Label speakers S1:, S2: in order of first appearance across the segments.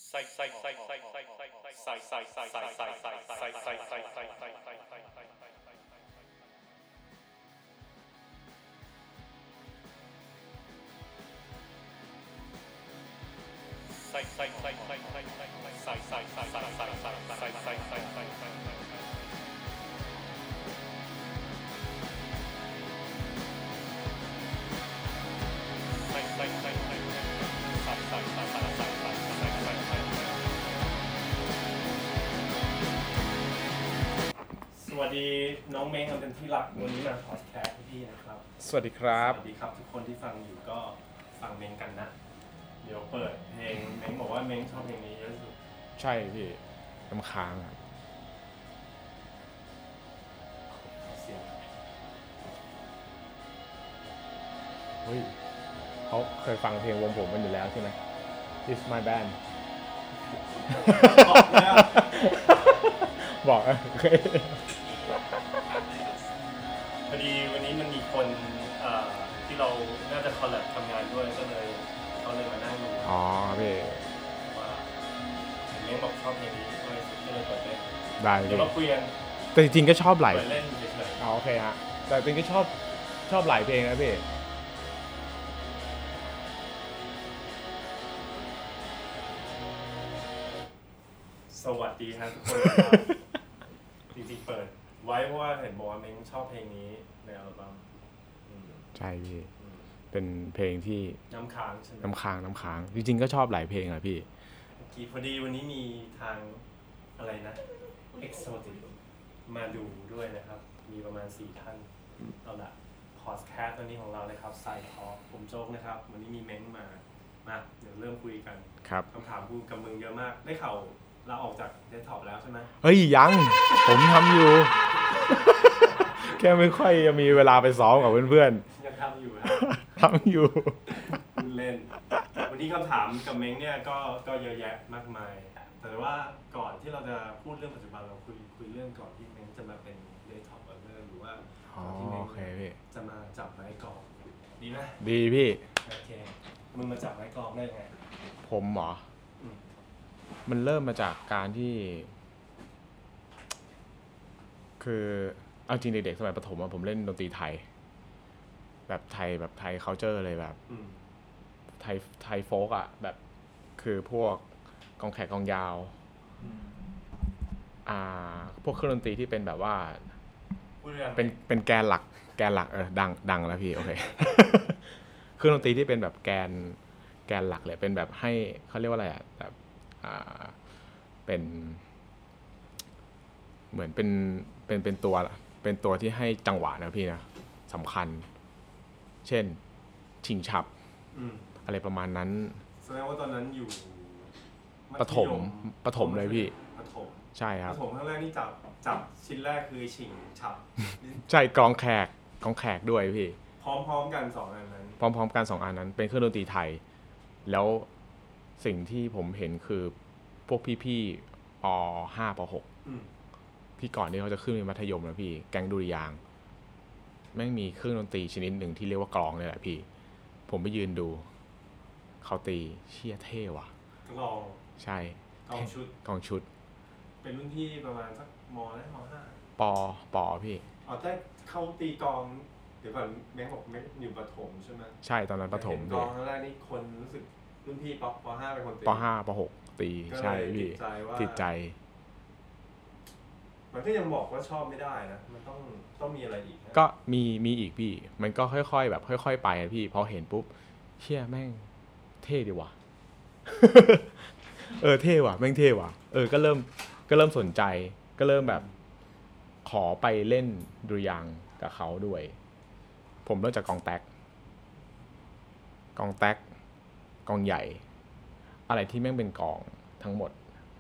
S1: สวัสดีน้องเม้งทำเป็นที่รักวันนี้มาพอดแคสต์พี่นะครับ
S2: สวัสดีครับ
S1: สวัสดีครับทุกคนที่ฟังอยู่ก็ฟังเม้งกันนะเดี๋ยวเปิดเพลงเม้งบอกว่าเม้งชอบเพลงนี้เยอะสุด
S2: ใช่พี่น้ำค้างอ่ะ
S1: เสียง
S2: เฮ้ยเขาเคยฟังเพลงวงผมมันอยู่แล้วใช่ไหม It's my band บอกโอเค
S1: พอดีวันนี้มันมีคนที่เราน่าจะคอลแลบทำงานด้วยก็เลยเขาเลยมานั่งดู
S2: อ๋อพี่
S1: ว่าเม้งบอกชอบเพลงนี้ก็เลยเปิดเล่น
S2: ได้
S1: เดี๋ยวเราคุยกัน
S2: แต่จริงๆก็ชอบหลาย
S1: เปิดเล่นเฉย
S2: ๆโอเคฮะแต่จริงๆก็ชอบหลายเพลงนะพี่
S1: สวัสดีครับทุกคน จริงๆเปิดไว้เพราะว่าเห็นบอกว่าเม้งชอบเพลงนี้ในอัลบั้ม
S2: ใช่พี่เป็นเพลงที่
S1: น้ำค้างใช่ไหม
S2: น้ำค้างจริงๆก็ชอบหลายเพลงอะพี่
S1: พอดีวันนี้มีทางอะไรนะ Exotic มาดูด้วยนะครับมีประมาณ4ท่านเอาละพอดแคสต์วันนี้ของเรานะครับไซด์ทอล์คผมโจ๊กนะครับวันนี้มีเม้งมาเดี๋ยวเริ่มคุยกัน
S2: ครับ
S1: คำถามกูกับมึงเยอะมากได้ข่าวเราออกจากเดสก์ท็อปแล้วใช่ไหม
S2: เฮ้ยยังผมทำอยู่ แค่ไม่ค่อยจะมีเวลาไปซ้อมกับเพื่อน
S1: ๆยังทำอยู่นะ
S2: ทำอยู่
S1: เล่นวันนี้คำถามกับเม้งเนี่ยก็เยอะแยะมากมายแต่ว่าก่อนที่เราจะพูดเรื่องปัจจุบันเราคุยเรื่องก่อนที่เม้งจะมาเป็นเดสก์ท็อปเออหรือว่าที่เม้งจะมาจับไม้กลองดีไหม
S2: ดีพี่
S1: โอเคมึงมาจับไม้กลองได้ยังไง
S2: ผมเหรอมันเริ่มมาจากการที่คือเอาจริงเด็กๆสมัยประถมผมเล่นดนตรีไทยแบบไทย culture เลยแบบไทยโฟล์กอ่ะแบบคือพวกกองแขกกองยาวพวกเครื่องดนตรีที่เป็นแบบว่าเป็นแกนหลักดังแล้วพี่โอเค เครื่องดนตรีที่เป็นแบบแกนหลักเลยเป็นแบบให้เขาเรียกว่าอะไรอ่ะแบบเป็นเหมือนเป็นตัวที่ให้จังหวะนะพี่นะสำคัญเช่นชิงฉับอะไรประมาณนั้น
S1: แสดงว่าตอนนั้นอยู่
S2: ประถมเลยพี่
S1: ประถม
S2: ใช่ครับ
S1: ประถมครั้งแรกนี่จับชิ้นแรกคือชิงฉับ
S2: ใช่กองแขกด้วยพี่
S1: พร้อมกัน2อันนั้น
S2: พร้อมกัน2อันนั้นเป็นเครื่องดนตรีไทยแล้วสิ่งที่ผมเห็นคือพวกพี่ป.5 ป.6 ที่ก่อนที่เขาจะขึ้นเป็นมัธยมนะพี่แก๊งดุริยางค์แม่งมีเครื่องดนตรีชนิดหนึ่งที่เรียกว่ากลองนี่แหละพี่ผมไปยืนดูเขาตีเชี่ยเท่ว่ะ
S1: กลอง
S2: ใช่กองชุด
S1: เป็นรุ่นที่ประมาณสักมและม
S2: .5 ป.พี่
S1: ได้เข้าตีกลองเดี๋ยวก่อนแม่บอกแม่อยู่ประถมใช่ไหม
S2: ใช่ตอนนั้นประถม
S1: กลองครั้งแรกนี่คนรู้สึกรุ่นพี่ป.5 เป็นคนตี
S2: ป.5 ป.6 ตีใช่พี่ติดใจ
S1: มันก็ยังบอกว่าชอบไม่ได้นะมันต้องมีอะไรอีก
S2: ก็มีอีกพี่มันก็ค่อยๆแบบค่อยๆไปพี่พอเห็นปุ๊บเชี่ยแม่งเท่ดีว่ะ เท่ว่ะแม่งเท่ว่ะก็เริ่มสนใจก็เริ่มแบบขอไปเล่นดุริยางค์กับเขาด้วยผมเริ่มจากกองแต๊กกองใหญ่อะไรที่แม่งเป็นกองทั้งหมด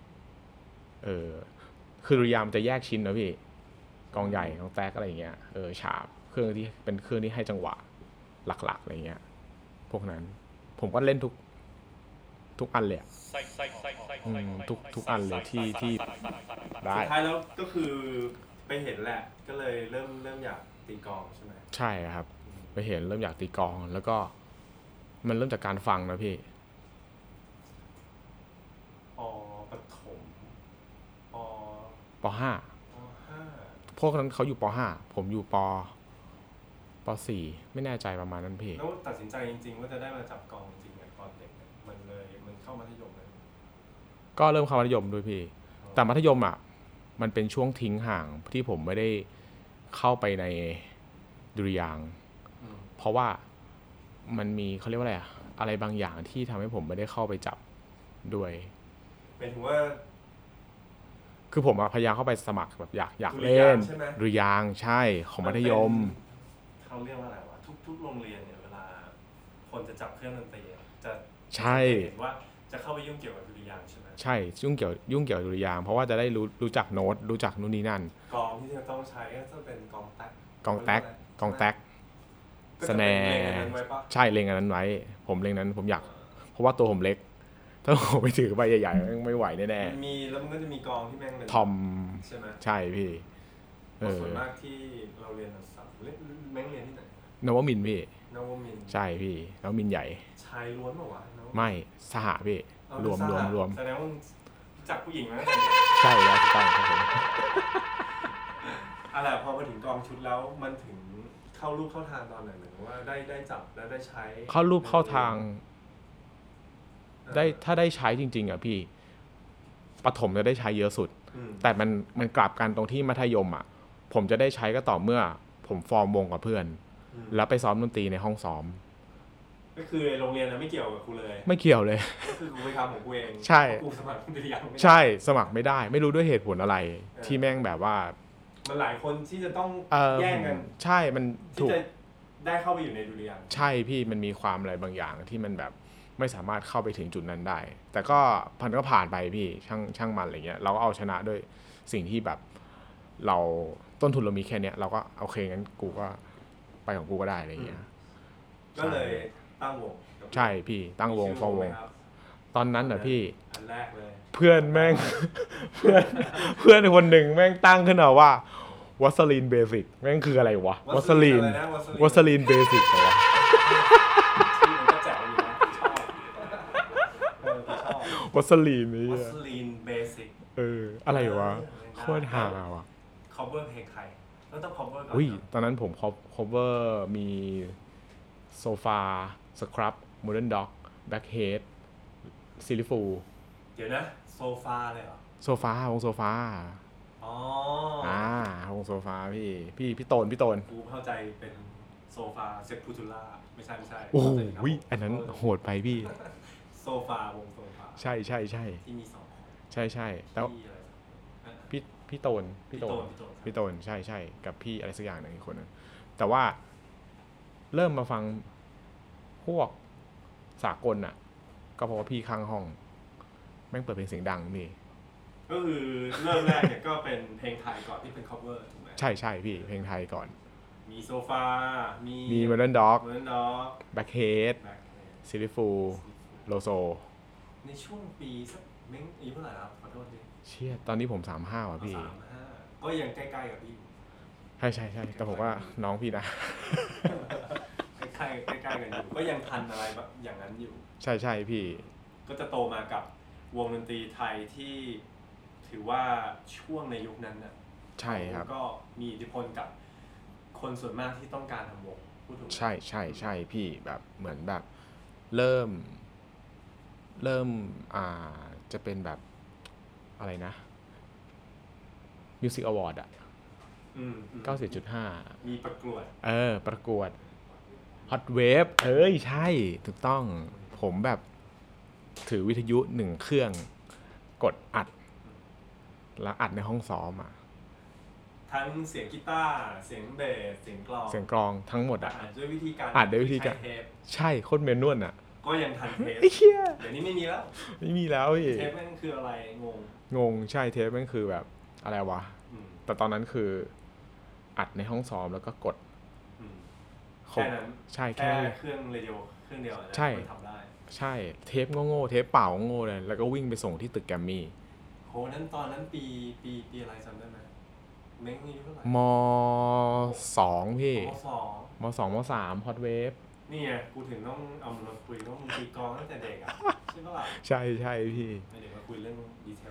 S2: คือดุริยางค์จะแยกชิ้นนะพี่กองใหญ่กองแต๊กอะไรอย่างเงี้ยฉาบเครื่องที่เป็นเครื่องที่ให้จังหวะหลักๆอะไรเงี้ยพวกนั้นผมก็เล่นทุกอันเลยทุกอันเลยที่ได้
S1: สุดท้ายแล้วก็คือไปเห็นแหละก็เลยเริ่มอยากตีกลองใช่ไหม
S2: ใช่ครับไปเห็นเริ่มอยากตีกลองแล้วก็มันเริ่มจากการฟังนะพี่
S1: อ๋อ
S2: ป .5
S1: ป
S2: พวกนั้นเขาอยู่ป .5 ผมอยู่ป .4 ไม่แน่ใจประมาณนั้นพี่
S1: .5 แล้วตัดสินใจจริงๆว่าจะได้มาจับกองจริงๆตอนเด็กมันเข้ามัธยมเลย
S2: ก็เริ่มเข้ามัธยมด้วยพี่แต่มัธยมอ่ะมันเป็นช่วงทิ้งห่างที่ผมไม่ได้เข้าไปในดุริยางค์เพราะว่ามันมีเขาเรียกว่าอะไรบางอย่างที่ทำให้ผมไม่ได้เข้าไปจับด้วย
S1: เป็นถึงว่า
S2: คือผมพยายามเข้าไปสมัครแบบอยากเล่นดุริยางค์ใช่ของมัธยม
S1: เขาเรียกว่าอะไรวะทุกโรงเรียนเนี่ยเวลาคนจะจับเครื่องดนตรีจะ
S2: ใช่
S1: เห็นว่าจะเข้าไปยุ่งเกี่ยวกับดุริยางค์ใช่ไหม
S2: ใช่ยุ่งเกี่ยวกับดุริยางค์เพราะว่าจะได้รู้จักโน้ตรู้จักนู่นนี่นั่น
S1: กองที่จะต้องใช้ก็จะเป็นกองแท็ก
S2: สแนร์ใช่เล็งอันนั้นไว้ผมเล็งนั้นผมอยากเพราะว่าตัวผมเล็กถ้าผมไปถือใบใหญ่ๆไม่ไหวแน่
S1: ๆมีแล้วมันก็จะมีกองที่แม่งเป็น
S2: ทอม
S1: ใช่ไหม
S2: ใช่พี่
S1: ส่วนมากที่เราเรียนสับแม่งเรียนที่ไหน
S2: นวมินทร์พี่
S1: นวมินทร์
S2: ใช่พี่นวมินทร์ใหญ่
S1: ชายล้วนเปล่าวะ
S2: ไม่สหพี่รวม
S1: แสดงว่าจับผู้หญิงมา
S2: ใช่แล้วถูกต้องครับผม
S1: อะไรพอมาถึงกองชุดแล้วมันถึงเข้ารูปเข้าทางตอนไหนหรือว่าได้จับและได้ใช้
S2: เข้ารูปเข้าทางได้ถ้าได้ใช้จริงๆอ่ะพี่ประถมจะได้ใช้เยอะสุดแต่มันกลับกันตรงที่มัธยมอ่ะผมจะได้ใช้ก็ต่อเมื่อผมฟอร์มวงกับเพื่อนแล้วไปซ้อมดนตรีในห้องซ้อม
S1: ก็คือโรงเรียนนะไม่เกี่ยวกับกูเลย
S2: ไม่เกี่ยวเลย
S1: ก็คือกูไปทำของกูเอง
S2: ใช่
S1: กูสมัครดนตรียัง
S2: ใช่สมัครไม่ได้ไม่รู้ด้วยเหตุผลอะไรที่แม่งแบบว่า
S1: มันหลายคนที่จะต้องแย่งกัน
S2: ใช่มัน
S1: ถูกได้เข้าไปอยู่ในดุริยางค์
S2: ใช่พี่มันมีความอะไรบางอย่างที่มันแบบไม่สามารถเข้าไปถึงจุดนั้นได้แต่ก็มันก็ผ่านไปพี่ช่างมันอะไรเงี้ยเราก็เอาชนะด้วยสิ่งที่แบบเราต้นทุนเรามีแค่เนี้ยเราก็โอเคงั้นกูก็ไปของกูก็ได้อะไรเงี้ย
S1: ก็เลยตั้งวง
S2: ใช่พี่ตั้งวงฟอร์มวงตอนนั้นน่ะพี่
S1: อันแรกเลย
S2: เพื่อนแม่งเพื่อนคนหนึ่งแม่งตั้งขึ้นมาว่าวัสลีนเบสิกแม่งคืออะไรวะวัสลีนเบสิกเหรอวะวัสลีนนี่
S1: วัสลีนเบสิก
S2: อะไรวะโคตรห่าว่ะ
S1: cover เพลงใครแล้วต้อง cover ก่อน
S2: ตอนนั้นผม cover มีโซฟาสครับโมเดิร์นด็อกแบ็คเฮดซิลิฟู
S1: เดี๋ยวนะโซฟาเลยเหรอ
S2: โซฟาวงโซฟา
S1: อ๋อ
S2: วงโซฟาพี่โตน
S1: กูเข้าใจเป็นโซฟาเซปูทูล่าไม่ใช่
S2: โอ้โหอันนั้นโหดไปพี่
S1: โซฟาวงโซฟา
S2: ใช่
S1: ที่มี2คน
S2: ใช่แล้วพี่โตนใช่กับพี่อะไรสักอย่างหนึ่งอีกคนนึงแต่ว่าเริ่มมาฟังพวกสากลน่ะก็เพราะว่าพี่ข้างห้องแม่งเปิดเพลงเสียงดังนี่
S1: ก็คือเริ่มแรกเนี่ยก็เป็นเพลงไทยก่อนที่เป็น cover ถูกไหม
S2: ใช่พี่เพลงไทยก่อน
S1: มีโซฟา
S2: มี Modern Dog
S1: Backhead
S2: ซิลิฟูโลโซ
S1: ในช่วงปีสักเม้งอายุเท่าไหร่ครับขอโทษดิ
S2: เชี่ยตอนนี้ผม35ว่ะพี่
S1: ก็ยังใกล้ๆกับพี่
S2: ใช่แต่ผมว่าน้องพี่นะ
S1: ใกล้ๆกันอยู่ก็ยังทันอะไรแบบอย่างนั้นอยู่
S2: ใช่พี่
S1: ก็จะโตมากับวงดนตรีไทยที่ถือว่าช่วงในยุคนั้นน่ะ
S2: ใช่ครับ
S1: ก็มีอิทธิพลกับคนส่วนมากที่ต้องการทำวงพูดถูก
S2: ใช่พี่แบบเหมือนแบบเริ่มจะเป็นแบบอะไรนะ Music Award อ่ะ90.5
S1: มีประกวด
S2: ประกวด Hot Wave ใช่ถูกต้องผมแบบถือวิทยุ1เครื่องกดอัดแล้วอัดในห้องซ้อมอ่ะ
S1: ทั้งเสียงกีตาร์เสียงเบสเสียง
S2: กลองทั้งหมด
S1: อัดด้วยวิธีการ
S2: ใช่โคตรเมนวลอ่ะ
S1: ก็ยังทันเทปเดี๋ยวนี้ไม่มีแล้ว
S2: พี่
S1: เทปมันคืออะไร
S2: งงใช่เทปมันคือแบบอะไรวะแต่ตอนนั้นคืออัดในห้องซ้อมแล้วก็กด
S1: แค่นั้น
S2: ใช่
S1: แค่เครื่องเรดิโอเครื่องเดียว
S2: ใช่
S1: ทำได้
S2: ใช่เทปโง่เทปเปล่าโง่เลยแล้วก็วิ่งไปส่งที่ตึกแกรมมี่
S1: โหนั้นตอนนั้นปีอะไรจำได้ไหมเม้งอายุเท่าไหร่
S2: ม.2 พี่ม.2 ม.3 Hot Wave
S1: นี่ไงกูถึงต้องเอามาคุยต้องตีกลองตั้งแต่เด็กอ่ะใช่ปะล่ะ
S2: ใช่พี่
S1: ไม่เดี๋ยวมาคุยเรื่องดีเทลกัน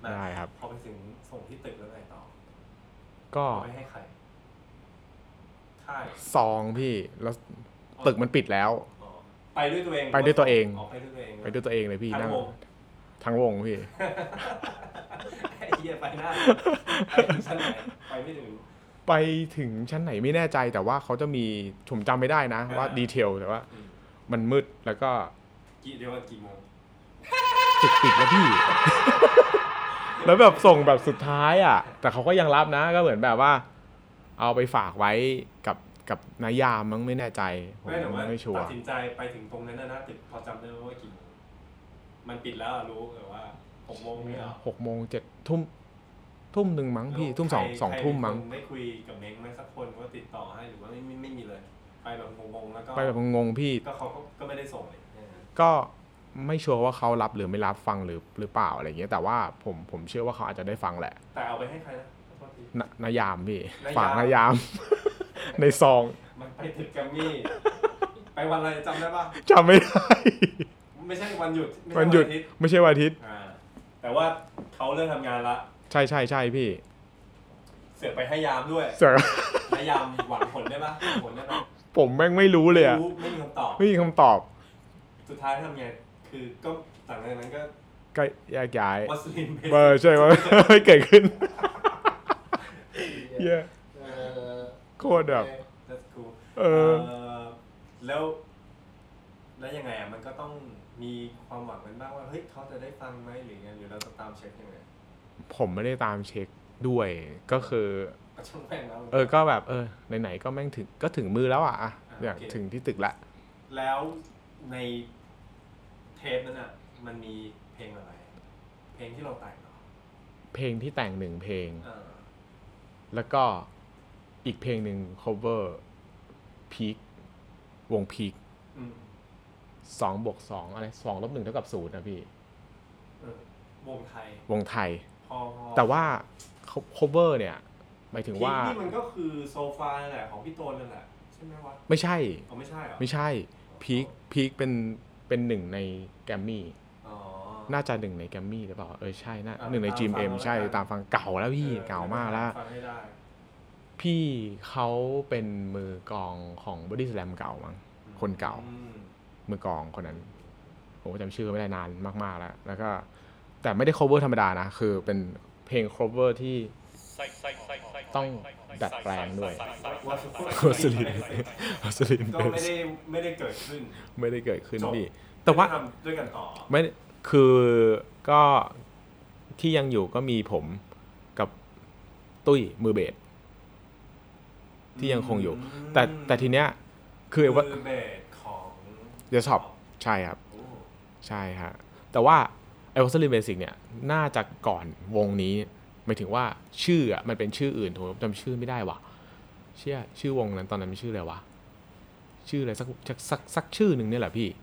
S2: ได้ครับ
S1: พอไปถึงส่งที่ตึกแล้วไงต่อ
S2: ก็
S1: ไม่ให้ใครค่าย
S2: ซองพี่แล้วตึกมันปิดแล้ว
S1: ไปด้วยตัวเอง
S2: ไปด้วยตัวเอง
S1: ไปด้วยตัวเอง
S2: ไปด้วยตัวเองเลยพี่นั่งทั้งวงพี่
S1: ไอ้เหี้ยไปหน้าไปถึงชั้นไหนไปไม่ถึง
S2: ไปถึงชั้นไหนไม่แน่ใจแต่ว่าเขาจะมีผมจำไม่ได้นะว่าดีเทลแต่ว่ามันมืดแล้วก็
S1: เดี๋ยวว่ากี่โมง
S2: ตึกปิดแล้วพี่ แล้วแบบส่งแบบสุดท้ายอ่ะแต่เขาก็ยังรับนะก็เหมือนแบบว่าเอาไปฝากไว้กับนายามมั้งไม่แน่ใจผมไม่ชัวร์
S1: ตัดสินใจไปถึงตรงนั้นนะตึกพอจำได้ว่ากี่โมงมันปิดแล้วรู้แต่ว่า6 โมงนี่เหรอ
S2: 6 โมง7 ทุ่ม 1มั้งพี่ทุ่ม2 ทุ่มมั้ง
S1: ไม่คุยกับเม้งไหมสักคนว่าติดต่อให้หรือว่าไม่มีเลยไปแบบงงๆแล้วก็
S2: ไปแบบงงพี่
S1: ก็เขาก็ไม่ได้ส่งเลย
S2: ก็ไม่ชัวร์ว่าเขารับหรือไม่รับฟังหรือเปล่าอะไรเงี้ยแต่ว่าผมเชื่อว่าเขาอาจจะได้ฟังแหละ
S1: แต่เอาไปให้ใครนะ
S2: นายามพี่ฝากนายามในซอง
S1: มันไปถึงแกรมมี่ไปวันอะไรจำได้ปะ
S2: จำไม่ได้
S1: ไม่ใช่วันหยุด
S2: ไม่ใช่วันอาทิตย์
S1: แต่ว่าเขาเริ่มทำงานละ
S2: ใช่พี่
S1: เสือกไปให้ยามด้วยให้ยามหวังผลได้ปะผลได้ปะ
S2: ผมแม่งไม่รู้เลยอะ
S1: ไม่มีคำตอบสุดท้ายทำไงคือก็หลังจากนั้น
S2: ก็แยกย้าย
S1: วัสลิน
S2: ใช่ว่าไม่เกิดขึ้นโคตรแบบ
S1: แล้วยังไงอ่ะมันก็ต้องมีความหวังกันบ้างว่าเฮ้ยเขาจะได้ฟังไหมหรือไงหรือเราจะตามเช็คยังไง
S2: ผมไม่ได้ตามเช็คด้วยก็คือก็แบบไหนๆก็แม่งถึงมือแล้วอ่ะเนี่ยถึงที่ตึกละ
S1: แล้วในเทปนั้นอ่ะมันมีเพลงอะไรเพลงที่เราแต่งเหรอ
S2: เพลงที่แต่ง1 เพลงแล้วก็อีกเพลงหนึ่ง cover พีควงพีค2+2อะไร2-1เท่ากับ0นะพี่
S1: วงไทย
S2: แต่ว่า cover เนี่ยหมายถึงว่า
S1: นี่มันก็คือโซฟาแหละของพี่โตนนั่นแหละใช่ไหมวะ
S2: ไม่ใช่
S1: ไม่ใช่เหรอ
S2: ไม่ใช่พีคเป็น1ในแกรมมี่น่าจะ1ในแกรมมี่หรือเปล่าใช่นะ1ใน GMM ใช่ตามฟังเก่าแล้วพี่เก่ามากแล้วพี่เขาเป็นมือกลองของ Body Slam เก่ามั้งคนเก่ามือกลองคนนั้นผมจำชื่อไม่ได้นานมากๆแล้วก็แต่ไม่ได้ cover ธรรมดานะคือเป็นเพลง cover ที่ต้องดัดแปลงด้วยวัสลิน
S1: ก็ไม่ได้เกิดขึ้น
S2: พี่แต่ว่า
S1: ด้วยกันต่อ
S2: ไม่คือก็ที่ยังอยู่ก็มีผมกับตุ้ยมือเบสที่ยังคงอยู่แต่ทีเนี้ยคือ
S1: ว่ามือเบสของ
S2: เดสก์ท็อปใช่ครับใช่ฮะแต่ว่าไอ้วัสลินเบสิกเนี่ยน่าจะก่อนวงนี้หมายถึงว่าชื่ออ่ะมันเป็นชื่ออื่นผมจำชื่อไม่ได้ว่ะชื่อวงนั้นตอนนั้นมันชื่ออะไรวะชื่ออะไรสักชื่อหนึ่งเนี่ยแหละพี่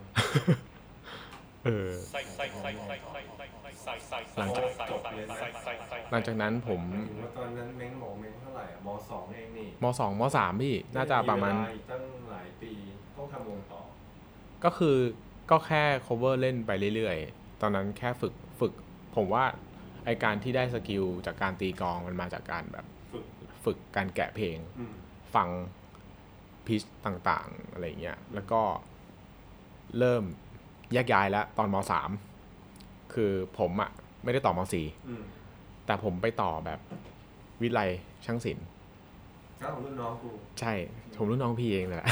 S2: หลังจากนั้นผม
S1: ตอนนั้นเม้งเท่าไหร่ม.2 เองนี่
S2: ม.2 ม.3 พี่น่าจะประมาณ
S1: ตั้งหลายปีต้องทำวงต่อ
S2: ก็แค่ cover เล่นไปเรื่อยๆตอนนั้นแค่ฝึกผมว่าไอการที่ได้สกิลจากการตีกลองมันมาจากการแบบฝึกการแกะเพลงฟังพิชต่างๆอะไรเงี้ยแล้วก็เริ่มแยกย้ายแล้วตอนม.3 คือผมอ่ะไม่ได้ต่อม.4 แต่ผมไปต่อแบบวิทยาลัยช่างศิลป์
S1: ของรุ่นน้องกู
S2: ใช่ผมรุ่นน้องพี่เองแหละ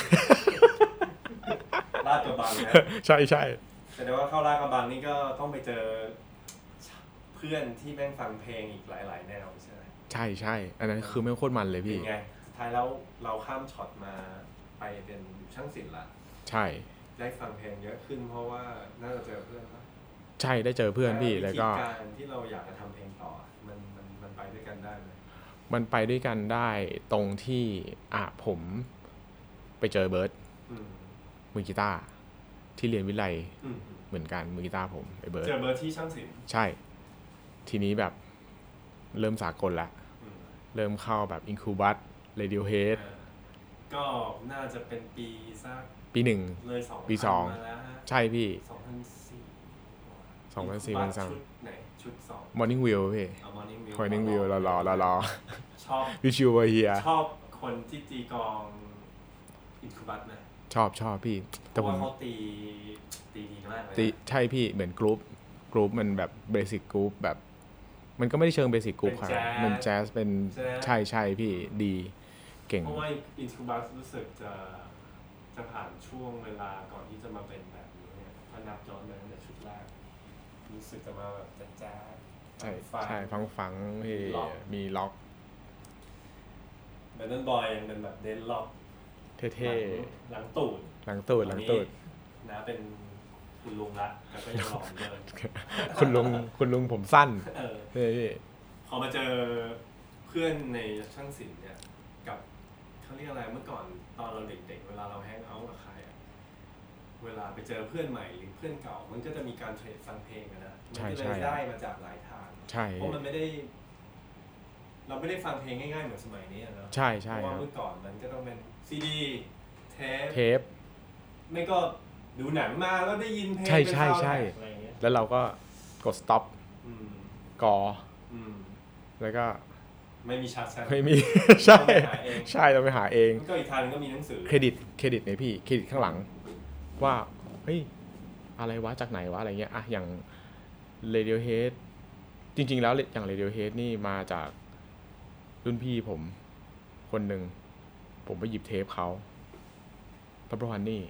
S1: ลาดกระบังนะ
S2: ใช่
S1: แต่ว่าเข้าลาดกระบังนี่ก็ต้องไปเจอเพื่อนที่แม่งฟังเพลงอีกหลายๆแนวใช่ไหม
S2: ใช่อันนั้นคือแม่งโคตรมันเลยพี่
S1: ไงสุดท้ายแล้วเราข้ามช็อตมาไปเป็นช่างศิลป์ละ
S2: ใช่
S1: ได้ฟังเพลงเยอะขึ้นเพราะว่าน่าจะเจอเพื่อนป่ะ
S2: ใช่ได้เจอเพื่อนพี่แล้วก็
S1: การที่เราอยากจะทำเพลงต่อมันไปด้วยกันได้ไหม
S2: มันไปด้วยกันได้ตรงที่ผมไปเจอเบิร์ดมือกีตาร์ที่เรียนวิทยาลัยเหมือนกันมือกีตาร์ผมไอ้เบิร์ด
S1: เจอเบิร์ดที่ช่างศิลป์
S2: ใช่ทีนี้แบบเริ่มสากลละเริ่มเข้าแบบ Incubus Radiohead
S1: ก็น่าจะเป็นปีสัก
S2: ปี1
S1: เลย
S2: 2ปี2ใช่พี่ 2004มันสั่ง
S1: ชุดไหนชุด2
S2: Morning View พี่ Morning View รอ
S1: ชอบ
S2: วิชูเวอร์เฮีย
S1: ชอบคนที่ตีกลองอินคูบัสนะ
S2: ชอบพี่
S1: แต่ผมเขาตีดีมากเลย
S2: ใช่พี่เหมือนกรุ๊ปมันแบบเบสิกกรุ๊ปแบบมันก็ไม่ได้เชิงเบสิกกรุ๊ปครับมันแจ๊สเป็นใช่พี่ดีเก่ง
S1: เพราะว่าอินคูบัสรู้สึกจะผ่านช่วงเวลาก่อนที่จะมาเป็นแบบนี้เนี่ยถ้านับย้อนไปตั้งแต่ชุดแรกรู้สึกจะมาแบบแจ๊ส
S2: ใช่ฟังพี่มีล็อก
S1: แบนด์บอยยังเป็นแบบเดนล็อก
S2: เท่
S1: ๆหลังตูดนะเป็นคุณลุงละแต่ก็ยังหล่อเหมือนเดิม
S2: คุณลุงผมสั้นพี่
S1: พอมาเจอเพื่อนในช่างศิลป์เนี่ยกับเขาเรียกอะไรเมื่อก่อนตอนเราเด็กๆเวลาเราแฮงเอาท์กับใครเวลาไปเจอเพื่อนใหม่หรือเพื่อนเก่ามันก็จะมีการเทรดฟังเพลงกันนะมันก็เลยได้มาจากหลายทางเพราะมันไม่ได้เราไม่ได้ฟังเพลงง่ายๆเหมือนสมัยนี้นะ
S2: ใช่
S1: เพราะว่าเมื่อก่อนมันก็ต้องเป็นซีดีเทปไม่ก็ดูหนังมาแล้วได้ยินเพลง
S2: ใช่แล้วเราก็กด stop กอแล้วก็
S1: ไม่มีชัด
S2: ไม่มีใช่เราไปหาเอง
S1: ก็อีกทางนึงก็มีหนังสือ
S2: เครดิตเนี่ยพี่เครดิตข้างหลังว่าเฮ้ยอะไรวะจากไหนวะอะไรเงี้ยอะอย่าง Radiohead จริงๆแล้วอย่าง Radiohead นี่มาจากรุ่นพี่ผมคนหนึ่งผมไปหยิบเทปเขาPurple Honey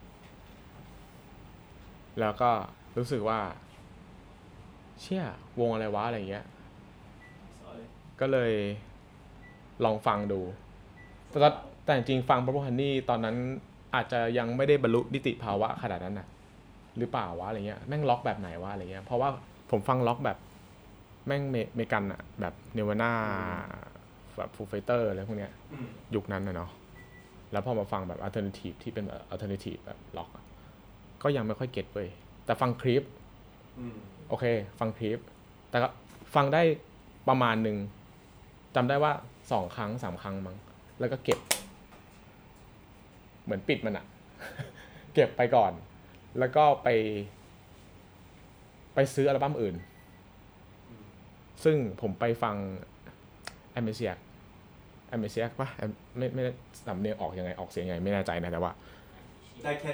S2: แล้วก็รู้สึกว่าเชี่ยวงอะไรวะอะไรเงี้ยก็เลยลองฟังดูแต่จริงๆฟัง Purple Honey ตอนนั้นอาจจะยังไม่ได้บรรลุนิติภาวะขนาดนั้นน่ะหรือเปล่าวะอะไรเงี้ยแม่งล็อกแบบไหนวะอะไรเงี้ยเพราะว่าผมฟังล็อกแบบแม่งเมกันอะแบบ Nirvana แบบ Foo Fighters อะไรพวกเนี้ยยุคนั้นน่ะเนาะแล้วพอมาฟังแบบ alternative ที่เป็นแบบ alternative แบบล็อกก็ยังไม่ค่อยเก็ตเว้ยแต่ฟังคลิปโอเคฟังคลิปแต่ก็ฟังได้ประมาณนึงจำได้ว่า2 ครั้ง 3 ครั้งมั้งแล้วก็เก็บเหมือนปิดมันอะ เก็บไปก่อนแล้วก็ไปซื้ออัลบั้มอื่นซึ่งผมไปฟังแอมเบเซียป่ะไม่สำเนียงออกยังไงออกเสียงยังไงไม่แน่ใจนะแต่ว่า
S1: ได้แค่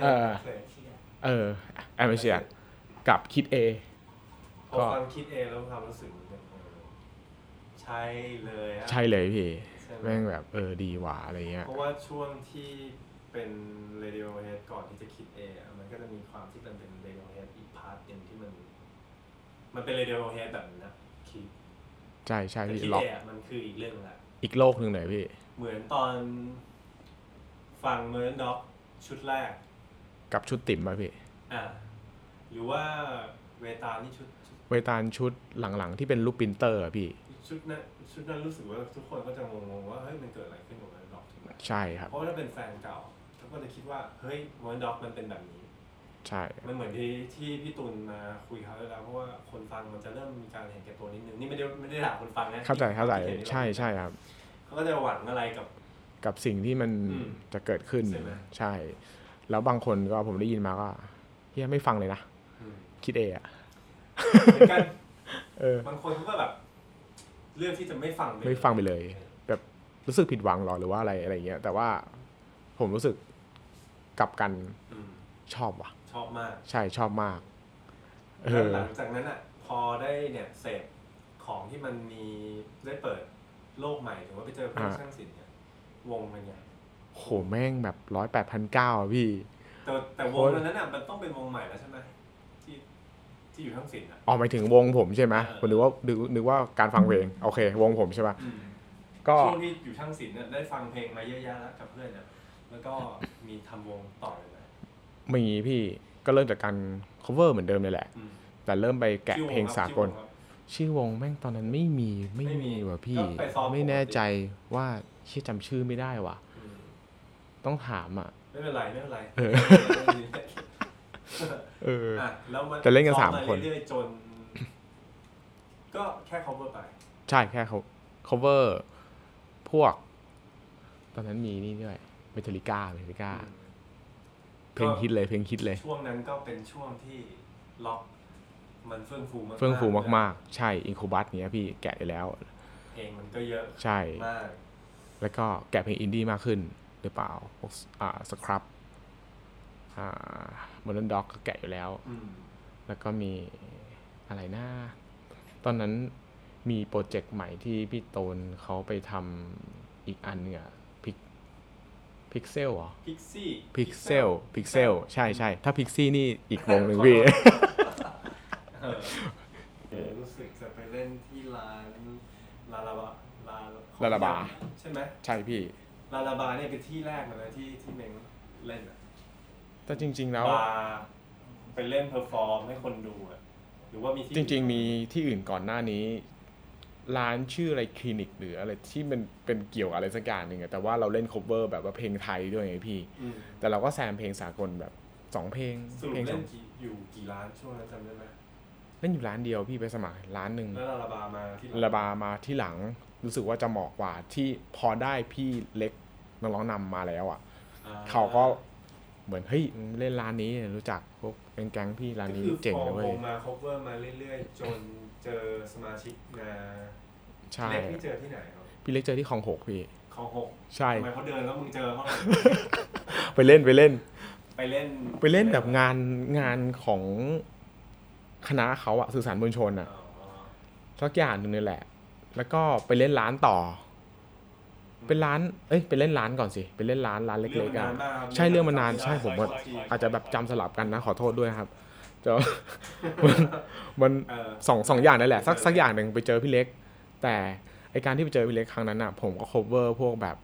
S2: แอมเบเซียกับคิดเอ
S1: พอฟังคิดเอแล้วความรู้สึกใช่
S2: เลยพี่แม่งแบบดีหว่าอะไรเงี้ย
S1: เพราะว่าช่วงที่เป็น Radiohead ก่อนที่จะคิดเอมันก็จะมีความที่เป็น Radiohead อีกพาร์ทนึงที่มันเป็น Radiohead แบบนั้นนะคิด
S2: ใช่
S1: พี่ล็อกมันคืออีกเรื่องละ
S2: อีกโลกนึงไหนพี่
S1: เหมือนตอนฟัง Modern Dog ชุดแรก
S2: กับชุดติ๋มป่ะพี่
S1: หรือว่าเวตาลนี่
S2: เวตาลชุดหลังๆที่เป็นรูปปรินเตอร์อ่ะพี่
S1: ชุดนั้นรู้สึกว่าทุกคนก็จะงงว่าเฮ้ยมันเกิดอะไรขึ้นกับModern Dog
S2: ใช่ครับ
S1: เพราะถ้าเป็นแฟนเก่าเขาก็จะคิดว่าเฮ้ยModern Dogมันเป็นแบบนี้
S2: ใช่
S1: มันเหมือนที่พี่ตุลมาคุยเขาแล้วเพราะว่าคนฟังมันจะเริ่มมีการเห็นแก่ตัวนิดนึงนี่ไม่ได้ด่าคนฟังนะ
S2: เข้าใจใช่ครับ
S1: เขาก็จะหวังอะไร
S2: กับสิ่งที่มันจะเกิดขึ้นใช่แล้วบางคนก็ผมได้ยินมาก็เฮียไม่ฟังเลยนะคิดเอะ
S1: เหมือนกันบางคนเขาก็แบบเลือกที่จะไม่ฟัง
S2: ไปเลยแบบรู้สึกผิดหวังหรือว่าอะไรอย่างเงี้ยแต่ว่าผมรู้สึกกลับกันชอบว่ะ
S1: ชอบมาก
S2: ใช่ชอบมาก
S1: หลังจากนั้นอ่ะพอได้เนี่ยเสพของที่มันมีได้เปิดโลกใหม่หรือว่าไปเจอเพื่อนช่างศิลป์เนี่ยวงมันไง
S2: โหแม่งแบบ108,900อ่ะพี่
S1: แต่วงนั้นน่ะมันต้องเป็นวงใหม่แล้วใช่ไหมที่อยู่ช่างศิลป์อ่ะ
S2: หมายถึงวงผมใช่ไหมผมนึกว่าการฟังเพลงโอเควงผมใช่ป่ะ
S1: ก็ช่วงที่อยู่ช่างศิลป์เนี่ยได้ฟังเพลงมาเยอะแยะแล้วกับเพื่อนเนี่ยแล้วก็มีทำวงต่อเลย
S2: มีพี่ก็เริ่มจากการ cover เหมือนเดิมเลยแหละแต่เริ่มไปแกะเพลงสากลชื่อวงแม่งตอนนั้นไม่มีว่ะพี่ไม่แน่ใจว่าชื่อจำชื่อไม่ได้ว่ะต้องถามอ่ะ
S1: ไม่เป็นไรแล้วมัน
S2: แต่เล่นกัน3 คน
S1: จนก็แค่ cover ไป
S2: ใช่แค่ cover พวกตอนนั้นมีนี่ด้วยเมทัลลิก้าเพลงฮิตเลย
S1: ช่วงนั้นก็เป็นช่วงที่ล็อกมันเฟื่องฟูมาก
S2: เฟื่องฟูมากๆใช่อินคูบัสเนี้ยพี่แกะไปแล้ว
S1: เพลงมันก็เยอะ
S2: ใช่
S1: มาก
S2: แล้วก็แกะเพลงอินดี้มากขึ้นหรือเปล่าพวกสครับโมเดิร์นด็อกก็แกะอยู่แล้วแล้วก็มีอะไรนะตอนนั้นมีโปรเจกต์ใหม่ที่พี่โตนเขาไปทำอีกอันเนี่ยพิกเซลเหรอพิกเซลใช่ถ้าพิกซี่นี่อีกวงหนึ่งพี่
S1: รู้สึกจะไปเล่นที่ร้านลาลาบาใช่ไหม
S2: ใช่พี่
S1: ลาบาเนี่ยเป็นที่แรกเลยที่เม้งเล่น
S2: แต่จริงๆแล้ว
S1: ไปเล่นเพอร์ฟอร์มให้คนดูหรือว่ามีที่
S2: จริงๆมีที่อื่นก่อนหน้านี้ร้านชื่ออะไรคลินิกหรืออะไรที่มันเป็นเกี่ยวอะไรสักอย่างหนึ่งแต่ว่าเราเล่น cover แบบว่าเพลงไทยด้วยไงพี่แต่เราก็แซมเพลงสากลแบบ2เพลง
S1: เพลงเล่นอยู่กี่ร้านช่วงนั้นจำได้ไหม
S2: เล่นอยู่ร้านเดียวพี่ไปสมัครร้านนึง
S1: แล้วลาบา
S2: มาที่หลังรู้สึกว่าจะเหมาะกว่าที่พอได้พี่เล็กนักร้องนำมาแล้วเขาก็เหมือนเฮ้ยเล่นร้านนี้รู้จักพวกเป็นแก๊งพี่ร้านนี้เจ๋งเลยเว้ย
S1: มา cover มาเรื่อยๆจนเจอสมาชิกมา
S2: ใช่
S1: เล็กพี่เจอที่ไหนครับ
S2: พี่เล็กเจอที่คลอง6พี่
S1: คลอง6
S2: ใช่
S1: ทำไมเขาเดินแล้วมึงเจอเขา
S2: ไปเล่นแบบงานของคณะเขาสื่อสารมวลชนสักอย่างนึงนี่แหละแล้วก็ไปเล่นร้านต่อเป็นร้านไปเล่นร้านก่อนสิไปเล่นร้านเล็กๆใช่เรื่องมานานใช่ผมว่าอาจจะแบบจำสลับกันนะขอโทษด้วยครับจะมันสองอย่างนั่นแหละสักอย่างนึงไปเจอพี่เล็กแต่ไอการที่ไปเจอพี่เล็กครั้งนั้นผมก็ cover พวกแบบ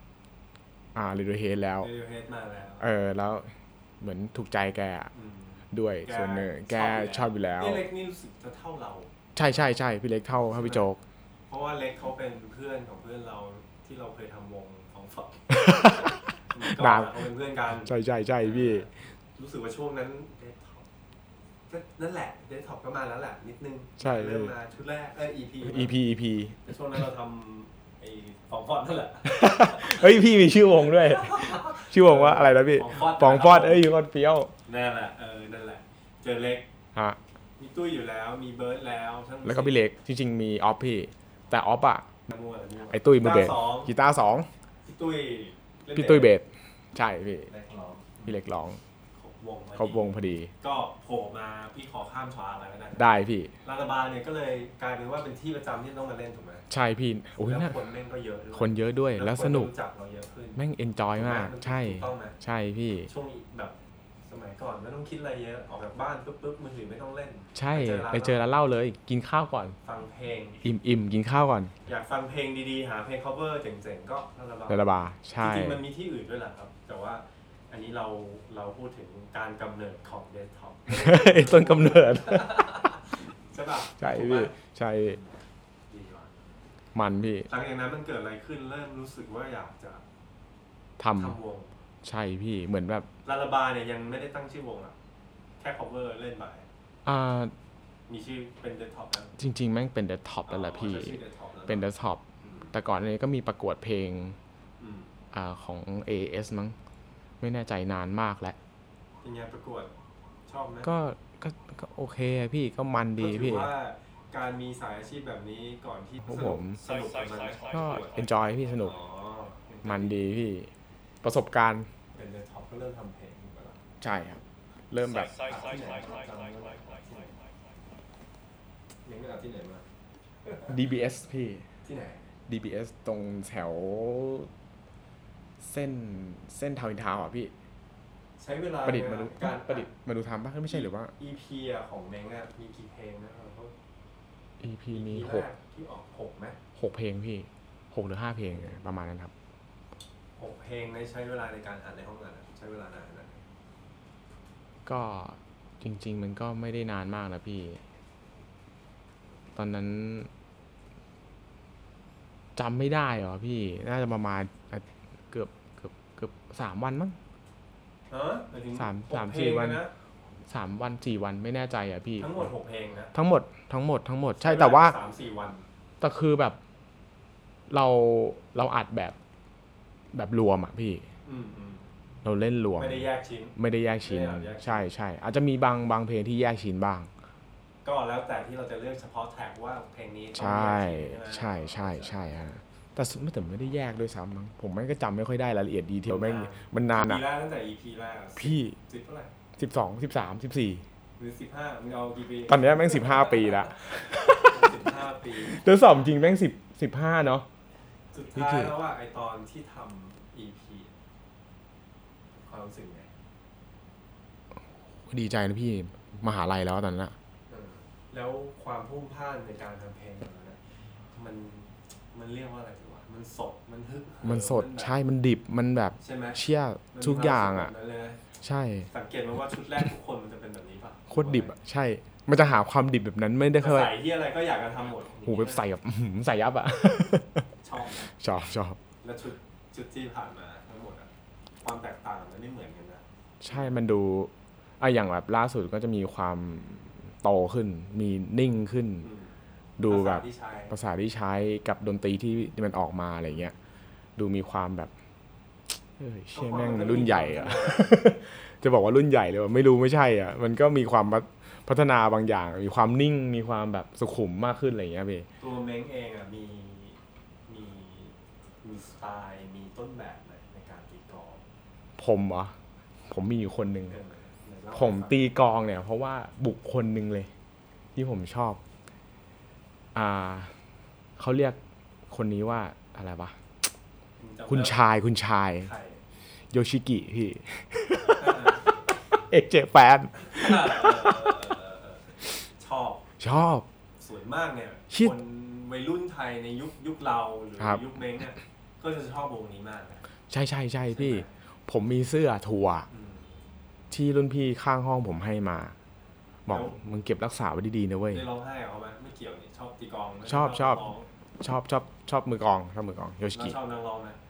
S2: Radiohead แล้วแล้วเหมือนถูกใจแกด้วยส่วนหนึ่งแกชอบอยู่แล้ว
S1: พี่เล็กนี่รู้สึกจะเท่าเรา
S2: ใช่พี่เล็กเท่าพี่โจ๊ก
S1: เพราะว่าเล็กเขาเป็นเพื่อนของเพื่อนเราที่เราเคยทำวงของฝักก่อนเขาเป็นเพื่อนกัน
S2: ใช่พี่
S1: รู้สึกว่าช่วงนั้นนั่นแหละเดสท็อปก็มาแล้วแหละนิดนึงเริ่มมาชุดแรก
S2: EP
S1: แต่ช่วงนั้นเราทำไอ้ฟองฟอดนั่นแหละ
S2: เฮ้ยพี่มีชื่อวงด้วยชื่อวงว่าอะไรนะพี่ฟองฟอดอยู่ก็เฟี้ยว
S1: นั่นแหละนั่นแหละเจอเล็กมีตุ้ยอยู่แล้วมีเบิร์ดแล้ว
S2: ก็พี่เล็กจริงๆมีออฟพี่แต่ออฟไอ้ตุ้ยมือเบสกีตาร์2
S1: พี่ตุ้
S2: ยเบสใช่พี่เล็กร้องครบวงพอดี
S1: ก็โผล่มาพี่ขอข้ามช้าอะไรก็
S2: ได้พี่
S1: ลาลาบาเนี่ยก็เลยกลายเป็นว่าเป็นที่ประจำที่ต้องมาเล่นถูกไหม
S2: ใช่พี่
S1: โอ้ยคนเล่นก็เยอะ
S2: คนเยอะด้วยแล้วสนุก
S1: จับเราเยอะขึ้น
S2: แม่งเอนจอยมากใช่พี่
S1: ช่วงแบบสมัยก่อนไม่ต้องคิดอะไรเยอะออกจากบ้านปุ๊บมือถือไม่ต้องเล่น
S2: ใช่ไปเจอแล้วเล่าเลยกินข้าวก่อน
S1: ฟังเพลง
S2: อิ่มกินข้าวก่อน
S1: อยากฟังเพลงดีๆหาเพลง cover เจ๋งๆก็
S2: ลาลาบาใช่
S1: จริงๆมันมีที่อื่นด้วยแหละครับแต่ว่าอันนี้เราพูดถึงการกำเนิดของเดสก์ท็อป
S2: ต้นกำเนิด
S1: ใช่ป่ะ
S2: ใช่พี่ใช่มันพี่
S1: หลังจากนั้นมันเกิดอะไรขึ้นเริ่มรู้สึกว่าอยากจะทำวง
S2: ใช่พี่เหมือนแบบ
S1: ลาลาบาเนี่ยยังไม่ได้ตั้งชื่อวงแค่ cover เล่นไปมีชื่อเป็นเดสก์ท็อปแล้ว
S2: จริงๆแม่งเป็นเดสก์ท็อปแล้วแหละพี่เป็นเดสก์ท็อปแต่ก่อนนี้ก็มีประกวดเพลงของ AS มั้งไม่แน่ใจนานมากแล้ว
S1: เป็นไงประกวดชอบไหม
S2: ก็โอเคพี่ก็มันดีพี่
S1: ว่าการมีสายอาชีพแบบนี้ก่อนที่
S2: ผม
S1: สนุกมัน
S2: ก็ enjoy พี่สนุกมันดีพี่ประสบการณ์
S1: เป็นท็อปก็เริ่มทำเพลง
S2: ใช่ครับเริ่มแบบ
S1: ยังไม่เอาที่ไหนมา
S2: DBS พี่
S1: ที่ไหน
S2: DBS ตรงแถวเส้นทาวน์อินทาวน์พี่
S1: ใช้เวลา
S2: ประดิษฐ์มาดูทำป่ะไม่ใช่หรือว่า
S1: EP ของเม้งมีกี่เพลงนะ
S2: EP มี
S1: 6ที่ออก6ไหม
S2: 6เพลงพี่6หรือ5เพลงประมาณนั้นครับ
S1: 6เพลงในใช้เวลาในการอัดในห้องอัดใช้เวลานานนะ
S2: ก็จริงๆมันก็ไม่ได้นานมากนะพี่ตอนนั้นจำไม่ได้หรอพี่น่าจะประมาณเกือบ3 วันมั้ง3-4 วัน3 วัน 4 วันไม่แน่ใจพี่
S1: ทั้งหมด6เพลงนะ
S2: ทั้งหมดใช่แต่ว่า
S1: 3-4 วัน
S2: แต่คือแบบเราอัดแบบรวมพี่เราเล่นรวม
S1: ไม่ได้แยกชิ้น
S2: ใช่อาจจะมีบางเพลงที่แยกชิ้นบ้าง
S1: ก็แล้วแต่ที่เราจะเลือกเฉพาะแท็กว่าเพลงนี้ต้อง
S2: ใช่
S1: มีอะไร
S2: ใช่ใช่ใช่ฮะแต่ไม่ได้แยกด้วยซ้ำมั้งผมก็จำไม่ค่อยได้รายละเอียดดีเทลแม่งมันนาน
S1: ปี
S2: อ่ะ
S1: แรกตั้งแต่ EP แรกอะ
S2: พี่
S1: 10เท่าไหร่
S2: 12 13 14
S1: หรือ15มึงเอากี่ปี
S2: ตอนนี้แม่ง15 ปีละ
S1: 15 ปี
S2: เดือนสองจริงแม่ง15เนาะ
S1: สุดท้ายแล้วว่าไอตอนที่ทำ EP ความรู้สึกไง
S2: ดีใจนะพี่มหาลัยแล้วตอนนั้นอะ
S1: แล้วความพุ่งพล่านในการทำเพลงของเราเนี่ยมันเรียกว่าอะไรดีวะมันสดมันฮึกเหิ
S2: มันสด
S1: แบบ
S2: ใช่มันดิบมันแบบ
S1: ใช่ไหม
S2: เชี่ย
S1: มัน
S2: ทุกอย่างอะ
S1: มันเลยนะ
S2: ใช่
S1: สังเกตไหมว่าชุดแรกทุกคนมันจะเป็นแบบนี้ป่ะ
S2: โคตรดิบอะใช่ มันจะหาความดิบแบบนั้นไม่ได้
S1: จะ
S2: ค่อย
S1: ใส่ที่อะไรก็อยากจะทำหมด
S2: หูแบบใส่แบบใส่ยับอะ
S1: ชอบนะ
S2: ชอบ
S1: แล้วชุดที่ผ่านมาทั้งหมดอะความแตกต่างมันไม่เหมือนกันนะ
S2: ใช่มันดูอย่างแบบล่าสุดก็จะมีความโตขึ้น มีนิ่งขึ้น
S1: อืม
S2: ดูแบบ
S1: ภาษาที่ใช้
S2: ภาษาที่ใช้กับดนตรีที่มันออกมาอะไรเงี้ย ดูมีความแบบเชี่ยแม่งรุ่นใหญ่อะ จะบอกว่ารุ่นใหญ่เลยว่าไม่รู้ไม่ใช่อ่ะ มันก็มีความพัฒนาบางอย่าง มีความนิ่ง มีความแบบสุขุมมากขึ้นอะไรเงี้ยพี่
S1: ตัวเม้งเองอะมีสไตล์มีต้นแบบไหมในการตีกลอง
S2: ผมมีอยู่คนหนึ่ง
S1: ไหนเล่าให้
S2: ผม
S1: ฟัง
S2: ตีกลองเนี่ย เพราะว่าบุคคลหนึ่งเลย ที่ผมชอบ เขาเรียกคนนี้ว่าอะไรวะ คุณชาย
S1: ใคร
S2: โยชิกิพี่ เอกเจแปน
S1: ชอบ
S2: ชอบ
S1: ส่วนมากเนี่ย
S2: ชิด
S1: คนวัยรุ่นไทยในยุคเราหรือ
S2: ครับ
S1: ยุคเม้งเนี่ยก็จะชอบวงนี้มากนะ
S2: ใช่พี่ ผมมีเสื้อทัวร์
S1: อืม
S2: ที่รุ่นพี่ข้างห้องผมให้มา บอก
S1: แล้ว
S2: มึงเก็บรักษาไว้ดีๆนะเว้ย
S1: ได้ร้องไห้กับเขาไหมไม่เกี่ยวนี่ชอบตีกลองไหม
S2: ชอบ
S1: ร้อง
S2: ชอบมือกลองโยชิ
S1: แล้ว
S2: กิ
S1: ชอบนักร้องไหม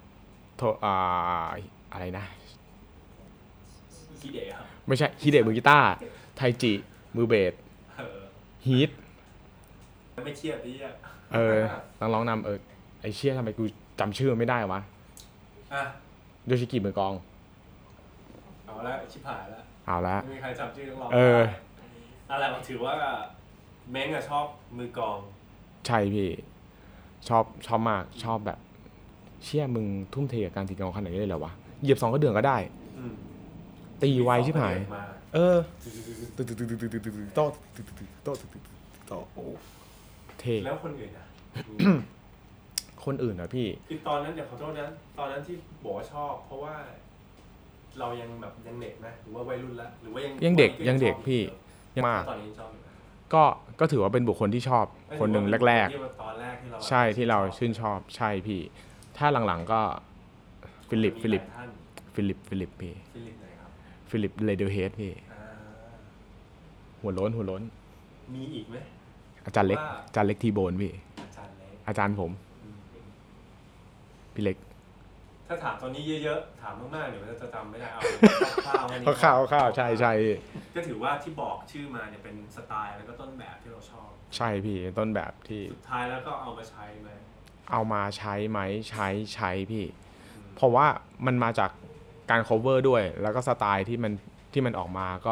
S2: อะไรนะ
S1: คิดเดะครับ
S2: ไม่ใช่ฮิเดะมือกีตาร์ไทจิมือเบส
S1: เออ
S2: ฮีท
S1: ไม่เครียดดิอ่ะ
S2: นักร้องนำไอเชี่ยทำไมกูจำชื่อไม่ได้วะ
S1: อ่ะ
S2: โยชิกิมือกลอง
S1: เอาละชิบหายละ
S2: เอาละ
S1: ไม่มีใครจำชื่อนักร้อง
S2: เออ
S1: ได้อะไรถือว่าเม้งอะชอบมือกลอง
S2: ใช่พี่ ชอบมากชอบแบบ เชี่ยมึงทุ่มเทกับการตีกลองขนาดนี้เลยเหรอวะเหยียบ2 กระเดื่องก็ได้
S1: อืม
S2: ตีไวชิบหาย
S1: มา
S2: เออตึ๊ดโต๊ะโต๊ะโต๊ะโอ้เท่
S1: แล้วคนอื่นอ่ะ
S2: คนอื่นเหรอพี่
S1: คือตอนนั้นเดี๋ยวขอโทษนะตอนนั้นที่บอกว่าชอบ เพราะว่า เรายังแบบยังเด็กไหมหรือว่าวัยรุ่นละหรือว่ายัง
S2: เด็ก
S1: ยัง
S2: พี่
S1: ชอบอยู่
S2: ยังมาก
S1: ตอนนี้ยังชอบอยู่ไหม
S2: ก็ถือว่าเป็นบุคคลที่ชอบคนหนึ่งแรก
S1: ที่ว่าตอนแรกที่เรา
S2: ๆ ใช่ที่เราชื่นชอบใช่พี่ ถ้าหลังๆก็ฟิลิป
S1: มีหลายท่าน
S2: พี่
S1: ฟิลิปไหนครับ
S2: ฟิลิปเรดิโอเฮดพี่
S1: อ่า
S2: หัวโล้น
S1: มีอีกไหม
S2: อาจารย์เล็กทีโบนพี่
S1: อาจารย์เล็ก
S2: อาจารย์ผม
S1: อืม
S2: พี่เล็ก
S1: ถ้าถามตอนนี้เยอะๆถามมากๆเดี๋ยวมันจะจำไม่ได้เอาคร่าวๆแค่นี้
S2: ข้าวใช่พี่
S1: ก็ถือว่าที่บอกชื่อมาเนี่ยเป็นสไตล์แล้วก็ต้นแบบที่เราชอบ
S2: ใช่พี่ต้นแบบที่
S1: สุดท้ายแล้วก็เอามาใช้ไหม
S2: เอามาใช้ไหมใช้พี่
S1: อืม
S2: เพราะว่ามันมาจากการ cover ด้วย แล้วก็สไตล์ที่มันออกมาก็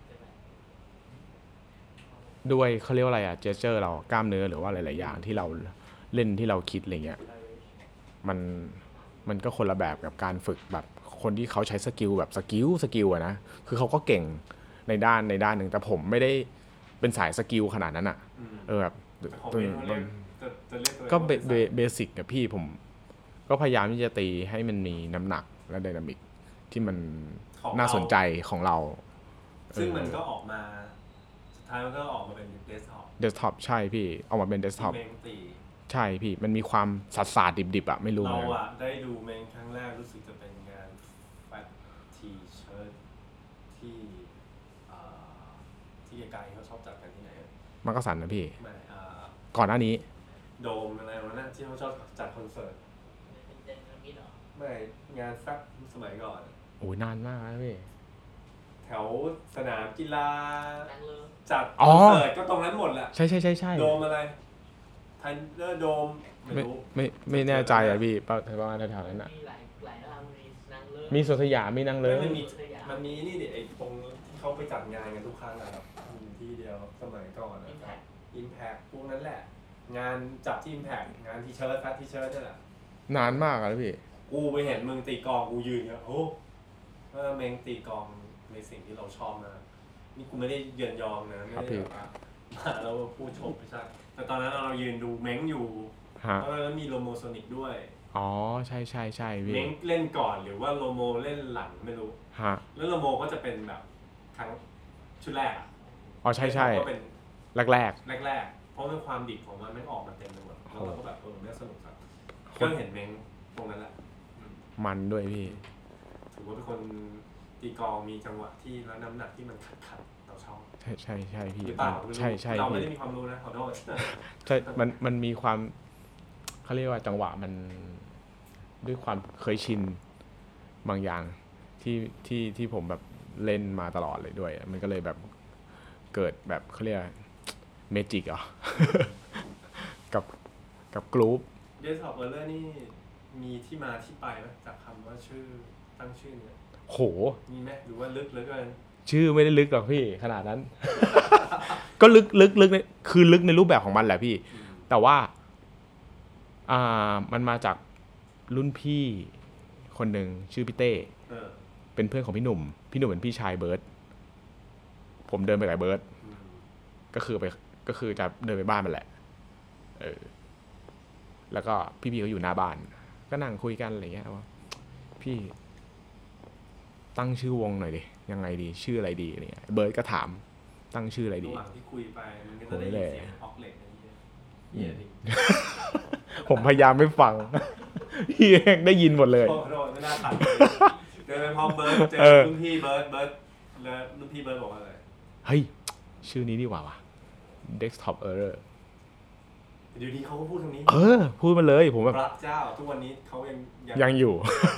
S2: ด้วยเขาเรียกว่าอะไรอะเจสเจอร์เรากล้ามเนื้อหรือว่าหลายๆอย่างที่เราเล่นที่เราคิดอะไรเงี้ยมันก็คนละแบบกับการฝึกแบบคนที่เขาใช้สกิลแบบสกิลอะนะคือเขาก็เก่งในด้านหนึ่งแต่ผมไม่ได้เป็นสายสกิลขนาดนั้นอะ
S1: อืม
S2: แบบ
S1: แต่ของเองเขาเรียกจะเรียกตัวเอง
S2: ก็
S1: ว่าเป็น
S2: เบสิกกับพี่ผม ก็พยายามที่จะตีให้มันมีน้ำหนักและไดนามิกที่มัน
S1: ของ
S2: น่าสนใจของเรา
S1: ซึ่งมันก็ออกมาสุดท้ายมันก็ออกมาเป็นเดสก์ท็อป
S2: เดสก์ท็อปใช่พี่ออกมาเป็นเดสก์ท็อป
S1: ที่เมงตี
S2: ใช่พี่มันมีความสาดดิบๆอะไม่รู้เหมื
S1: เรา
S2: อนกัน
S1: อะได้ดูเมงครั้งแรกรู้สึกจะเป็นงานแฟตทีเชิร์ตที่ที่ไกลๆเขาชอบจัดกันที่ไหน
S2: มันก็สั่นนะพี่
S1: ไม่
S2: ก่อนหน้านี้
S1: โดมอะไรวะนะที่เขาชอบจัดคอนเสิร์ตไม่งานแฟตสมัยก่อน
S2: โอ้ยนานมากแล้วพี่
S1: แถวสนามกีฬาจัดค
S2: อ๋อ
S1: อนเสิร์ตก็ตรงนั้นหมดแหละ
S2: ใช่
S1: โดมอะไรไทเดอร์โดมไม่รู้
S2: ไม่แน่ใจอะพี่ประมาณแถวๆนั้นอะมีสวนสยามมีนางเลิ้ง
S1: มันมีนี่ดิไอ้ตรงที่เขาไปจัดงานกันทุกครั้งอะครับที่เดียวดี๋ยวสมัยก่อนนะครับ Impact พวกนั้นแหละงานจัดที่ Impact งานทีเชิร์ตแฟชั่นทีเชิร์ตนี่แหละ
S2: นานมากแล้วพี่
S1: กูไปเห็นมึงตีกลองกูยืนเนี่ยโอ้เมงตีกลองในสิ่งที่เราชอบมากนี่กูไม่ได้เยือนยองนะไม่ได้แบบมาแล้วพูดชมไม่ใช่แต่ตอนนั้นเรายืนดูเม้งอยู่แล้วมีโลโมโซนิกด้วย
S2: อ๋อใช่ใช่ใช่พี่
S1: เม้งเล่นก่อนหรือว่าโลโมเล่นหลังไม่รู้แล้วโลโมก็จะเป็นแบบครั้งชุดแรก
S2: อ๋อใช่ใช่
S1: ก็เป็น
S2: แรก
S1: เพราะเป็นความดิบของมันไม่ออกมาเต็มไปหมดแล้วเราก็แบบน่าสนุกครับก็เห็นเม้งตรงนั้นแหละ
S2: มันด้วยพี่
S1: ถือว่าเป็นคนตีกลองมีจังหวะที่แล้วน้ำหนักที่มันขัดเราชอบ
S2: ใช่ใช่ใช่พี่
S1: ใช่ใช่เราไม่ได้มีความรู้นะขอโทษ
S2: ใช่มันมีความเขาเรียกว่าจังหวะมันด้วยความเคยชินบางอย่างที่ผมแบบเล่นมาตลอดเลยด้วยมันก็เลยแบบเกิดแบบเขาเรียกเมจิกเหรอ กับกรุ๊ป
S1: เดสก์ท็อปเออร์เลอร์นี่มีที่มาที่ไปไหมจากคำว่าชื่อตั้งชื่อเนี่ย
S2: โห
S1: มีไหมหรือว่าลึกเหลือเกิน
S2: ชื่อไม่ได้ลึกหรอกพี่ขนาดนั้น ก็ลึกในคือลึกในรูปแบบของมันแหละพี่แต่ว่ามันมาจากรุ่นพี่คนหนึ่งชื่อพี่เต้เป็นเพื่อนของพี่หนุ่มเป็นพี่ชายเบิร์ดผมเดินไปกับเบิร์ดก็คือจะเดินไปบ้านมันแหละแล้วก็พี่เขาอยู่หน้าบ้านก็นั่งคุยกันอะไรเงี้ยว่าพี่ตั้งชื่อวงหน่อยดิยังไงดีชื่ออะไรดีอะไรเงี้ยเบิร์ดก็ถามตั้งชื่ออะไรดี
S1: ระหว่างที่คุยไปมันก็จะได้ยินเสียงออกเหล็กอะไรเงี้ย
S2: ผมพยายามไม่ฟังพี่ได้ยินหมดเลย
S1: ไม่น่าขัดเดินไปพร้อมเบิร์ดเจอรุ่นพี่เบิร์ดแล้วรุ่นพี่เบิร์ดบอกว่าอะไร
S2: เฮ้ยชื่อนี้ดีกว่าวะ Desktop Error
S1: เดี๋ยวนี้เขาก็พูดตรงนี้
S2: พูดมาเลยผมแบบ
S1: พระเจ้าทุกวันนี้เขา
S2: ยังอยู่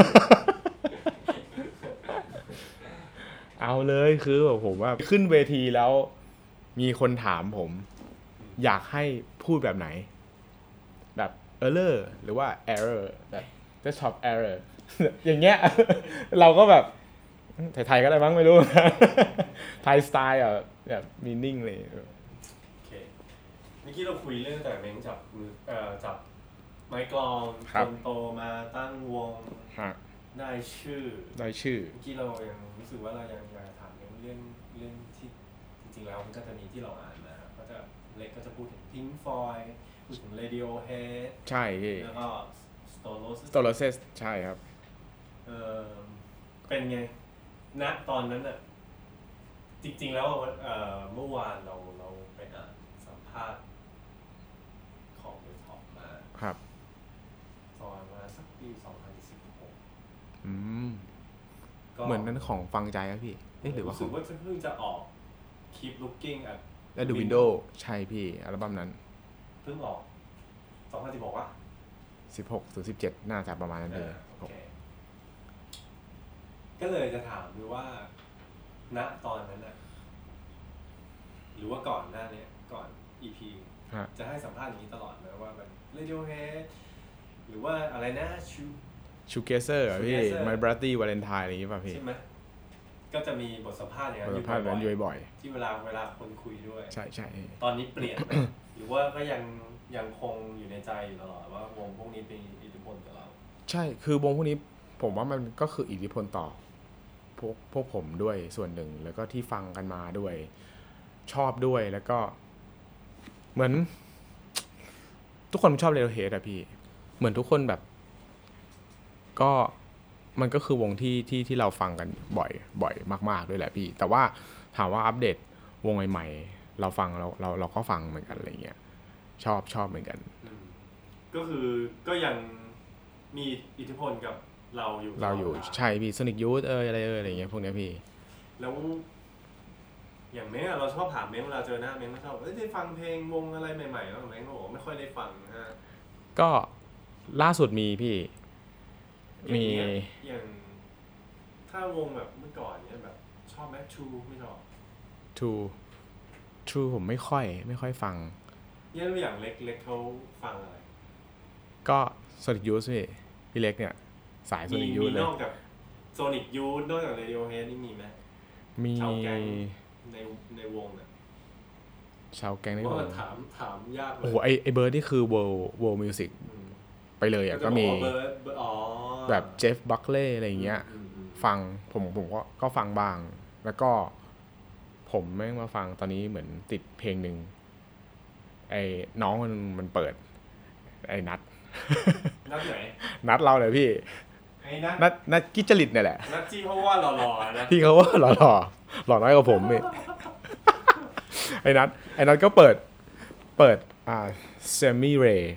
S2: เอาเลยคือแบบผมว่าขึ้นเวทีแล้วมีคนถามผมอยากให้พูดแบบไหนแบบ error หรือว่า error แบบ desktop error อย่างเงี้ยเราก็แบบไทยๆก็ได้มั้งไม่รู้ไทยสไตล์แบบ meaning เลย
S1: โอเคเมื่อกี้เราคุยเรื่องแต่เม้งจับไมค์กลองคนโตมาตั้งวงได้ชื่อเมื่อกี้เรายังรู้สึกว่าเรายังถามเรื่องที่จริงๆแล้วมันก็จะมีที่เราอ่านมาก็จะเล็กก็จะพูดถึง Pink Floyd พูดถึง Radiohead
S2: ใช่
S1: แล้วก็
S2: Stoloses ใช่ครับ
S1: เป็นไงณตอนนั้นน่ะจริงๆแล้วเมื่อวานเราไปอ่านสัมภาษณ์ของเดท็อปมา
S2: ครับ
S1: ตอนมาสักปี2016
S2: เหมือนนั้นของฟังใจครับพี่หรือว่า
S1: รู้สึกว่าเพิ่งจะออก Keep Looking at
S2: และ The Window ใช่พี่อัลบั้มนั้น
S1: เพิ่งออก2016ว่ะ
S2: 16 ถึง 17น่าจะประมาณนั้นเลย
S1: ก็เลยจะถามดูว่าณตอนนั้นน่ะหรือว่าก่อนหน้านี้ก่อน EP จะให้สัมภาษณ์อย่างนี้ตลอดนะว่าแบบ Radiohead หรือว่าอะไรนะ
S2: Shoegazer อ่ะพี่ My Bloody Valentine อะไรอย่างงี้ป่ะพี่
S1: ใช่ไหมก็จะมีบทสัมภาษณ์อย่างนั้น
S2: อยู่บ่อย
S1: ที่เวลาคนคุยด้วย
S2: ใช่
S1: ตอนนี้เปลี่ยน หรือว่าก็ยังคงอยู่ในใจอยู่ตลอดว่าวงพวกนี้เป็นอิทธิพลกับเรา
S2: ใช่คือวงพวกนี้ผมว่ามันก็คืออิทธิพลต่อพวกผมด้วยส่วนหนึ่งแล้วก็ที่ฟังกันมาด้วยชอบด้วยแล้วก็เหมือนทุกคนชอบ Radiohead อะพี่เหมือนทุกคนแบบก็มันก็คือวงที่เราฟังกันบ่อยมากๆด้วยแหละพี่แต่ว่าถามว่าอัปเดตวงใหม่ๆเราฟังเราก็ฟังเหมือนกันอะไรเงี้ยชอบเหมือนกัน
S1: ก็คือก็ยังมีอิทธิพลกับเราอยู่
S2: ใช่พี่ Sonic Youth อะไรเงี้ยพวกเนี้ยพี่
S1: แล้วอย่างเม้งเราชอบถามเม้งเวลาเจอหน้าเม้งก็ชอบได้ฟังเพลงวงอะไรใหม่ๆแล้วเม้งก็บอกไม่ค่อยได้ฟังฮะ
S2: ก็ล่าสุดมีพี่มี
S1: อย่างถ้าวงแบบเมื่อก่อนเนี้ยแบบชอบแมทชูไม่ชอบ
S2: True ผมไม่ค่อยฟัง
S1: เนี่ยอย่างเล็กเขาฟังอะไร
S2: ก็ Sonic Youth พี่เล็กเนี่ยสาย Sonic Youth เลย
S1: นอกจาก Sonic Youth นอกจาก Radiohead นี่มีไหม
S2: มี
S1: ชาวแก๊งในวงอ่ะ
S2: ชาวแก๊งนี่
S1: เพ
S2: ผ
S1: ราะ
S2: ม
S1: มันถามยากเลย
S2: โอ้โหไอเบิร์ดนี่คือ world music ไปเลยอ่ะก็มี
S1: เบิร์ด
S2: แบบเจฟบัคเล่อะไรอย่างเงี้ยฟังผมก็ฟังบ้างแล้วก็ผมแม่งมาฟังตอนนี้เหมือนติดเพลงหนึ่งไอ้น้องมันเปิดไอ้นัด
S1: นัดไหน
S2: นัดเราเลยพี่
S1: ไอ้นัด
S2: นัดกิจจริตเนี่ยแหละ
S1: นัดที่เขาว่าหล่อๆนะ
S2: ที่เขาว่าหล่อหล่อน้อยกว่าผมนี่ ไอ้นัดก็เปิดเซมิเรย์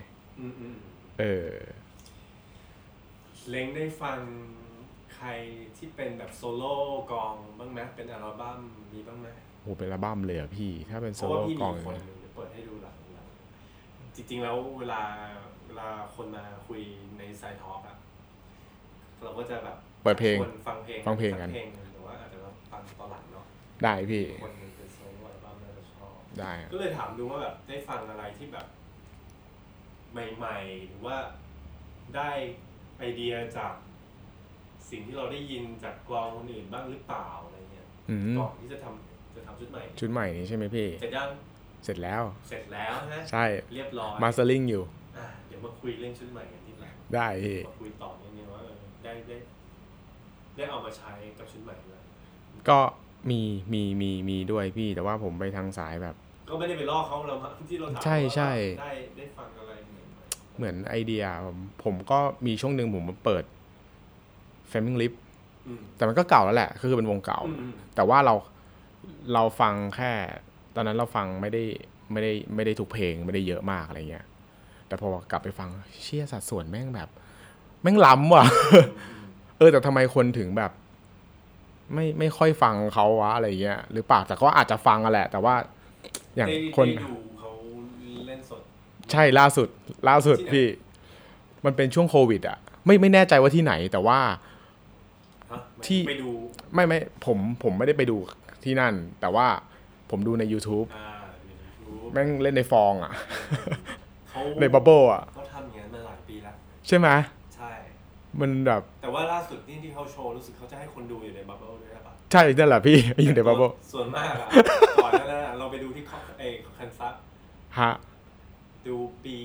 S1: เล้งได้ฟังใครที่เป็นแบบโซโล่กลองบ้างไหมเป็นอัลบั้มมีบ้างไหม
S2: โอ้เป็นอัลบั้มเลยอ่ะพี่ถ้าเป็นโซ
S1: เพราะว่า
S2: โล่
S1: พี่
S2: กล
S1: มี
S2: อง
S1: คนหนึ่งเปิดให้ดูหลังจริงๆแล้วเวลาคนมาคุยในไซต์ทอล์กอะเราก็จะแบบ
S2: เปิดเพลง
S1: ฟังเพลงกันแต่ว่าอาจจะฟังตอนหลังเนาะ
S2: ได้พี่
S1: คนหนึ่งเป็นโซโล่อัลบั้มน่าจะชอบ
S2: ได้
S1: ก็เลยถามดูว่าแบบได้ฟังอะไรที่แบบใหม่ๆหรือว่าได้ไอเดียจากสิ่งที่เราได้ยินจากกลองคนอื่นบ้างหรือเปล่าอะไรเงี้ยก่อนที่จะทำชุดใหม่
S2: นี้ใช่ไหมพี่
S1: เสร็จยัง
S2: เสร็จแล้ว
S1: นะ
S2: ใช่
S1: เรียบร้อย
S2: มาสเตอร์ลิงอยู่
S1: เดี๋ยวมาคุยเรื่องชุดใหม่กันทีหลัง
S2: ได้พี่
S1: มาคุยต่อนิดนึงว่าได้เอามาใช้กับชุดใหม่ด้วย
S2: ก็มีด้วยพี่แต่ว่าผมไปทางสายแบบ
S1: ก็ไม่ได้ไปล่อเขาเราที่เราถาม
S2: ใช่
S1: ได้ฟังอะไร
S2: เหมือนไอเดียผมก็มีช่วงหนึ่งผมเปิด Flaming Lips แต่มันก็เก่าแล้วแหละคือเป็นวงเก่าแต่ว่าเราฟังแค่ตอนนั้นเราฟังไม่ได้ทุกเพลงไม่ได้เยอะมากอะไรเงี้ยแต่พอกลับไปฟังเชี่ยสัดส่วนแม่งแบบแม่งล้ำว่ะ แต่ทำไมคนถึงแบบไม่ค่อยฟังเขาวะอะไรเงี้ยหรือเปล่าแต่ก็อาจจะฟังอะแหละแต่ว่าอย่างคน
S1: ดูเขาเล่นสด
S2: ใช่ล่าสุดพี่มันเป็นช่วงโควิดอ่ะไม่แน่ใจว่าที่ไหนแต่ว่า
S1: ที่ไปดู
S2: ไม่ผมไม่ได้ไปดูที่นั่นแต่ว่าผมดูใน YouTube แม่งเล่นในฟองอ่ะในบับเบิ้ลอ่ะ
S1: เขาทำอย่างนั้นมาหลายปีแล้ว
S2: ใช่ไหม
S1: ใช่
S2: มันแบบ
S1: แต่ว่าล่าสุดที่เขาโชว์รู้สึกเขาจะให้คนดูอยู่ในบับเบิ้ลด้วยป่ะ
S2: ใช่นั่นแหละพี่อยู่ในบับเบิ้ล
S1: ส่วนมากอะก่อนหน้านั้นเราไปดูที่คันซัสดูปี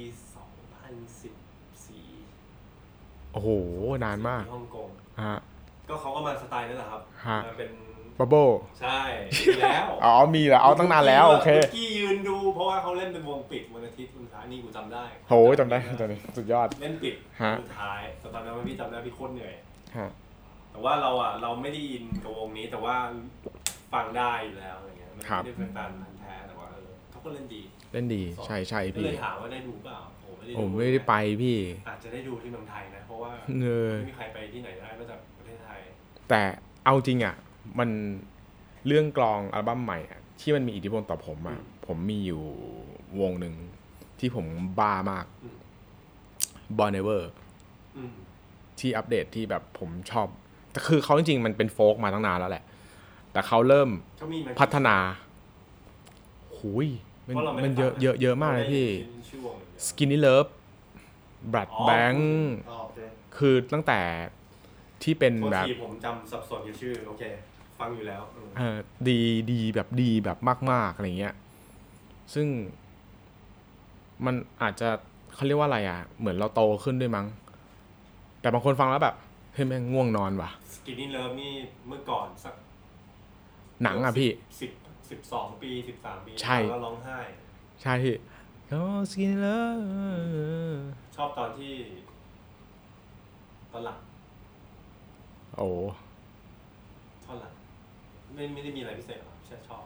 S1: 2014
S2: โอ้โหนานมาก
S1: ฮ่องกงก็เขาก็มาสไตล์นั่นแหละครับมาเป็น
S2: บับเบิ้ล
S1: ใช่มีแล้ว
S2: มีแล้วเอาตั้งนานแล้วโอเค
S1: กี้ยืนดูเพราะว่าเขาเล่นเป็นวงปิดวันอาทิตย์วันท้ายนี่กูจำได้
S2: โหจำได้ตอนนี้สุดยอด
S1: เล่นปิดวันท้ายแต่ตอนนั้นพี่จำได้พี่โคตรเหนื่อยแต่ว่าเราไม่ได้อินกับวงนี้แต่ว่าฟังได้อยู่แล้วอะไรเงี้ยไม่ได้เป็นแฟนพันธุ์แท้แต่ว่าเขาก็เล่นดี
S2: ใช่พี่
S1: เลยถามว่าได้ดูเปล่า
S2: ผมไม่ได้ไปพี่
S1: อาจจะได้ดูที่เมืองไทยนะเพราะว่าไม่มีใครไปที่ไหนได้นอกจากประเทศไทย
S2: แต่เอาจริงอ่ะมันเรื่องกลองอัลบั้มใหม่อ่ะที่มันมีอิทธิพลต่อผมอ่ะผมมีอยู่วงหนึ่งที่ผมบ้ามาก Bon Iver ที่อัปเดตที่แบบผมชอบแต่คือเขาจริงๆมันเป็นโฟล์กมาตั้งนานแล้วแหละแต่เขาเริ่มพัฒนาหุยมันเยอะมากเลยพี่ Skinny Love Blood Bank คือตั้งแต่ที่เป็นแบบ
S1: ผมจำสับสนกับชื่อโอเคฟังอยู่แล้ว
S2: ดีแบบมากๆอะไรเงี้ยซึ่งมันอาจจะเขาเรียกว่าอะไรอ่ะเหมือนเราโตขึ้นด้วยมั้งแต่บางคนฟังแล้วแบบเฮ้ยแม่งง่วงนอนว่ะ
S1: Skinny Love นี่เมื่อก่อนสัก
S2: หนังอ่ะพี่
S1: 12 ปี13 ปีแล้วร้องไห้
S2: ใช่พี่Skinny Love
S1: ชอบตอนที่ตอนหลัง
S2: โอ้
S1: ท่อนหลังไม่ได้มีอะไรพิเศษหรอกแค่ชอบ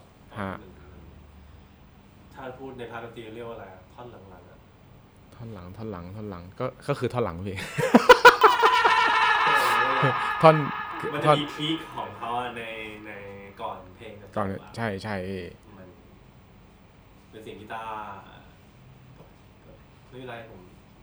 S1: ถ้าพูดในพาร์ทดนตรีเรียกว่าอะไรท่อนหลังๆ
S2: ท่อนหลังก็คือท่อนหลังพี่ท่อน
S1: มันจะมีพีคของเขาในก่อนเพลง
S2: ก่อนใช่
S1: มันเป็นเสียงกีตาร์ไม่เป็นไรผม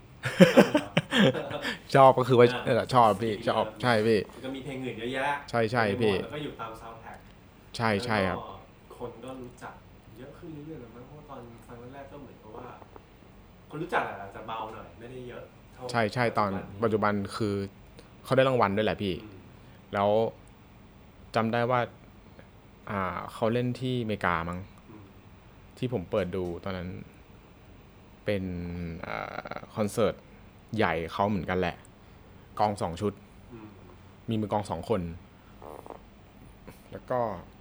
S2: ชอบก็คือว่าชอบพี่ชอบใช่พี่
S1: ก็มีเพลงอื่นเยอะแยะ
S2: ใช่พี่
S1: แล้วก็อยู่ตามซาวด์แทร็ก
S2: ใช่ครับ
S1: คนก็รู้จักเยอะขึ้นเรื่อยๆเลยมั้งเพราะตอนฟังแรกก็เหมือนกับว่าคนรู้จักอาจจะเบาหน่อยไม่ได้เยอะ
S2: ใช่ตอนปัจจุบันคือเขาได้รางวัลด้วยแหละพี่แล้วจำได้ว่าเขาเล่นที่อเมริกามั้งทที่ผมเปิดดูตอนนั้นเป็นคอนเสิร์ตใหญ่เขาเหมือนกันแหละกอง2 ชุดมีมือกอง2 คนแล้วก็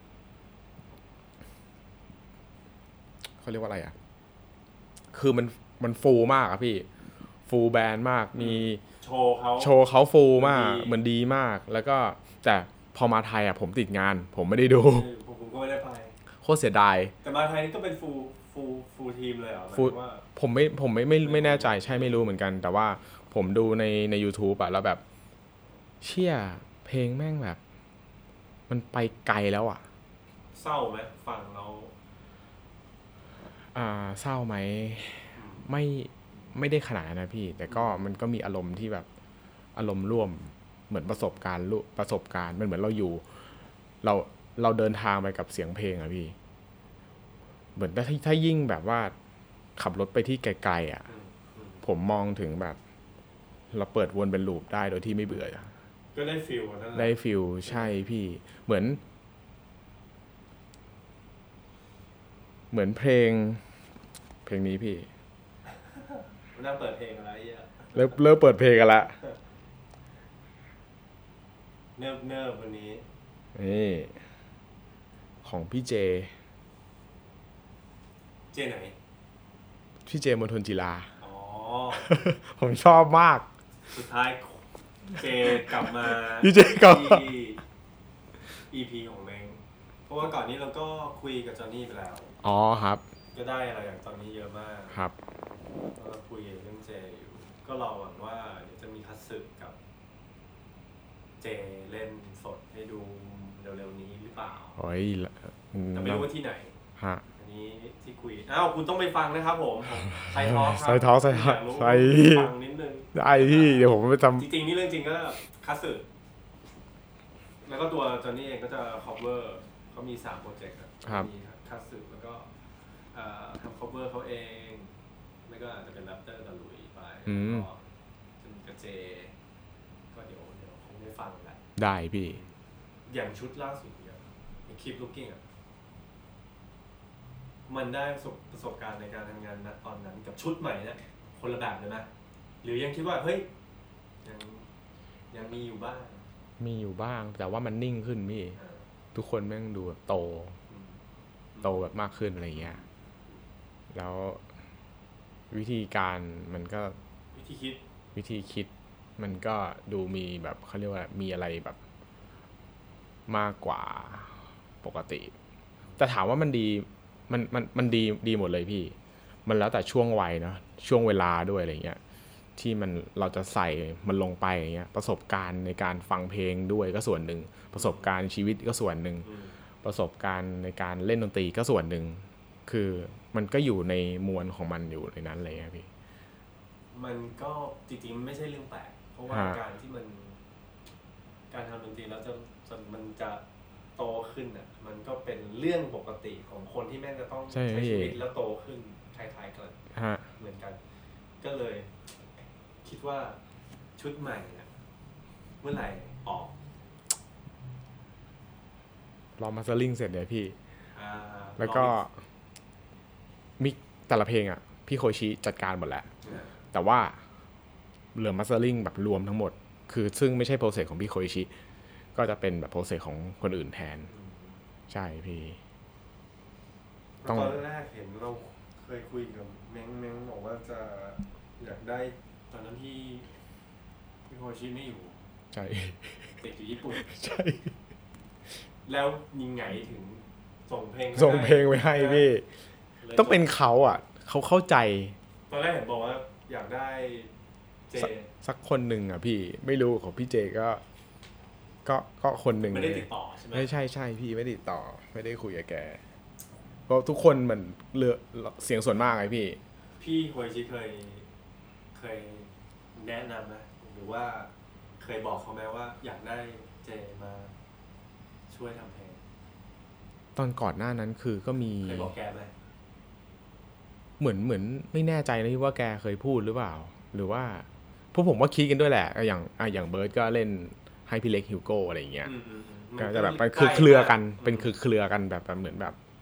S2: เขาเรียกว่าอะไรอ่ะคือมันฟูลมากอะพี่ฟูลแบนด์มากมีโชว์เขาฟูลมากเหมือนดีมากแล้วก็แต่พอมาไทยอ่ะผมติดงานผมไม่ได้ดู
S1: ผมก็ไม่ได้ไป
S2: โคตรเสียดาย
S1: แต่มาไทยนี่ก็เป็นฟูลทีมเลยเหรอ
S2: ผมไม่แน่ใจใช่ไม่รู้เหมือนกันแต่ว่าผมดูใน YouTube อ่ะแล้วแบบเชี่ยเพลงแม่งแบบมันไปไกลแล้วอ่ะ
S1: เศร้าไหมฟังเรา
S2: เศร้าไหมไม่ได้ขนาดนั้นนะพี่แต่ก็มันก็มีอารมณ์ที่แบบอารมณ์ร่วมเหมือนประสบการณ์มันเหมือนเราอยู่เราเดินทางไปกับเสียงเพลงอะพี่เหมือนถ้ายิ่งแบบว่าขับรถไปที่ไกลๆอะผมมองถึงแบบเราเปิดวนเป็นลูปได้โดยที่ไม่เบื่อ
S1: ก็ได้ฟีลนั่นแหละ
S2: ได้ฟีลใช่พี่เหมือนเพลงนี้พี่
S1: นั่งเปิดเพลงอะไรอ่ะ
S2: เริ่มเปิดเพลงกันละ
S1: เนิบวันนี้
S2: นี่ของพี่เจ
S1: ไหน
S2: พี่เจมณฑลจิรา
S1: อ๋อ
S2: ผมชอบมาก
S1: สุดท้ายเจกลับมา
S2: พี่เจกลับมา
S1: EP ของเม้งเพราะว่าก่อนนี้เราก็คุยกับจอห์นนี่ไปแล้ว
S2: อ๋อครับ
S1: ก็ได้อะไรอย่างตอนนี้เยอะมาก
S2: ครับ
S1: ก็คุยเรื่องเจอยู่ก็รอหวังว่าเดี๋ยวจะมีคัตสึกับเจเล่นสดให้ดูเร็วๆนี้หรือเปล่า
S2: โอ้ย
S1: แต่ไม่รู้ว่าที่ไหน
S2: ฮะ
S1: อันนี้ที่คุยคุณต้องไปฟังนะครับผมไซทอล์คครับ
S2: ไซทอล์ค
S1: ฟังนิดนึง
S2: ได้พี่เดี๋ยวผมไปท
S1: ำจริงๆนี่เรื่องจริงก็คัตสึแล้วก็ตัวจอห์นนี่เองก็จะ cover เขามี3 โปรเจกต์
S2: ครับ
S1: มีคัตสึแล้วก็ทำ cover เขาเองแล้วก็อาจจะเป็นแรปเตอร์กับลุยไปแล้วก็จะมีกับเจก็เดี๋ยวคงได้ฟังแหละ
S2: ได้พี่
S1: อย่างชุดล่าสุดเนี่ย Keep Looking อ่ะมันได้ประสบการณ์ในการทำงานณตอนนั้นกับชุดใหม่เนี่ยคนละแบบเลยไหมหรือยังคิดว่าเฮ้ยยังมีอยู่บ้าง
S2: แต่ว่ามันนิ่งขึ้นพี่ทุกคนแม่งดูแบบโตแบบมากขึ้นอะไรเงี้ยแล้ววิธีการมันก็วิธีคิดมันก็ดูมีแบบเขาเรียกว่ามีอะไรแบบมากกว่าปกติแต่ถามว่ามันดีมันดีหมดเลยพี่มันแล้วแต่ช่วงวัยเนาะช่วงเวลาด้วยอะไรเงี้ยที่เราจะใส่มันลงไปอย่างเงี้ยประสบการณ์ในการฟังเพลงด้วยก็ส่วนหนึ่งประสบการณ์ชีวิตก็ส่วนหนึ่งประสบการณ์ในการเล่นดนตรีก็ส่วนหนึ่งคือมันก็อยู่ในมวลของมันอยู่ในนั้นเลยครับพี่
S1: มันก็จริงๆไม่ใช่เรื่องแปลกเพราะว่าการที่การทำดนตรีแล้วมันจะโตขึ้นอ่ะมันก็เป็นเรื่องปกติของคนที่แม่งจะต้องใช้ชีวิตแล้วโตขึ้นคล้ายๆกันเหมือนกันก็เลยคิดว่าชุดใหม่เนี่ยเมื่อไหร่ออก
S2: รอมาสเตอร์ลิงเสร็จเนี่ยพี่แล้วก็มิกแต่ละเพลงอ่ะพี่โคชิจัดการหมดแล้วแต่ว่าเหลือมาสเตอร์ลิงแบบรวมทั้งหมดคือซึ่งไม่ใช่โปรเซสของพี่โคชิก็จะเป็นแบบโปรเซสของคนอื่นแทนใช่พี่
S1: ตอนแรกเห็นเราเคยคุยกับเม้งบอกว่าจะอยากได้ตอนนั้นที่พี่โคชิไม่อยู่
S2: ใช่
S1: ติดอยู่ญี่ปุ่น
S2: ใช่
S1: แล้วยังไงถึงส่งเพล
S2: งไว้ให้พี่ต้องเป็นเขาอ่ะเขาเข้าใจ
S1: ตอนแรกเห็นบอกว่าอยากได้เจ
S2: สักคนหนึ่งอ่ะพี่ไม่รู้ของพี่เจก็คนหนึ่ง
S1: ไม่ได้ติดต่อใช่ไหม
S2: ใช่พี่ไม่ได้ติดต่อไม่ได้คุยกับแกเพราะทุกคนมันเสียงส่วนมากไง
S1: พี่โคชิเคยแนะนำไหมหรือว่าเคยบอกเขาไหมว่าอยากได้เจมาช่วยทำเพลง
S2: ตอนก่อนหน้านั้นคือก็มี
S1: เคยบอกแกไหม
S2: เหมือนไม่แน่ใจนะว่าแกเคยพูดหรือเปล่าหรือว่าพวกผมว่าคิดกันด้วยแหละอย่างเบิร์ดก็เล่นให้พี่เล็กฮิวโก้อะไรอย่างเงี้ยก็จะแบบเป็นเครือกันเป็นเครือกันแบบเหมือนแบบ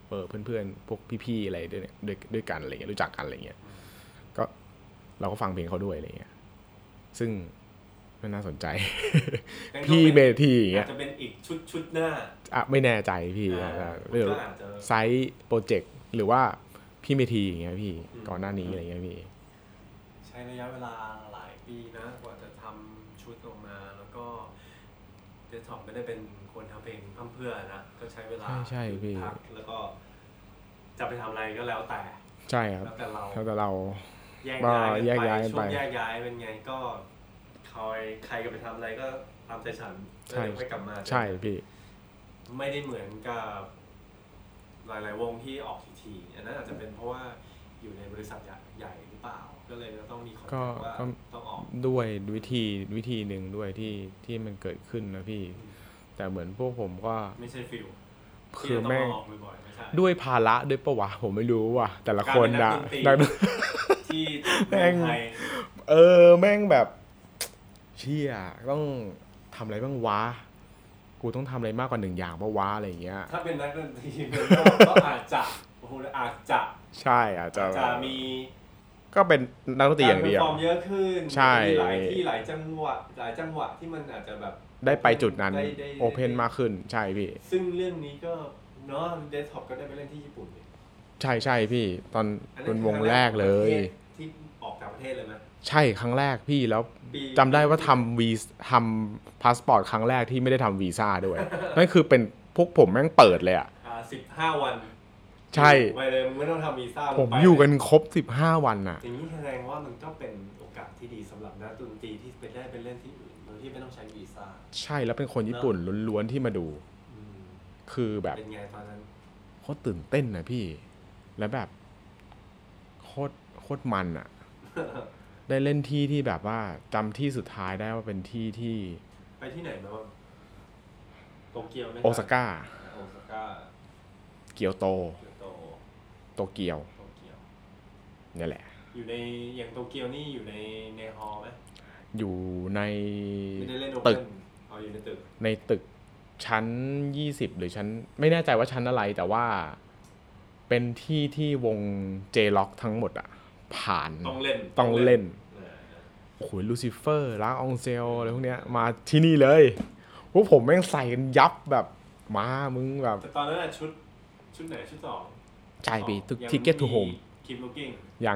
S2: เพื่อนๆพวกพี่ๆอะไรด้วยกันอะไรเงี้ยรู้จักกันอะไรเงี้ยก็เราก็ฟังเพลงเขาด้วยอะไรเงี้ยซึ่งมันน่าสนใจ พี่เมทีอย่างเงี้ย
S1: อาจจะเป็นอีกชุดหน้า
S2: ไม่แน่ใจพี่เรื่องไซส์โปรเจกต์หรือว่าพี่เมทีอย่างเงี้ยพี่ก่อนหน้านี้อะไรเงี้ยพี่
S1: ใช้ระยะเวลาหลายปีนะกว่าจะทำชุดออกมาแล้วก็เดสก์ท็อปไม่ได้เป็นคนทำเพลงพั่มเพื่อนะก็ใช้เวลา
S2: ใช่พี่
S1: แล้วก็จะไปทำอะไรก็แล้วแต่
S2: ใช่ครับ
S1: แล้วแต่
S2: เรา
S1: แยกย้ายช่วงแยกย้ายเป็นไงก็ใครก็ไปทำอะไรก็ตามใจฉันแล้วเดี๋ยวค่อยกลับมา
S2: ใช่พี่
S1: ไม่ได้เหมือนกับหลายๆวงที่ออกทีๆอันนั้นอาจจะเป็นเพราะว่าอยู่ในบริษัทใหญ่หรือเปล่าก็เลยต้องมีคอนเซ็ปต์ว่าต้องออก
S2: ด้วยวิธีหนึ่งด้วยที่มันเกิดขึ้นนะพี่แต่เหมือนพวกผมก็
S1: ไม่ใช่ฟิล
S2: คือแม่งด้วยภาระด้วยปะวะผมไม่รู้ว่ะแต่ละคนอะ
S1: ที่แม่ง
S2: แม่งแบบเชี่ยต้องทำอะไรบ้างวะกูต้องทำอะไรมากกว่า1อย่างปะวะอะไรอย่างเงี้ย
S1: ถ้าเป็นนักดนตรีก็อาจจะ
S2: ใช่อาจจะ
S1: มี
S2: ก็เป็นนักดนตรีอย่างเดียว
S1: ฟอร์มเยอะขึ้น
S2: ใช่
S1: หลายที่หลายจังหวะที่มันอาจจะแบบ
S2: ได้ไปจุดนั้นโอเพนมากขึ้นใช่พี่
S1: ซึ่งเรื่องนี้ก็เนาะเดสก์ท็อปก็ได้ไปเล่นที่ญี่ปุ่น
S2: ใช่พี่ตอนเป็นวงแรกเลย
S1: ที่ออกต่างประเทศเลยไหม
S2: ใช่ครั้งแรกพี่แล้วจำได้ว่าทำพาสปอร์ตครั้งแรกที่ไม่ได้ทำวีซ่าด้วยนั่นคือเป็นพวกผมแม่งเปิดเลยอ่ะ
S1: 15 วัน
S2: ใช่
S1: ไปเลยไม่ต้องทำวีซ่า
S2: ผมอยู่กันครบ15 วันอ่ะ
S1: อย่างนี้แสดงว่ามันก็เป็นโอกาสที่ดีสำหรับนักดนตรีที่ไปเล่นที่อื่นโดยที่ไม่ต้องใช้วีซ่า
S2: ใช่แล้วเป็นคนญี่ปุ่นล้วนๆที่มาดูคือแบบ
S1: เป็นไงตอนนั้น
S2: โคตรตื่นเต้นนะพี่แล้วแบบโคตรมันอ่ะ ได้เล่นที่แบบว่าจำที่สุดท้ายได้ว่าเป็นที่
S1: ไปที่ไหนมาบ้างโตเกียวไหม
S2: โอซาก้าเกียวโตเกียวนี่แหละ
S1: อยู่ในอย่างโตเกียวนี่อยู่ในฮอลล์ไหม
S2: อยู่ใน
S1: ตึ
S2: ก
S1: อยู่ในตึก
S2: ชั้น20หรือชั้นไม่แน่ใจว่าชั้นอะไรแต่ว่าเป็นที่วง J-Rock ทั้งหมดอ่ะผ่าน
S1: ต้อง
S2: เล่นโอ้โหลูซิเฟอร์ล้างองเซลอะไรพวกเนี้ยมาที่นี่เลยพวกผมแม่งใส่กันยับแบบมามึงแบบ
S1: แต่ตอนนั้นชุดไหนชุด2
S2: ใช่พี่Ticket to Home
S1: Keep Looking
S2: ยัง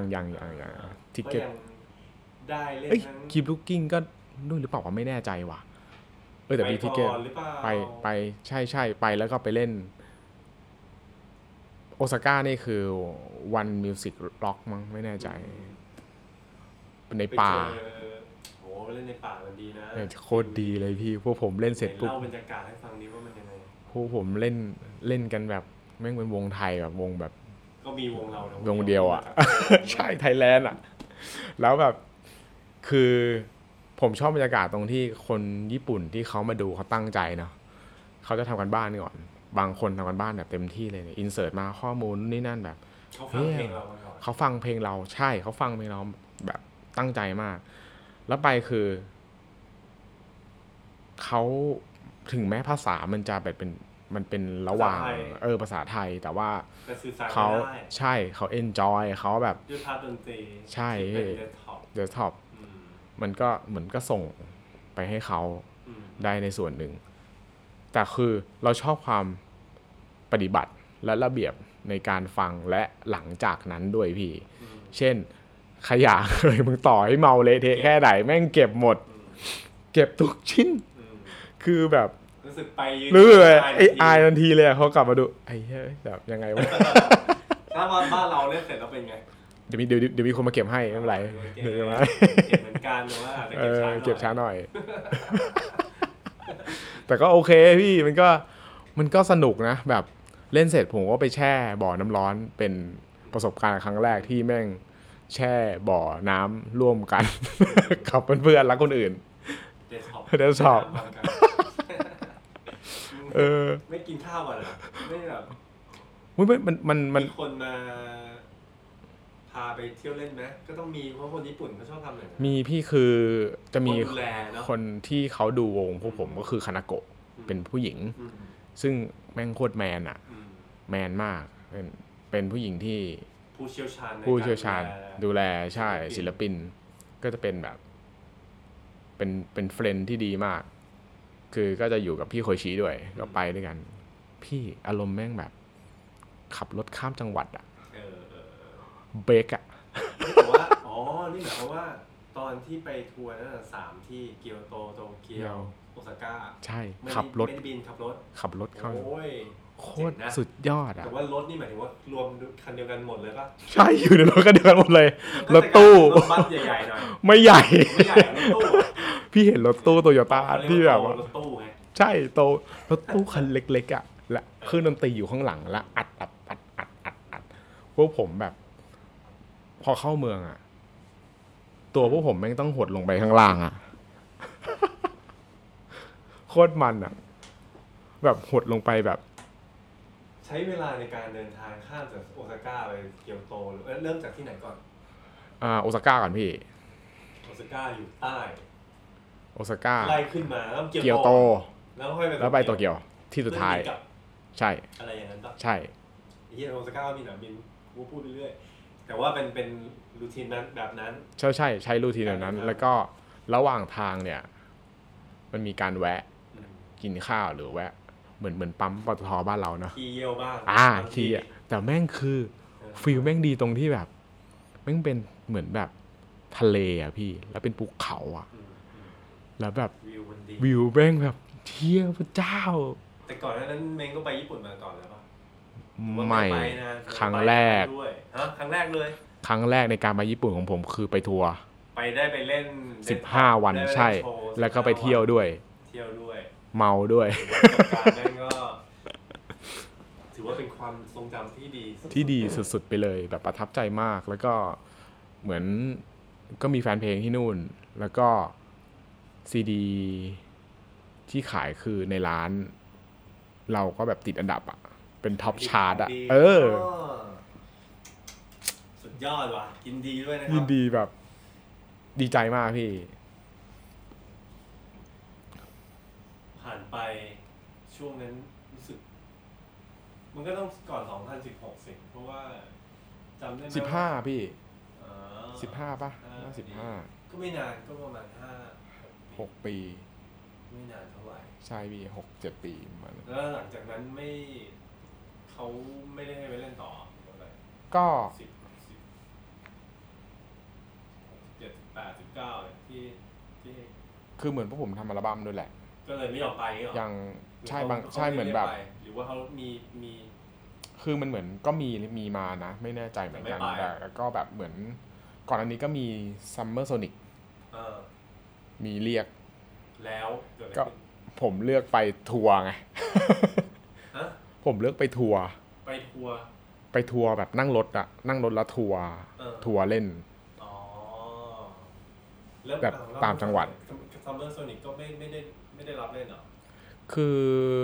S2: Ticket
S1: ได้เล่นทั้ง
S2: Keep Looking ก็ด้วยหรือเปล่าวะไม่แน่ใจว่ะแต่มี Ticket ไปใช่ไปแล้วก็ไปเล่นโอซาก้านี่คือ One Music Rock มั้งไม่แน่ใจในป่า
S1: โหเล่นในป่ามันดีนะ
S2: โคตรดีเลยพี่พวกผมเล่นเสร็จปุ๊บ
S1: เล่าบรรยากาศให้ฟังนี้ว่ามันยังไง
S2: พวกผมเล่นกันแบบแม่งเป็นวงไทยแบบวงแบบ
S1: ก็มีวงเรา
S2: วงเดียวอ่ะใช่ไทยแลนด์อ่ะแล้วแบบคือผมชอบบรรยากาศตรงที่คนญี่ปุ่นที่เขามาดูเขาตั้งใจเนาะเขาจะทำกันบ้านก่อนบางคนทำกันบ้านแบบเต็มที่เลยเนี่ยอินเสิร์ตมาข้อมูลนี่นั่นแบบ
S1: เขาฟังเพลงเรา
S2: เขาฟังเพลงเราใช่เขาฟังเพลงเราแบบตั้งใจมากแล้วไปคือเขาถึงแม้ภาษามันจะแบบมันเป็นระหว่างภาษาไทยแต่ว่าเขาใช่เขาเอนจอยเขาแบบ
S1: ด้วยภาพดนตรี
S2: ใช่เดสก์ท็อปมันก็เหมือนก็ส่งไปให้เขาได้ในส่วนหนึ่งแต่คือเราชอบความปฏิบัติและระเบียบในการฟังและหลังจากนั้นด้วยพี่เช่นขยะเลยมึงต่อให้เมาเละเทะแค่ไหนแม่งเก็บหมดเก็บทุกชิ้นคือแบบ
S1: รู้สึกไปยืน
S2: ไอ้อายทันทีเลยเขากลับมาดูไอ้เฮ้ยแบบยังไงวะ
S1: ถ้าบ้านเราเล่นเสร็จแล้วเป็นไง
S2: เดี๋ยวมีคนมาเก็บให้ไม่เป็นไร
S1: เดี๋ยวมาเก็บเหมือนกันหรือว่า
S2: เก็บช้าหน่อยแต่ก็โอเคพี่มันก็สนุกนะแบบเล่นเสร็จผมก็ไปแช่บ่อน้ำร้อนเป็นประสบการณ์ครั้งแรกที่แม่งแช่บ่อน้ำร่วมกันกับเพื่อนๆและคนอื่น
S1: เดสก์ท็อปไม่กินข้าวอ่ะเหรอไม่แบบ
S2: มัน
S1: คนมาพาไปเที่ยวเล่นไหมก็ต้องมีเพราะคนญี่ปุ่นเขาชอบทำอย่างนั้น
S2: มีพี่คือจะมีคนที่เขาดูวงพวกผมก็คือคานาโกะเป็นผู้หญิงซึ่งแม่งโคตรแมนอ่ะแมนมากเป็นผู้หญิงที่
S1: ผู้เชี่ยวชาญ
S2: ดูแลใช่ศิลปินก็จะเป็นแบบเป็นเฟรนด์ที่ดีมากคือก็จะอยู่กับพี่โคชิด้วยก็ไปด้วยกันพี่อารมณ์แม่งแบบขับรถข้ามจังหวัดอะเบรกอะ
S1: แต่ว่านี่หมายความว่าตอนที่ไปทัวร์นั่น3ที่เกียวโตโตเกียวโอซาก้า
S2: ใช่ขับรถ
S1: ไม่บินขับรถ
S2: เข้า
S1: โอ้ย
S2: โคตรสุดยอดอะ
S1: แต่ว่ารถนี่หมายถึงว่ารวมคันเดียวกันหมดเลยป่ะ
S2: ใช่อยู่ในรถกันเดียวกันหมดเลยรถตู้
S1: รถบัสใหญ่ๆหน่อย
S2: ไม่ใหญ่
S1: รถตู้
S2: พี่เห็นรถตู้โตโยต้าที่แบบ
S1: รถตู้ไง
S2: ใช่รถตู้คันเล็กๆอ่ะและเครื่องดนตรีอยู่ข้างหลังและอัดพวกผมแบบพอเข้าเมืองอ่ะตัวพวกผมแม่งต้องหดลงไปข้างล่างอ่ะโคตรมันอ่ะแบบหดลงไปแบบ
S1: ใช้เวลาในการเดินทางข้ามจากโอซาก้าไปเกียวโตเริ่มจากที่ไหนก่อน
S2: โอซาก้าก่อนพี่
S1: โอซาก้าอยู่ใต้
S2: โอซาก้า
S1: ไล่ขึ้นมาแล้ว
S2: เกียวโต
S1: แล้ว
S2: ไปโตเกียวที่สุดท้ายใช่
S1: อะไรอย่างนั้นป่ะ
S2: ใช่
S1: ที่โอซาก้ามีสนามบินพูดเรื่อยๆแต่ว่าเป็นรูทีนนั้นแบบนั้น
S2: ใช่รูทีนแบบนั้นแล้วก็ระหว่างทางเนี่ยมันมีการแวะกินข้าวหรือแวะเหมือนปั๊มปตท.บ้านเราเนาะ
S1: ขี่เยี่ยวบ้าง
S2: ขี่แต่แม่งคือฟีลแม่งดีตรงที่แบบแม่งเป็นเหมือนแบบทะเลอ่ะพี่แล้วเป็นภูเขาอ่ะแล้วแบบวิวแม่งแบบเที่ยวพระเจ้า
S1: แต่ก่อนนั้นเมงก็ไปญี่ปุ่นมาก่อนแล้วป่ะ
S2: ไม่ครั้งแรก
S1: ครั้งแรกเลย
S2: ครั้งแรกในการไปญี่ปุ่นของผมคือไปทัวร์
S1: ไปเล่น
S2: 15 วันใช่แล้วก็ไปเที่ยวด้วยเมาด้วย
S1: การนั้นก็ถือว่าเป็นความทรงจำที่ดี
S2: สุดๆไปเลยแบบประทับใจมากแล้วก็เหมือนก็มีแฟนเพลงที่นู่นแล้วก็ซีดีที่ขายคือในร้านเราก็แบบติดอันดับอ่ะเป็นท็อปชาร์ตอ่ะ
S1: สุดยอดว่ะยินดีด้วยนะครับ
S2: ยินดีแบบดีใจมากพี่
S1: ผ่านไปช่วงนั้นรู้สึกมันก็ต้องก่อน2016สิเพราะว่าจำได้ไหม
S2: 15พี่15ป่ะ15
S1: ก็ไม่นานก็ประมาณ
S2: 6 ปี
S1: ไม่นานเท่าไหร่
S2: ใช่พี่6-7 ปีมา
S1: แล้วหลังจากนั้นเขาไม่ได้ให้ไปเล่นต่อ
S2: ก็
S1: 17 18 19เลยที่
S2: คือเหมือนพวกผมทำอัลบั้มด้วยแหละ
S1: ก็เลยไม่ยอมไปหรอ
S2: ยังใช่เหมือนแบบ
S1: หรือว่าเขามี
S2: คือมันเหมือนก็มีมานะไม่แน่ใจเหมือนกันแต่แล้วก็แบบเหมือนก่อนอันนี้ก็มีซัมเมอร์โซนิกมีเรียก
S1: แล้ว
S2: ก็ผมเลือกไปทัวร์ไงผมเลือกไปทัวร์แบบนั่งรถแล้วทัวร์เล่นแบบตามจังหวัด
S1: ซัมเมอร์โซนิกก็ไม่ได้รับเล่นหรอ
S2: คือ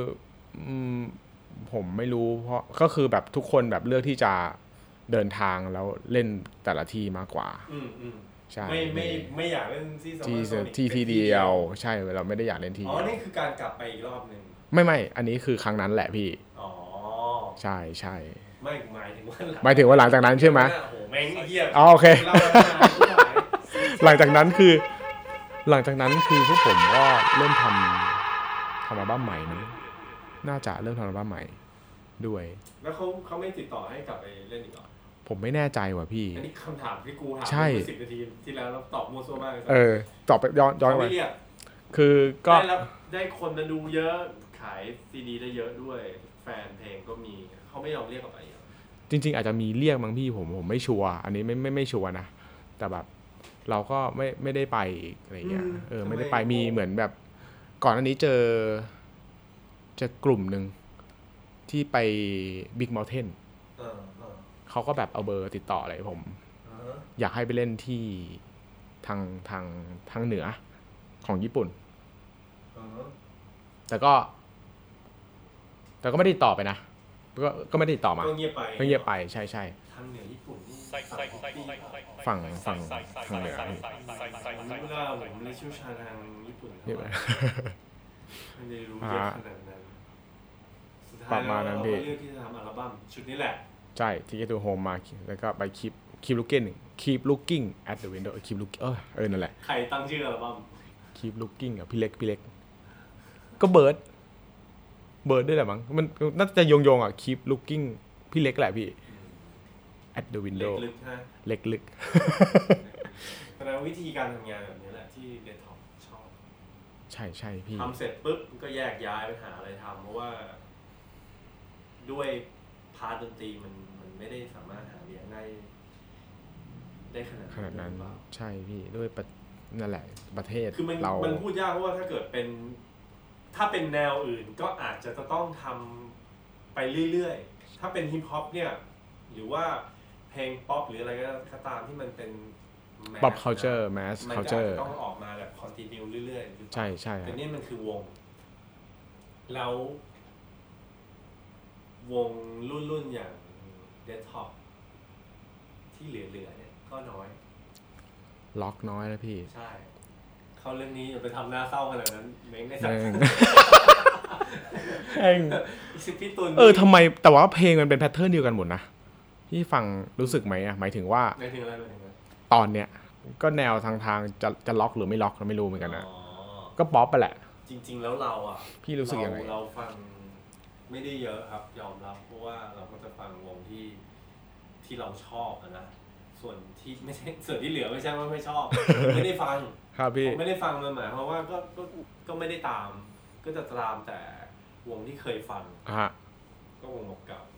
S2: ผมไม่รู้เพราะก็คือแบบทุกคนแบบเลือกที่จะเดินทางแล้วเล่นแต่ละที่มากกว่าใช่
S1: ไม่อยากเล่น
S2: ที่เดียวใช่เราไม่ได้อยากเล่นที่
S1: นี่คือการกลับไปอีกรอบนึง
S2: ไม่อันนี้คือครั้งนั้นแหละพี่ใช่
S1: ไม่หมายถึง
S2: ว่าหลังจากนั้นใช่ไหมโอเคหลังจากนั้นคือพวกผมก็เริ่มทำอัลบั้มใหม่นะน่าจะเริ่มทำอัลบั้มใหม่ด้วย
S1: แล้วเขาไม่ติดต่อให้กลับไปเล่นอีกหรอ
S2: ผมไม่แน่ใจว่ะพี่
S1: อันนี้คำถามที่กูถาม10 นาทีที่แล้วตอบมั่วซั่วมาก
S2: เลยตอบไปย้อนไปคือก็
S1: ได้คนมาดูเยอะขายซีดีได้เยอะด้วยแฟนเพลงก็มีเขาไม่ยอมเรียกกลับไป
S2: จริงๆอาจจะมีเรียกบางพี่ผมไม่ชัวร์อันนี้ไม่ชัวร์นะแต่แบบเราก็ไม่ได้ไปอะไรเงี้ยไม่ได้ไปมีเหมือนแบบก่อนอันนี้เจอกลุ่มหนึ่งที่ไป Big Mountain เขาก็แบบเอาเบอร์ติดต่ออะไรผมอยากให้ไปเล่นที่ทางเหนือของญี่ปุ่นแต่ก็ไม่ได้ติดต่อไปนะก็ไม่ได้ติดต่อมา
S1: ก็เงีย
S2: บไปใช่
S1: ทางเหนือญี่ปุ่น
S2: ฝั่งเหนือ
S1: เวลาผมไม่เชี่ยวชาญทางญี่ปุ่นไม่ได้รู้เยอะขนาดนั้นสุดท้ายแล้วเราเลือกที่จะทำอัลบั้มชุดนี้แหละ
S2: ใช่ Ticket to Home มาแล้วก็ไป keep looking at the window keep looking นั่นแหละ
S1: ใครตั้งชื่ออัลบั้ม
S2: keep looking อ่ะพี่เล็กก็เบิร์ดด้วยแหละมั้งมันน่าจะโยงอ่ะ keep looking พี่เล็กแหละพี่ at the window
S1: ลึกๆฮะ
S2: เล็กลึก
S1: แสดงวิธีการทำงานแบบนี้แหละที่เดทท็อปชอบ
S2: ใช่พี่
S1: ทำเสร็จปุ๊บก็แยกย้ายไปหาอะไรทำเพราะว่าด้วยพาร์ทดนตรีมันไม่ได้สามารถหาเลี้ยงได้ขนาดนั้น
S2: ใช่พี่ด้วยนั่นแหละประเทศ
S1: คือมันพูดยากเพราะว่าถ้าเกิดถ้าเป็นแนวอื่นก็อาจจะต้องทำไปเรื่อยๆถ้าเป็นฮิปฮอปเนี่ยหรือว่าเพลงป๊อปหรืออะไรก็ตามที่มันเป็น
S2: pop culture mass
S1: มัน
S2: culture
S1: ต้องออกมาแบบคอนติเนียเรื่อยๆ
S2: ใช่
S1: แต่นี่มันคือวงแล้ววงรุ่นอย่าง Dead Top ที่เหลือเนี่ยก็น้อย
S2: ล็อกน้อยแล้วพี่
S1: ใช่เขาเรื่องนี้อย่าไปทำหน้าเศร้าขนาดนั้นเม้งได้สักพี่ตุน
S2: ทำไมแต่ว่าเพลงมันเป็นแพทเทิร์นเดียวกันหมดนะพี่ฟังรู้สึกไหมอ่ะหมายถึงว่าตอนเนี้ยก็แนวทางจะล็อกหรือไม่ล็อกเราไม่รู้เหมือนกันนะก็ป๊อปไปแหละ
S1: จริงๆแล้วเราอ่ะ
S2: พี่รู้สึกยังไง
S1: เราฟังไม่ได้เยอะครับยอมรับเพราะว่าเราก็จะฟังวงที่เราชอบนะส่วนที่ไม่ใช่ส่วนที่เหลือไม่ใช่ว่าไม่ชอบไม่ได้ฟัง
S2: ครับพี่
S1: ไม่ได้ฟังมันหมายเพราะว่าก็ไม่ได้ตามก็จะตามแต่วงที่เคยฟังก็วงเก่า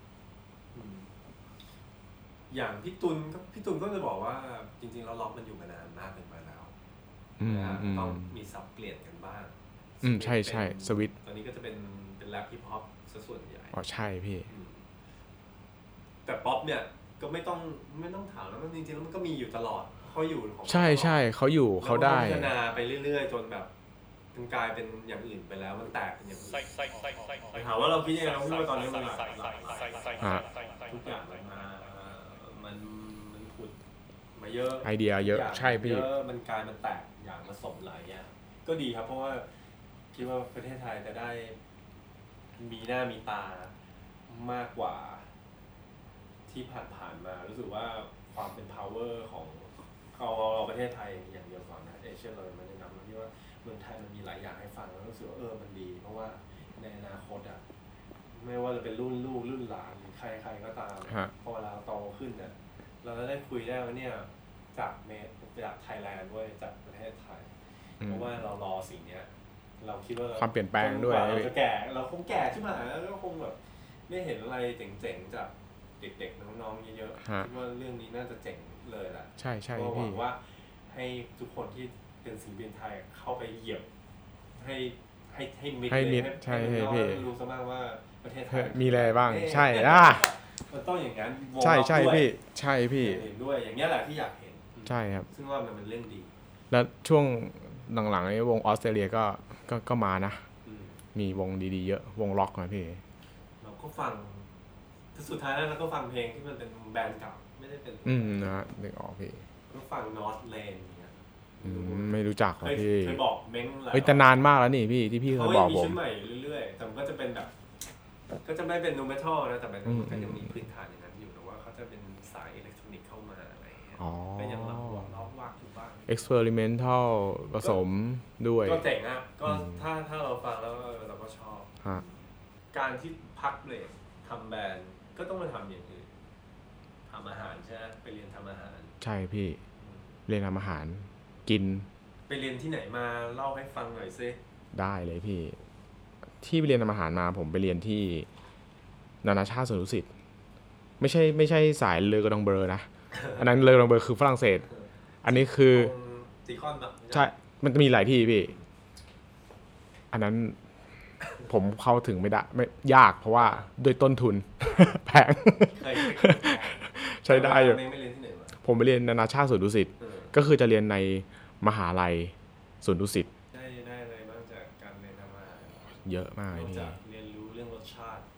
S1: อย่างพี่ตุลก็จะบอกว่าจริงๆแล้วล็อกมันอยู่มานานมากเป็นมาแล้วต้องมีสับเปลี่ยนกันบ้าง
S2: ใช่สวิต
S1: ตอนนี้ก็จะเป็นแรปฮิปฮอปซะส่วนใหญ่
S2: ใช่พี่
S1: แต่ป๊อปเนี่ยก็ไม่ต้องถามแล้วมันจริงๆแล้วมันก็มีอยู่ตลอดเขาอยู่ของ
S2: ใช่เขาอยู่เขาได้
S1: พัฒนาไปเรื่อยๆจนแบบมันกลายเป็นอย่างอื่นไปแล้วมันแตกเป็นอย่างอื่นถามว่าเราคิดยังไงเราคิดว่าตอนนี้มันหลากทุกอย่างมันผุดมาเยอะ
S2: ไอเดียเยอะใช่พี่
S1: มันกลายมันแตกอย่างผสมหลายอย่างก็ดีครับเพราะว่าคิดว่าประเทศไทยจะได้มีหน้ามีตามากกว่าที่ผ่านมารู้สึกว่าความเป็น power ของเอาประเทศไทยอย่างเดียวก่อนนะเอเชียเราไม่ได้นับที่ว่าเมืองไทยมันมีหลายอย่างให้ฟังแล้วรู้สึกว่ามันดีเพราะว่าในอนาคตอ่ะไม่ว่าจะเป็นรุ่นลูกรุ่นหลานหรือใครก็ตามพอเวลาโตขึ้นเนี่ยเราจะได้คุยได้ว่าเนี่ยจากไทยแลนด์ด้วยจากประเทศไทยเพราะว่าเรารอสิ่งเนี้ยเราคิดว่า
S2: ความเปลี่ยนแปลงด้วย
S1: เราจะแก่เราคงแก่ขึ้นมาแล้วก็คงแบบไม่เห็นอะไรเจ๋งๆจากเด็กๆน้องๆเยอะๆคิดว่าเรื่องนี้น่าจะเจ๋งเลยแหละ
S2: ใช่
S1: ก็หวังว่าให้ทุกคนที่เป็นศิลปินไทยเข้าไปเหยียบให้มิดให้พี่รู้ซะบ้างว่าประเทศไทย
S2: มีอะไรบ้างใช่
S1: มันต้องอย่างนั้น
S2: ใช่พี่ใช่พี่
S1: เห็นด้วยอย่างนี้แหละที่อยากเห็น
S2: ใช่ครับ
S1: ซึ่งว่ามันเป็นเรื่องดี
S2: แล้วช่วงหลังๆนี้วงออสเตรเลียก็มานะมีวงดีๆเยอะวงล็อกนะพี่
S1: เราก็ฟังสุดท้ายแล้วเราก็ฟังเพลงที่มันเป็นแบรนด์เก่าไม่ได้เป็น
S2: นะฮะนึกออกพี่
S1: ก็ฟัง North Lane เนี่ย
S2: ไม่รู้จักหรอพี่
S1: เคยบอกเม้ง
S2: เลยแต่นานมากแล้วนี่พี่ที่พี่เคยบอกผม
S1: มีชุดใหม่เรื่อยๆแต่มันก็จะเป็นแบบก็จะไม่เป็นนูเมทัลนะแต่มันก็ยังมีพื้นฐานอย่างนั้นอยู่แต่ว่าเขาจะเป็นสายอิเล็กทรอนิกส์เข้ามาอะไรอย่างเงี้ยก็ยังล็อกวากอยู่บ้าง
S2: experimental ผสมด้วย
S1: ก็เจ๋งอ่ะก็ถ้าเราฟังแล้วเราก็ชอบการที่พักเบรกทำแบรนด์ก็ต้องมาทำอย่างอื่นทำอาหารใช่ไหมไปเรียนทำอาหาร
S2: ใช่พี่เรียนทำอาหารกิน
S1: ไปเรียนที่ไหนมาเล่าให้ฟังหน่อยซิ
S2: ได้เลยพี่ที่ไปเรียนทำอาหารมาผมไปเรียนที่นานาชาติสวนดุสิตไม่ใช่สายเลอกระดองเบอร์นะอันนั้นเลอกระดองเบอร์คือฝรั่งเศสอันนี้คือ
S1: ซีคอน
S2: ใช่มันจะมีหลายที่พี่อันนั้นผมเข้าถึงไม่ได้ไม่ยากเพราะว่าด้วยต้นทุนแพงใช้ได้อยู่ผมไปเรียนนานาชาติสวนดุสิตก็คือจะเรียนในมหาลัยสวนดุสิต
S1: ได้อะไรบ้างจากการเรียนทำอาหาร
S2: เยอะมากเลยพี่
S1: เรียนรู้เรื่องรสชาติ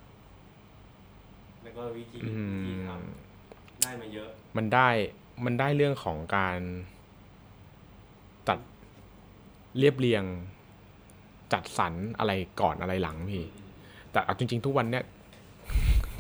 S1: แล้วก็วิธีทำได้มาเยอะ
S2: มันได้เรื่องของการตัดเรียบเรียงจัดสรรอะไรก่อนอะไรหลังพี่แต่เอาจริงๆทุกวันเนี้ย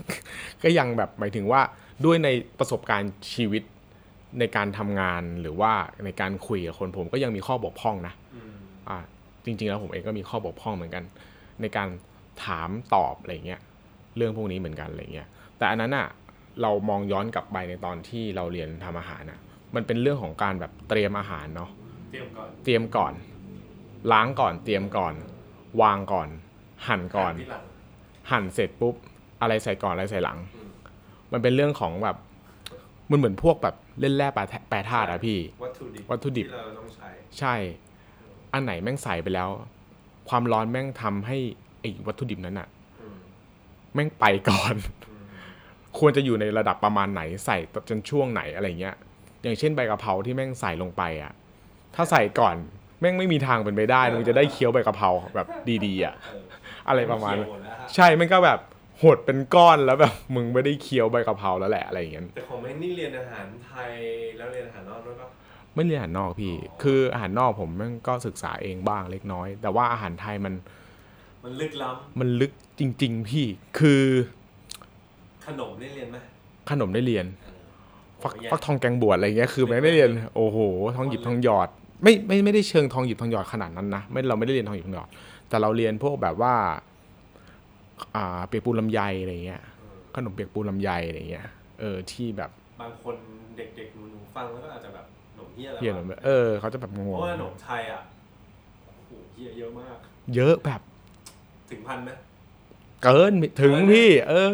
S2: ก็ยังแบบหมายถึงว่าด้วยในประสบการณ์ชีวิตในการทำงานหรือว่าในการคุยกับคนผมก็ยังมีข้อบกพร่องนะจริงๆแล้วผมเองก็มีข้อบกพร่องเหมือนกันในการถามตอบอะไรเงี้ยเรื่องพวกนี้เหมือนกันอะไรเงี้ยแต่อันนั้นอ่ะเรามองย้อนกลับไปในตอนที่เราเรียนทำอาหารนะมันเป็นเรื่องของการแบบเตรียมอาหารเนาะเตรียมก่อนล้างก่อนเตรียมก่อนวางก่อนหั่นก่อนหั่นเสร็จปุ๊บอะไรใส่ก่อนอะไรใส่หลังมันเป็นเรื่องของแบบมันเหมือนพวกแบบเล่นแร่แปรธาตุอะพี่วัตถุดิบที่เราต้องใช่อันไหนแม่งใส่ไปแล้วความร้อนแม่งทำให้ไอ้วัตถุดิบนั้นอะแม่งไปก่อนควรจะอยู่ในระดับประมาณไหนใส่จนช่วงไหนอะไรเงี้ยอย่างเช่นใบกะเพราที่แม่งใส่ลงไปอะถ้าใส่ก่อนแม่งไม่มีทางเป็นไปได้มึงจะได้เคี้ยวใบกะเพราแบบดีๆอะอะไรประมาณใช่มันก็แบบหดเป็นก้อนแล้วแบบมึงไม่ได้เคี้ยวใบกะเพราแล้วแหละอะไรอย่างเงี้ย
S1: แต่ของแม่นี่เรียนอาหารไทยแล้วเรียนอาหารนอกด้วยปะ
S2: ไม่เรียนอาหารนอกพี่คืออาหารนอกผมมันก็ศึกษาเองบ้างเล็กน้อยแต่ว่าอาหารไทยมัน
S1: ลึกล้ำ
S2: มันลึกจริงๆพี่คือ
S1: ขนมได้เรียนไหม
S2: ขนมได้เรียนฟักทองแกงบวชอะไรเงี้ยคือไม่ได้เรียนโอ้โหทองหยิบทองหยอดไม่ได้เชิงทองหยิบทองหยอดขนาดนั้นนะเราไม่ได้เรียนทองหยิบทองหยอดแต่เราเรียนพวกแบบว่าเปียกปูนลำไยอะไรเงี้ยขนมเปียกปูนลำไยอะไรเงี้ยที่แบบ
S1: บางคนเด็กๆหนูฟังแล้วก็อาจจะแบบขนมเหี้ยอะไร
S2: เขาจะแบบงง
S1: เพราะว่าขนมไทยอ่ะโอ้โหเหี้ยเยอะมาก
S2: เยอะแบบ
S1: ถึงพันไหม
S2: เกินถึงพี่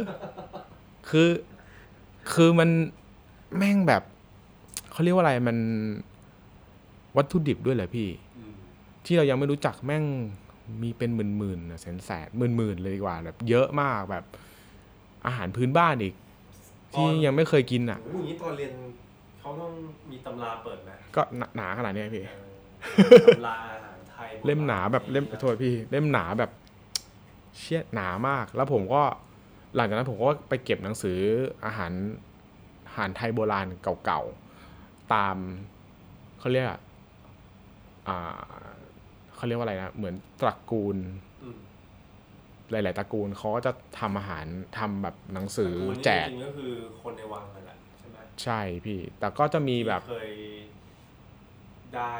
S2: คือมันแม่งแบบเขาเรียกว่าอะไรมันวัตถุดิบด้วยแหละพี่ที่เรายังไม่รู้จักแม่งมีเป็นหมื่นๆแสนหมื่นเลยดีกว่าแบบเยอะมากแบบอาหารพื้นบ้านอีกที่ยังไม่เคยกินอ่ะ
S1: อย่างนี้ตอนเรียนเขาต้องมีตำราเปิดไหม
S2: ก็หนาขนาดนี้พี่
S1: ตำราอาหารไทย
S2: เล่มหนาแบบเล่มโทษพี่เล่มหนาแบบเชี่ยหนามากแล้วผมก็หลังจากนั้นผมก็ไปเก็บหนังสืออาหารไทยโบราณเก่าๆตามเขาเรียกเขาเรียกว่าอะไรนะเหมือนตระกูลหลายๆตระกูลเขาก็จะทำอาหารทำแบบหนังสือแจก
S1: จริงก็คือคนในวังนั่นแหละใช่ไหม
S2: ใช่พี่แต่ก็จะมีแบบ
S1: เคยได้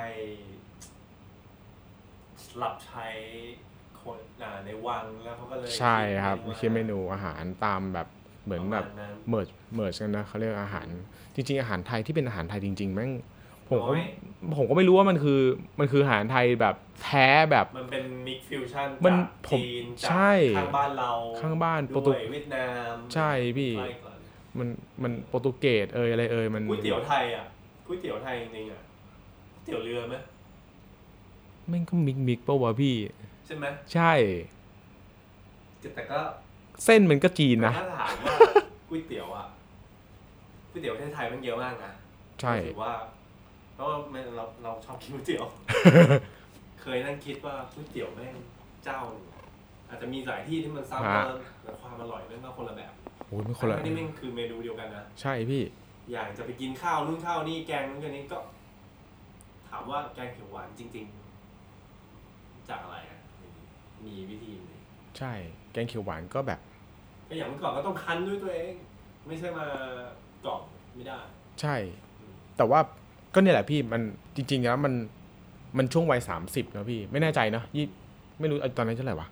S1: รับใช้คนในวังแล้วเขาก็เลย
S2: ใช่ครับคิดเมนูอาหารตามแบบเหมือนแบบเมิร์จกันนะเขาเรียกอาหารจริงๆอาหารไทยที่เป็นอาหารไทยจริงๆแม่งผมก็ไม่รู้ว่ามันคืออาหารไทยแบบแท้แบบ
S1: มันเป็นมิกฟิวชั่นจากจีนจากข้างบ้านเรา
S2: ข้างบ้าน
S1: โปรตุเกสเวียดนาม
S2: ใช่พี่มันโปรตุเกสอะไรมัน
S1: ก๋วยเตี๋ยวไทยอ่ะก๋วยเตี๋ยวไทยจริงๆอ่ะก๋วยเตี๋ยวเรือไหม
S2: แม่งก็มิกป่ะวะพี่
S1: ใช่ไหม
S2: ใช่
S1: แต่ก็
S2: เส้นมันก็จีนนะ
S1: ถ้าถามว่าก๋วยเตี๋ยวอ่ะก๋วยเตี๋ยวประเทศไทยมันเยอะมากนะ
S2: ใช่
S1: ถือว่าเพราะว่าเราชอบกินก๋วยเตี๋ยวเคยนั่งคิดว่าก๋วยเตี๋ยวแม่งเจ้าอาจจะมีหลายที่ที่มันซ้ำกันแต่ความอร่อยแม่งก็คนละแบบ
S2: โอ้ยไม่คนละ
S1: นี่แม่งคือเมนูเดียวกันนะ
S2: ใช่พี่
S1: อยากจะไปกินข้าวนู่นข้าวนี่แกงนู่นแกงนี้ก็ถามว่าแกงเขียวหวานจริงๆจากอะไรอ่ะมีวิธีไหม
S2: ใช่แกงเขียวหวานก็แบบ
S1: ก็อย่างเมื่อก่อนก็ต้องคั้นด้วยตัวเองไม่ใช่มากล่องไม่ได้
S2: ใช่แต่ว่าก็เนี่ยแหละพี่มันจริงๆแล้วมันช่วงวัย30นะพี่ไม่แน่ใจนะไม่รู้ตอนนั้นเท่าไหร่วะ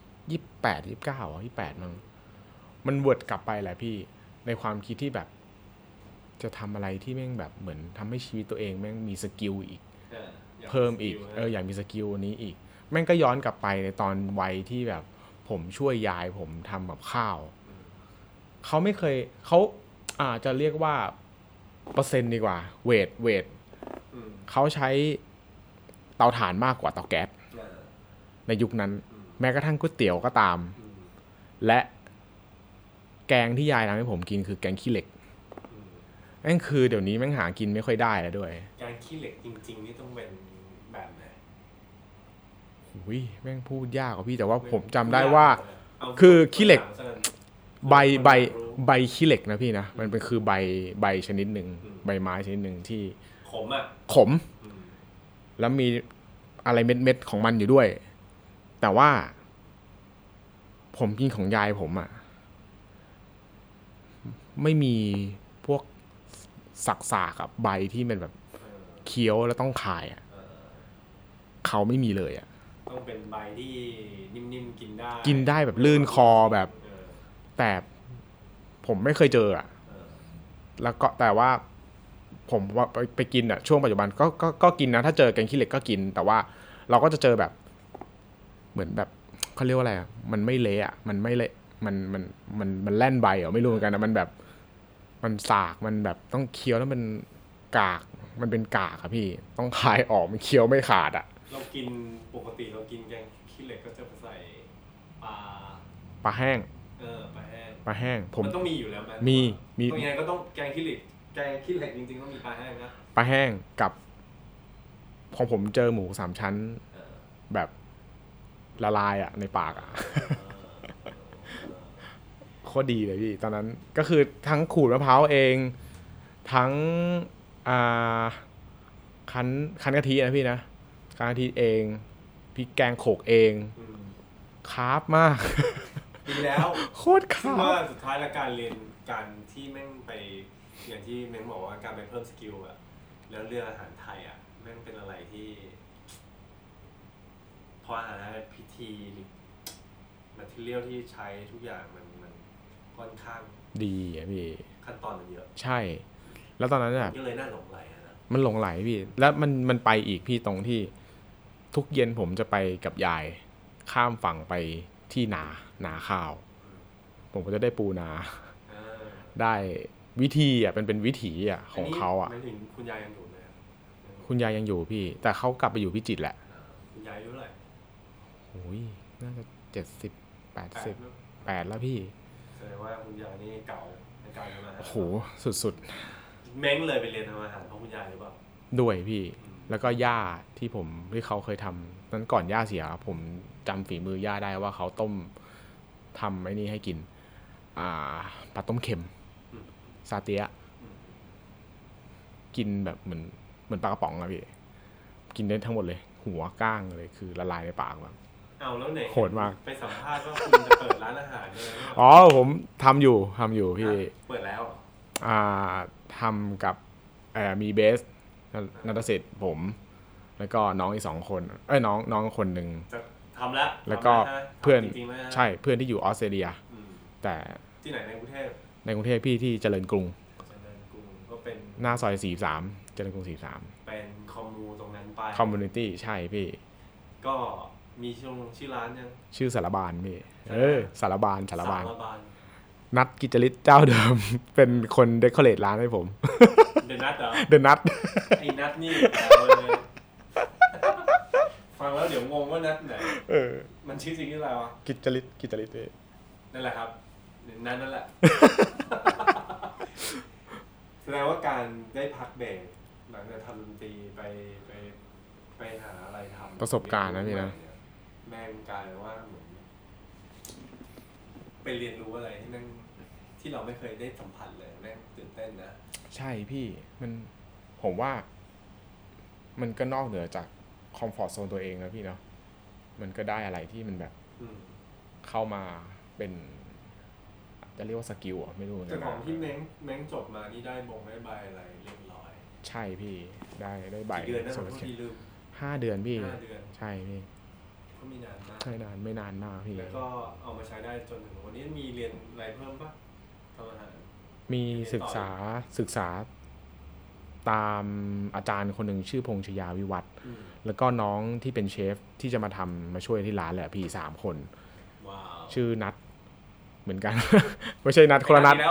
S2: 28 29 28มั้งมันเวิร์ดกลับไปแหละพี่ในความคิดที่แบบจะทำอะไรที่แม่งแบบเหมือนทำให้ชีวิตตัวเองแม่งมีสกิลอีกเพิ่มอีกอยากมีสกิลนี้อีกแม่งก็ย้อนกลับไปในตอนวัยที่แบบผมช่วยยายผมทำแบบข้าวเขาไม่เคยเขาอาจจะเรียกว่าเปอร์เซ็นต์ดีกว่าเวทเขาใช้เตาถ่านมากกว่าเตาแก๊สในยุคนั้นแม้กระทั่งก๋วยเตี๋ยวก็ตามและแกงที่ยายทำให้ผมกินคือแกงขี้เหล็กนั่นคือเดี๋ยวนี้แม่งหากินไม่ค่อยได้แล้วด้วย
S1: แกงขี้เหล็กจริงๆนี่ต้องเป็นแบบไหน
S2: อุ้ยแม่งพูดยากกว่าพี่แต่ว่าผมจำได้ว่าคือขี้เหล็กใบขี้เหล็กนะพี่นะมันเป็นคือใบชนิดหนึ่งใบไม้ชนิดหนึ่งที่ขมแล้วมีอะไรเม็ดของมันอยู่ด้วยแต่ว่าผมกินของยายผมไม่มีพวกสากกับใบที่มันแบบเคี้ยวแล้วต้องคายอ่ะเขาไม่มีเลยอ่ะ
S1: ต้องเป็นใบที่นิ่มๆกิน
S2: ได้แบบลื่นคอแบบแต่ผมไม่เคยเจออ่ะแล้วก็แต่ว่าผมว่าไปกินอ่ะช่วงปัจจุบันก็กินนะถ้าเจอแกงขี้เหล็กก็กินแต่ว่าเราก็จะเจอแบบเหมือนแบบเขาเรียกว่าอะไรอ่ะมันไม่เละอ่ะมันไม่เละมันแล่นใบอ่ะไม่รู้เหมือนกันนะมันแบบมันสากมันแบบต้องเคี้ยวแล้วมันกากมันเป็นกากอะพี่ต้องคายออกมันเคี้ยวไม่ขาดอ่ะ
S1: เรากินปกติเรากินแกงขี้เหล็กก็จะใส่
S2: ปลาแห้ง
S1: ปลาแห้ง
S2: มัน
S1: ต้องมีอยู่แล้วมั้ย
S2: มี
S1: ต้องยังไงก็ต้องแกงขี้เหล็กจริงๆต้องมีปลาแห้งนะ
S2: ปลาแห้งกับของผมเจอหมูสามชั้นแบบละลายอ่ะในปากอ่ะโคตรดีเลยพี่ตอนนั้นก็คือทั้งขูดมะพร้าวเองทั้งคั้นกะทินะพี่นะคั้นกะทิเองพริกแกงโขกเองคาร์บมาก
S1: ดีแล้ว
S2: โคตรคาร์บ
S1: ว่าสุดท้ายแล้วการเรียนการที่แม่งไปอย่างที่แม่งบอกว่าการไปเพิ่มสกิลอะแล้วเรื่องอาหารไทยอะแม่งเป็นอะไรที่พออาหารพิธีแมททีเรียลที่ใช้ทุกอย่างมันค่อนข้าง
S2: ดีอะพี่
S1: ขั้นตอนมันเยอะ
S2: ใช่แล้วตอนนั้นแบบ
S1: ก็เลยน่าหลงไหลนะ
S2: มันหลงไหลพี่แล้วมันไปอีกพี่ตรงที่ทุกเย็นผมจะไปกับยายข้ามฝั่งไปที่นาข้าวผมก็จะได้ปูนาได้วิธีอ่ะเป็นวิถีอ่ะของเขาอ่ะ
S1: ไม่ถึงคุณยายยังอยู่ไหม
S2: คุณยายยังอยู่พี่แต่เขากลับไปอยู่พิจิตรแหละ
S1: คุณยายอายุเท่าไหร่
S2: โอ้ยน่าจะ78แล้วพี่
S1: แสดงว่าคุณยายนี่เก่าในการทำอาหาร
S2: โอ้โหสุด
S1: ๆเม้งเลยไปเรียนทำอาหารเพราะคุณยายหรือเปล่า
S2: ด้วยพี่แล้วก็ย่าที่เขาเคยทำนั้นก่อนย่าเสียผมจำฝีมือย่าได้ว่าเขาต้มทำไอ้นี่ให้กินปลาต้มเค็มซาเตียกินแบบเหมือนปลากระป๋องอะพี่กินได้ทั้งหมดเลยหัวก้างเลยคือละลายในปากแบบ
S1: เอาแล้วไหน
S2: โหดมาก
S1: ไปสัมภาษณ์ว่าคุณจะเปิดร้านอาหารเลย
S2: อ๋อผมทำอยู่พี่
S1: เปิดแล้ว
S2: ทำกับมีเบสนัทสิทธิ์ผมแล้วก็น้องอีก2คนน้องคนหนึ่ง
S1: ทำ
S2: แล้วก็เพื่อนใช่เพื่อนที่อยู่ออสเตรเลียแต่
S1: ที่ไหนในกรุงเท
S2: พพี่ที่เจริญกรุง
S1: ก็เป็น
S2: หน้าซอย43เจริญกรุง43
S1: เป็นคอมมูตรงนั้นไป
S2: คอมมูนิตี้ใช่พี่
S1: ก็มีชื่อร้านยัง
S2: ชื่อสารบานพี่สารบานนัดกิจลิตเจ้าเดิมเป็นคนเดคอเรทร้านให้ผม
S1: เดนัทเหรอ
S2: เดนัท
S1: ไอ้นัทนี่ฟังแล้วเดี๋ยวงงว่านัทไหนมันชื่อจริงที่อะไรวะ
S2: กิจลิต
S1: นั่นแหละครับนั่นแหละแสดงว่าการได้พักเบรกหลังจากทำดนตรีไปหาอะไรทำ
S2: ประสบการณ์นะพี่นะ
S1: แม่งกลายว่าเหมือนไปเรียนรู้อะไรที่เราไม่เคยได้สัมผัสเลยแม่งตื่นเต้นนะ
S2: ใช่พี่ผมว่ามันก็นอกเหนือจากคอมฟอร์ตโซนตัวเองนะพี่เนาะมันก็ได้อะไรที่มันแบบเข้ามาเป็นจะเรียกว่าสกิลอ่ะไม่รู้
S1: แต่ของที่แม้งจบมานี่ได้ใบอะไรเรียบร้อย
S2: ใช่พี่ได้ใบ
S1: เดือนนะผมที่ลืม
S2: 5 เดือนพี่ใช่พี่
S1: ก็ไม่นานมาก
S2: ไม่นานมากพี่
S1: แล้วก็เอามาใช้ได้จนถึงวันนี้มีเรียนอะไรเพิ่มปะทำอาหาร
S2: มีศึกษาตามอาจารย์คนหนึ่งชื่อพงษ์ชยาวิวัฒน์แล้วก็น้องที่เป็นเชฟที่จะมาช่วยที่ร้านแหละพี่3 คนชื่อนัทเหมือนกัน ไม่ใช่นัทคนละนัท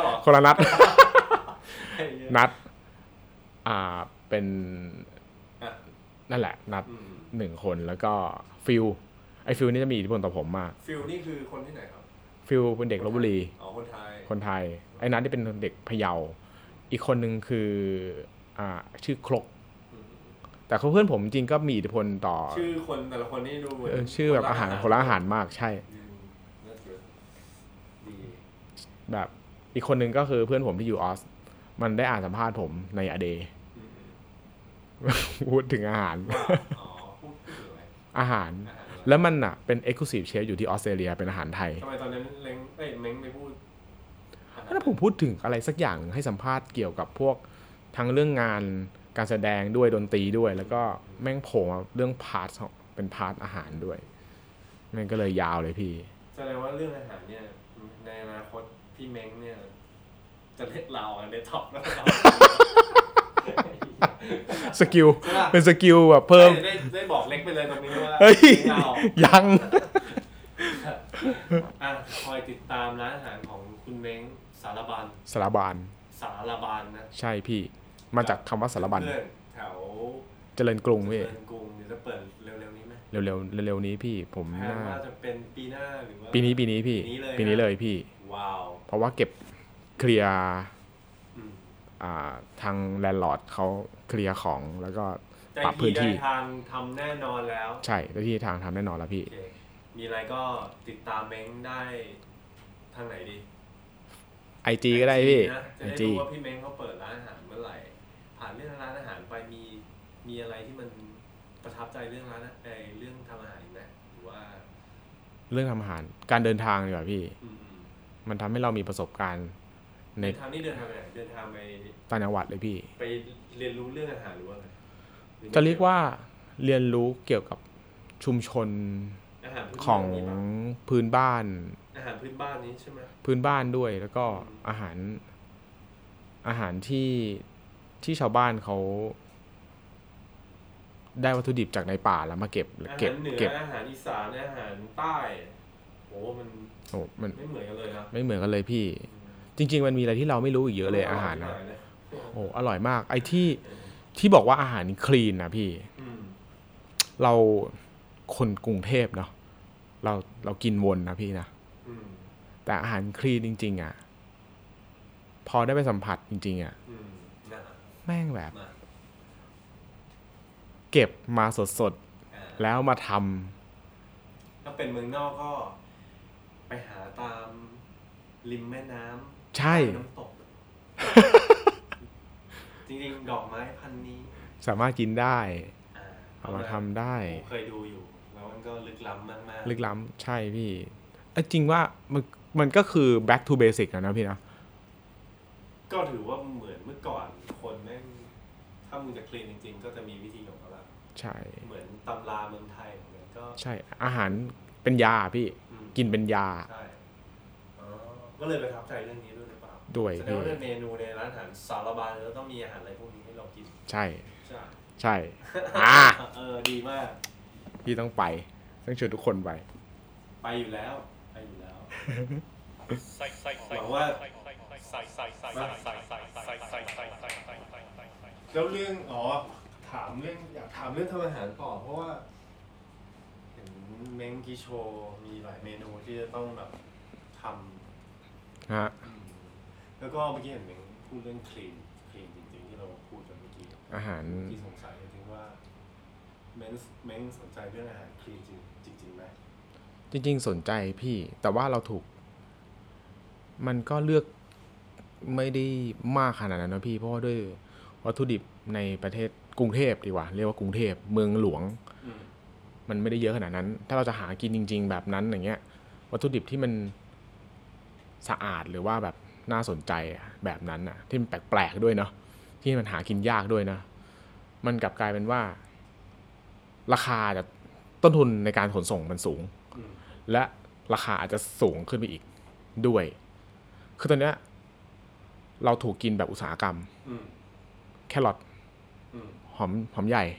S2: นัทเป็นนั่นแหละนัท1 คนแล้วก็ฟิลนี่จะมีอิทธิพลต่อผมมาก
S1: ฟิลนี่คือคนที่ไหนครับ
S2: ฟิลเป็นเด็กลพบุรีคนไทยไอ้นัทที่เป็นเด็กพะเยาอีกคนนึงคือชื่อครกแต่เพื่อนผมจริงก็มีอิทธิพลต่อ
S1: ชื่อคนแต่ละคนนี่ดูเหมือน
S2: ชื่อแบบอาหารคนละอาหารมากใช่แบบอีกคนนึงก็คือเพื่อนผมที่อยู่ออสมันได้อ่านสัมภาษณ์ผมในอเดย์พูดถึงอาหารแล้วมันเป็น Exclusive Chef อยู่ที่ออสเตรเลียเป็นอาหารไทย
S1: ทำไมตอนนั้นเม้งไม่พูด
S2: ถ้าผมพูดถึงอะไรสักอย่างให้สัมภาษณ์เกี่ยวกับพวกทั้งเรื่องงานการแสดงด้วยดนตรีด้วยแล้วก็แม่งโผล่มาเรื่องพาร์ทเป็นพาร์ทอาหารด้วยแม่งก็เลยยาวเลยพี่
S1: แสดงว่าเรื่องอาหารเนี่ยในอนาคตพี่เม้งเนี่ยจะเล่นเราในท็อปแล้ว
S2: สกิลเป็นสกิลแบบเพิ่ม
S1: ได้บอกเล็กไปเลยตรงนี้ว่า
S2: ยัง
S1: คอยติดตามร้านอาหารของคุณเม้งสารบานนะ
S2: ใช่พี่มาจากคำว่าสารบัญ
S1: แถว
S2: เจริญกรุงพี่
S1: เจริญกรุงจะเปิดเร็วๆนี้ไหม
S2: เร็วนี้พี่ผม
S1: น่าจะเป็นปีหน้าหรือว่า
S2: ปีนี้พี่ปีนี้เลยพี่
S1: ว้าว
S2: เพราะว่าเก็บเคลียร์ทางแลนด์ลอร์ดเขาเคลียร์ของแล้วก็ปรับพื้นที่
S1: ทางทำแน่นอนแล้ว
S2: ใช่ที่ทางทำแน่นอนแล้วพี่
S1: มีอะไรก็ติดตามเม้งได้ทางไหนดี
S2: IG ก็ได้พี่
S1: จะได้รู้ว่าพี่เม้งเขาเปิดร้านอาหารเมื่อไหร่ผ่านเรื่องร้านอาหารไปมีอะไรที่มันประทับใจเรื่องร้านเรื่องทำอาหารอีกไหมหรือว่า
S2: เรื่องทำอาหารการเดินทางดีกว่าพี่มันทำให้เรามีประสบการณ์
S1: ในทางนี้เดินทางไปไหนเดินทางไป
S2: ต่างจังหวัดเลยพี่
S1: ไปเรียนรู้เรื่องอาหารหรือว่าอะไร
S2: จะเรียกว่าเรียนรู้เกี่ยวกับชุมชนของพื้นบ้าน
S1: อาหารพื้นบ้านนี้ใช่ไหม
S2: พื้นบ้านด้วยแล้วก็อาหารที่ชาวบ้านเขาได้วัตถุดิบจากในป่าแล้วมาเก็บ
S1: อาหารเหนืออาหารอีสานอาหารใต้มันไม่เหมือนกันเลยนะ
S2: ไม่เหมือนกันเลยพี่จริงๆมันมีอะไรที่เราไม่รู้อีกเยอะเลยอาหารนะอร่อยมากไอ้ที่บอกว่าอาหารคลีนนะพี่เราคนกรุงเทพเนาะเรากินวนนะพี่นะแต่อาหารคลีนจริงๆอ่ะพอได้ไปสัมผัสจริงๆอ่ะแม่งแบบเก็บมาสดๆแล้วมาท
S1: ำถ้าเป็นเมืองนอกก็ไปหาตามริมแม่น้ำ
S2: ใช่
S1: น้ำตกจริงๆดอกไม้พันนี้
S2: สามารถกินได้เอามาทำได้
S1: เคยดูอยู่แล้วมันก็ลึกล้ำมาก
S2: ๆลึกล้ำใช่พี่จริงว่ามันก็คือ back to basic นะพี่นะ
S1: ก็ถือว่าเหมือนเมื่อก่อนคนแม่งถ้ามึงจะคลีนจริงๆก็จะมีวิธีของเขาละ
S2: ใช่
S1: เหมือนตำราเมืองไทยเหมือนกันก็
S2: ใช่อาหารเป็นยาพี่กินเป็นยา
S1: ใช่ก็เลยประทับใจเรื่องนี้ด้วยหรือเปล่า
S2: ด้วย
S1: แสดงว่าเมนูในร้านอาหารสารบานแล้วต้องมีอาหารอะไรพวกนี้ให้เรากิน
S2: ใช่
S1: ดีมาก
S2: พี่ต้องไปต้องชวนทุกคน
S1: ไปอยู่แล้วหวังว่าแล้วเรื่องอยากถามเรื่องทำอาหารต่อเพราะว่าเห็นเม้งกี้โชว์มีหลายเมนูที่จะต้องแบบทำแล้วก็เมื่อกี้เห็นเม้งพูดเรื่องคลีนจริงๆที่เราพูดกันเมื่อกี้
S2: อาหาร
S1: ที่สงสัยจริงๆว่าเม้งสนใจเรื่องอาหารคลีนจริงไหม
S2: จริงๆสนใจพี่แต่ว่าเราถูกมันก็เลือกไม่ได้มากขนาดนั้นนะพี่เพราะว่าด้วยวัตถุดิบในประเทศกรุงเทพดีกว่าเรียกว่ากรุงเทพเมืองหลวงมันไม่ได้เยอะขนาดนั้นถ้าเราจะหากินจริงๆแบบนั้นอย่างเงี้ยวัตถุดิบที่มันสะอาดหรือว่าแบบน่าสนใจแบบนั้นน่ะที่มันแปลกๆด้วยเนาะที่มันหากินยากด้วยนะมันกลับกลายเป็นว่าราคาจะต้นทุนในการขนส่งมันสูงและราคาอาจจะสูงขึ้นไปอีกด้วยคือตอนเนี้ยเราถูกกินแบบอุตสาหกรรมแครอทหอมใหญ่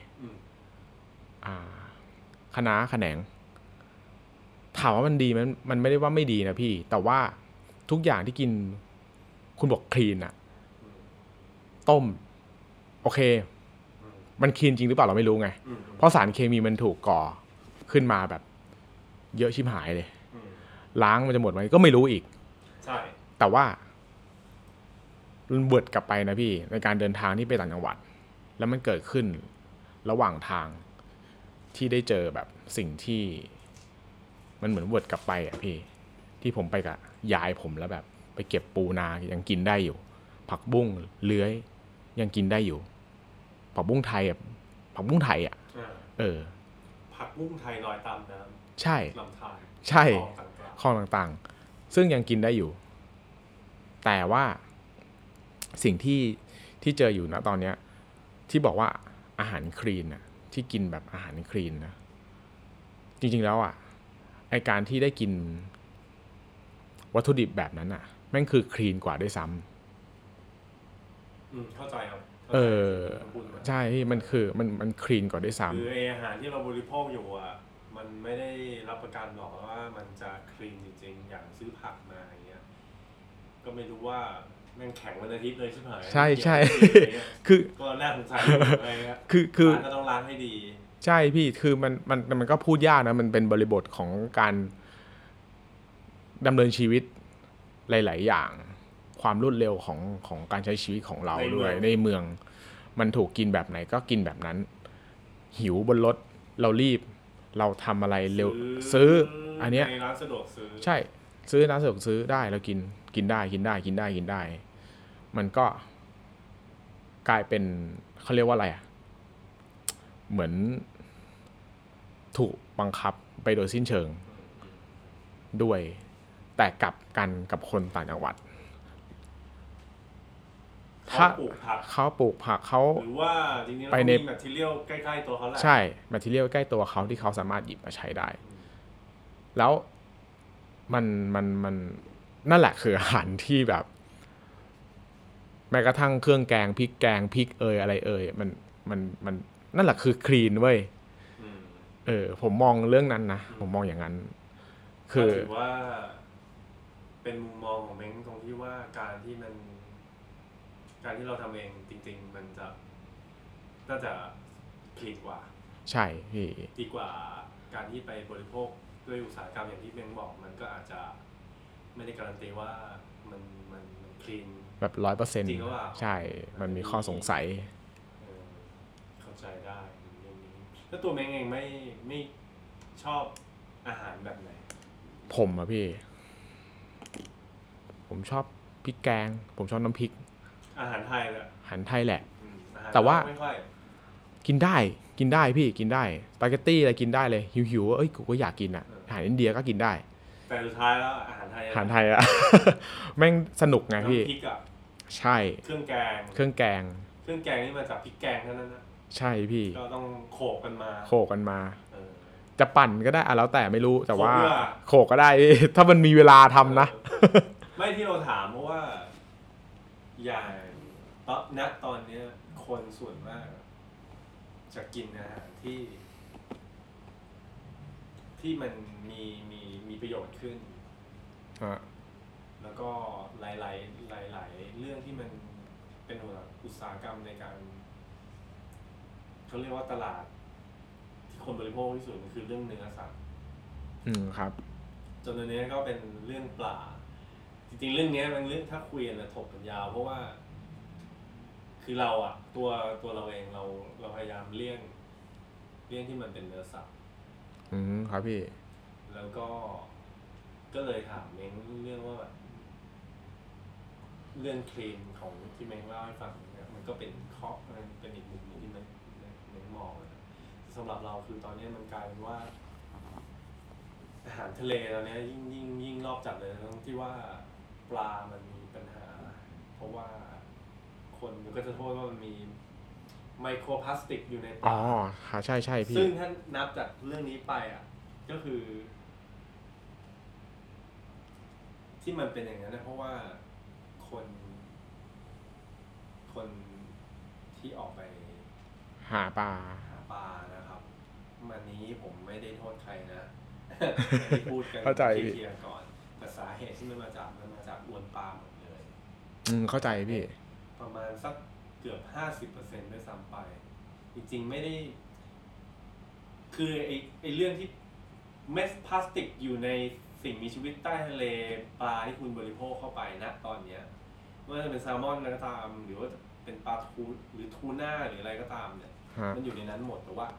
S2: คะน้าขะแหนงถามว่ามันดีมันไม่ได้ว่าไม่ดีนะพี่แต่ว่าทุกอย่างที่กินคุณบอกคลีนอะต้มโอเคมันคลีนจริงหรือเปล่าเราไม่รู้ไงเพราะสารเคมีมันถูกก่อขึ้นมาแบบเยอะชิบหายเลยล้างมันจะหมดไหมก็ไม่รู้อีก
S1: ใช่
S2: แต่ว่าเบิดกลับไปนะพี่ในการเดินทางที่ไปต่างจังหวัดแล้วมันเกิดขึ้นระหว่างทางที่ได้เจอแบบสิ่งที่มันเหมือนเบิดกลับไปอ่ะพี่ที่ผมไปกับยายผมแล้วแบบไปเก็บปูนายังกินได้อยู่ผักบุ้งเลื้อยยังกินได้อยู่ผักบุ้งไทยอ่ะผักบุ้งไทยอ่ะ
S1: ผักบุ้งไทยลอยตามน้ำ
S2: ใช่
S1: ลำธาร
S2: ใช่คลองต่างๆซึ่งยังกินได้อยู่แต่ว่าสิ่งที่เจออยู่นะตอนเนี้ยที่บอกว่าอาหารคลีนนะที่กินแบบอาหารคลีนนะจริงๆแล้วอ่ะไอการที่ได้กินวัตถุดิบแบบนั้นอ่ะแม่งคือคลีนกว่าด้วยซ้
S1: ำเข้าใจครับ
S2: ใช่มันคือมันคลีนกว่าด้วยซ้ำ
S1: คืออาหารที่เราบริโภคอยู่อ่ะมันไม่ได้รับประกันหรอกว่ามันจะคลีนจริงๆอย่างซื้อผักมาอย่างเงี้ยก็ไม่รู้ว่าแม่งแข็งวันอาทิตย์เลยใช่ไหม
S2: ใช่
S1: คือก็น่าสงสัยอะไรเงี้ยคือก็ต้องล้างให้ดี
S2: ใช่พี่คือมันก็พูดยากนะมันเป็นบริบทของการดำเนินชีวิตหลายๆอย่างความรวดเร็วของการใช้ชีวิตของเราด้วยในเมืองมันถูกกินแบบไหนก็กินแบบนั้นหิวบนรถเรารีบเราทำอะไรเร็วซื้ออันเนี้ย
S1: ในร้านสะดวกซื้อ
S2: ใช่ซื้อร้านสะดวกซื้อได้เรากินได้มันก็กลายเป็นเขาเรียกว่าอะไรอ่ะเหมือนถูกบังคับไปโดยสิ้นเชิงด้วยแต่กลับกันกับคนต่างจังหวัด
S1: ถ้า
S2: เขาปลูกผักเขา
S1: หรือว่าจริงๆไปในแมททีเรียลใกล้ๆตัวเขาแหละ
S2: ใช่แมททีเรียลใกล้ตัวเขาที่เขาสามารถหยิบมาใช้ได้แล้วมันนั่นแหละคืออาหารที่แบบแม้กระทั่งเครื่องแกงพริกอะไรมันนั่นแหละคือคลีนเว้ยผมมองเรื่องนั้นนะผมมองอย่างนั้น
S1: คือถือว่าเป็นมุมมองของเม้งตรงที่ว่าการที่เราทำเองจริงๆมันจะน่าจะคลีนกว่า
S2: ใช่พี่
S1: ดีกว่าการที่ไปบริโภคด้วยอุตสาหกรรมอย่างที่เม้งบอกมันก็อาจจะไม่ได้การันตีว่ามันคลีน
S2: แบบ 100%
S1: จริงหรือเปล่า
S2: ใช่มันมีข้อสงสัย
S1: เข้าใจได้เรื่องนี้แล้วตัวเม้งเองไม่ชอบอาหารแบบไหน
S2: ผมอะพี่ผมชอบพริกแกงผมชอบน้ำพริก
S1: อาหารไทยแหละ
S2: อาหารไทยแหละแต่ว่ากินได้พี่กินได้สปาเกตตี้อะไรกินได้เลยหิวๆกูก็อยากกินอ่ะอาหารอินเดียก็กินได้
S1: แต่สุดท้ายแล้วอาหารไทย
S2: อะแม่งสนุกไงพี่
S1: พริกอ่ะ
S2: ใช่
S1: เครื่องแกงนี่มาจากพริกแกงเท่านั้นนะ
S2: ใช่พี่
S1: ก็ต้องโขกกัน
S2: มาจะปั่นก็ได้แล้วแต่ไม่รู้แต่ว่าโขกก็ได้ถ้ามันมีเวลาทำนะ
S1: ไม่ที่เราถามเพราะว่าอย่างตอนนี้คนส่วนมากจะกินอาหารที่มันมีประโยชน์ขึ้นแล้วก็หลายเรื่องที่มันเป็นอุตสาหกรรมในการเขาเรียกว่าตลาดที่คนบริโภคที่สุดมันคือเรื่องเนื้อสัตว์
S2: ครับ
S1: จนตอนนี้ก็เป็นเรื่องปลาจริงๆเรื่องนี้มันเรื่องถ้าคุยกันถกกันยาวเพราะว่าคือเราอะตัวเราเองเราพยายามเลี่ยงที่มันเป็นเนื้อสัตว์
S2: ครับพี่
S1: แล้วก็เลยถามเม้งเรื่องว่าแบบเรื่องคลีนของที่เม้งเล่าให้ฟังเนี่ยมันก็เป็นข้อเป็นอีกมุมนึงที่เม้งมองนะสำหรับเราคือตอนนี้มันกลายเป็นว่าอาหารทะเลตอนนี้ยิ่งรอบจัดเลยทั้งที่ว่าปลามันมีปัญหาเพราะว่าคนมันก็จะโทษว่ามันมีไมโครพลาสติกอยู่ในปลา
S2: ใช่พี่
S1: ซึ่งถ้านับจากเรื่องนี้ไปอ่ะก็คือที่มันเป็นอย่างนั้นนะเพราะว่าคนที่ออกไป
S2: หาปลา
S1: นะครับวันนี้ผมไม่ได้โทษใครนะที่พูดกันเคลียร์ก่อนแต่สาเหตุที่มันมาจากอวนปลาหมดเลย
S2: เข้าใจพี่
S1: ประมาณสักเกือบ 50% ด้วยซ้ำไปจริงๆไม่ได้คือไอเรื่องที่เม็ดพลาสติกอยู่ในสิ่งมีชีวิตใต้ทะเลปลาที่คุณบริโภคเข้าไปนะตอนนี้ไม่ว่าจะเป็นแซลมอนอะไรก็ตามหรือว่าเป็นปลาทูหรือทูน่าหรืออะไรก็ตามเนี่ยมันอยู่ในนั้นหมดแต่ว่า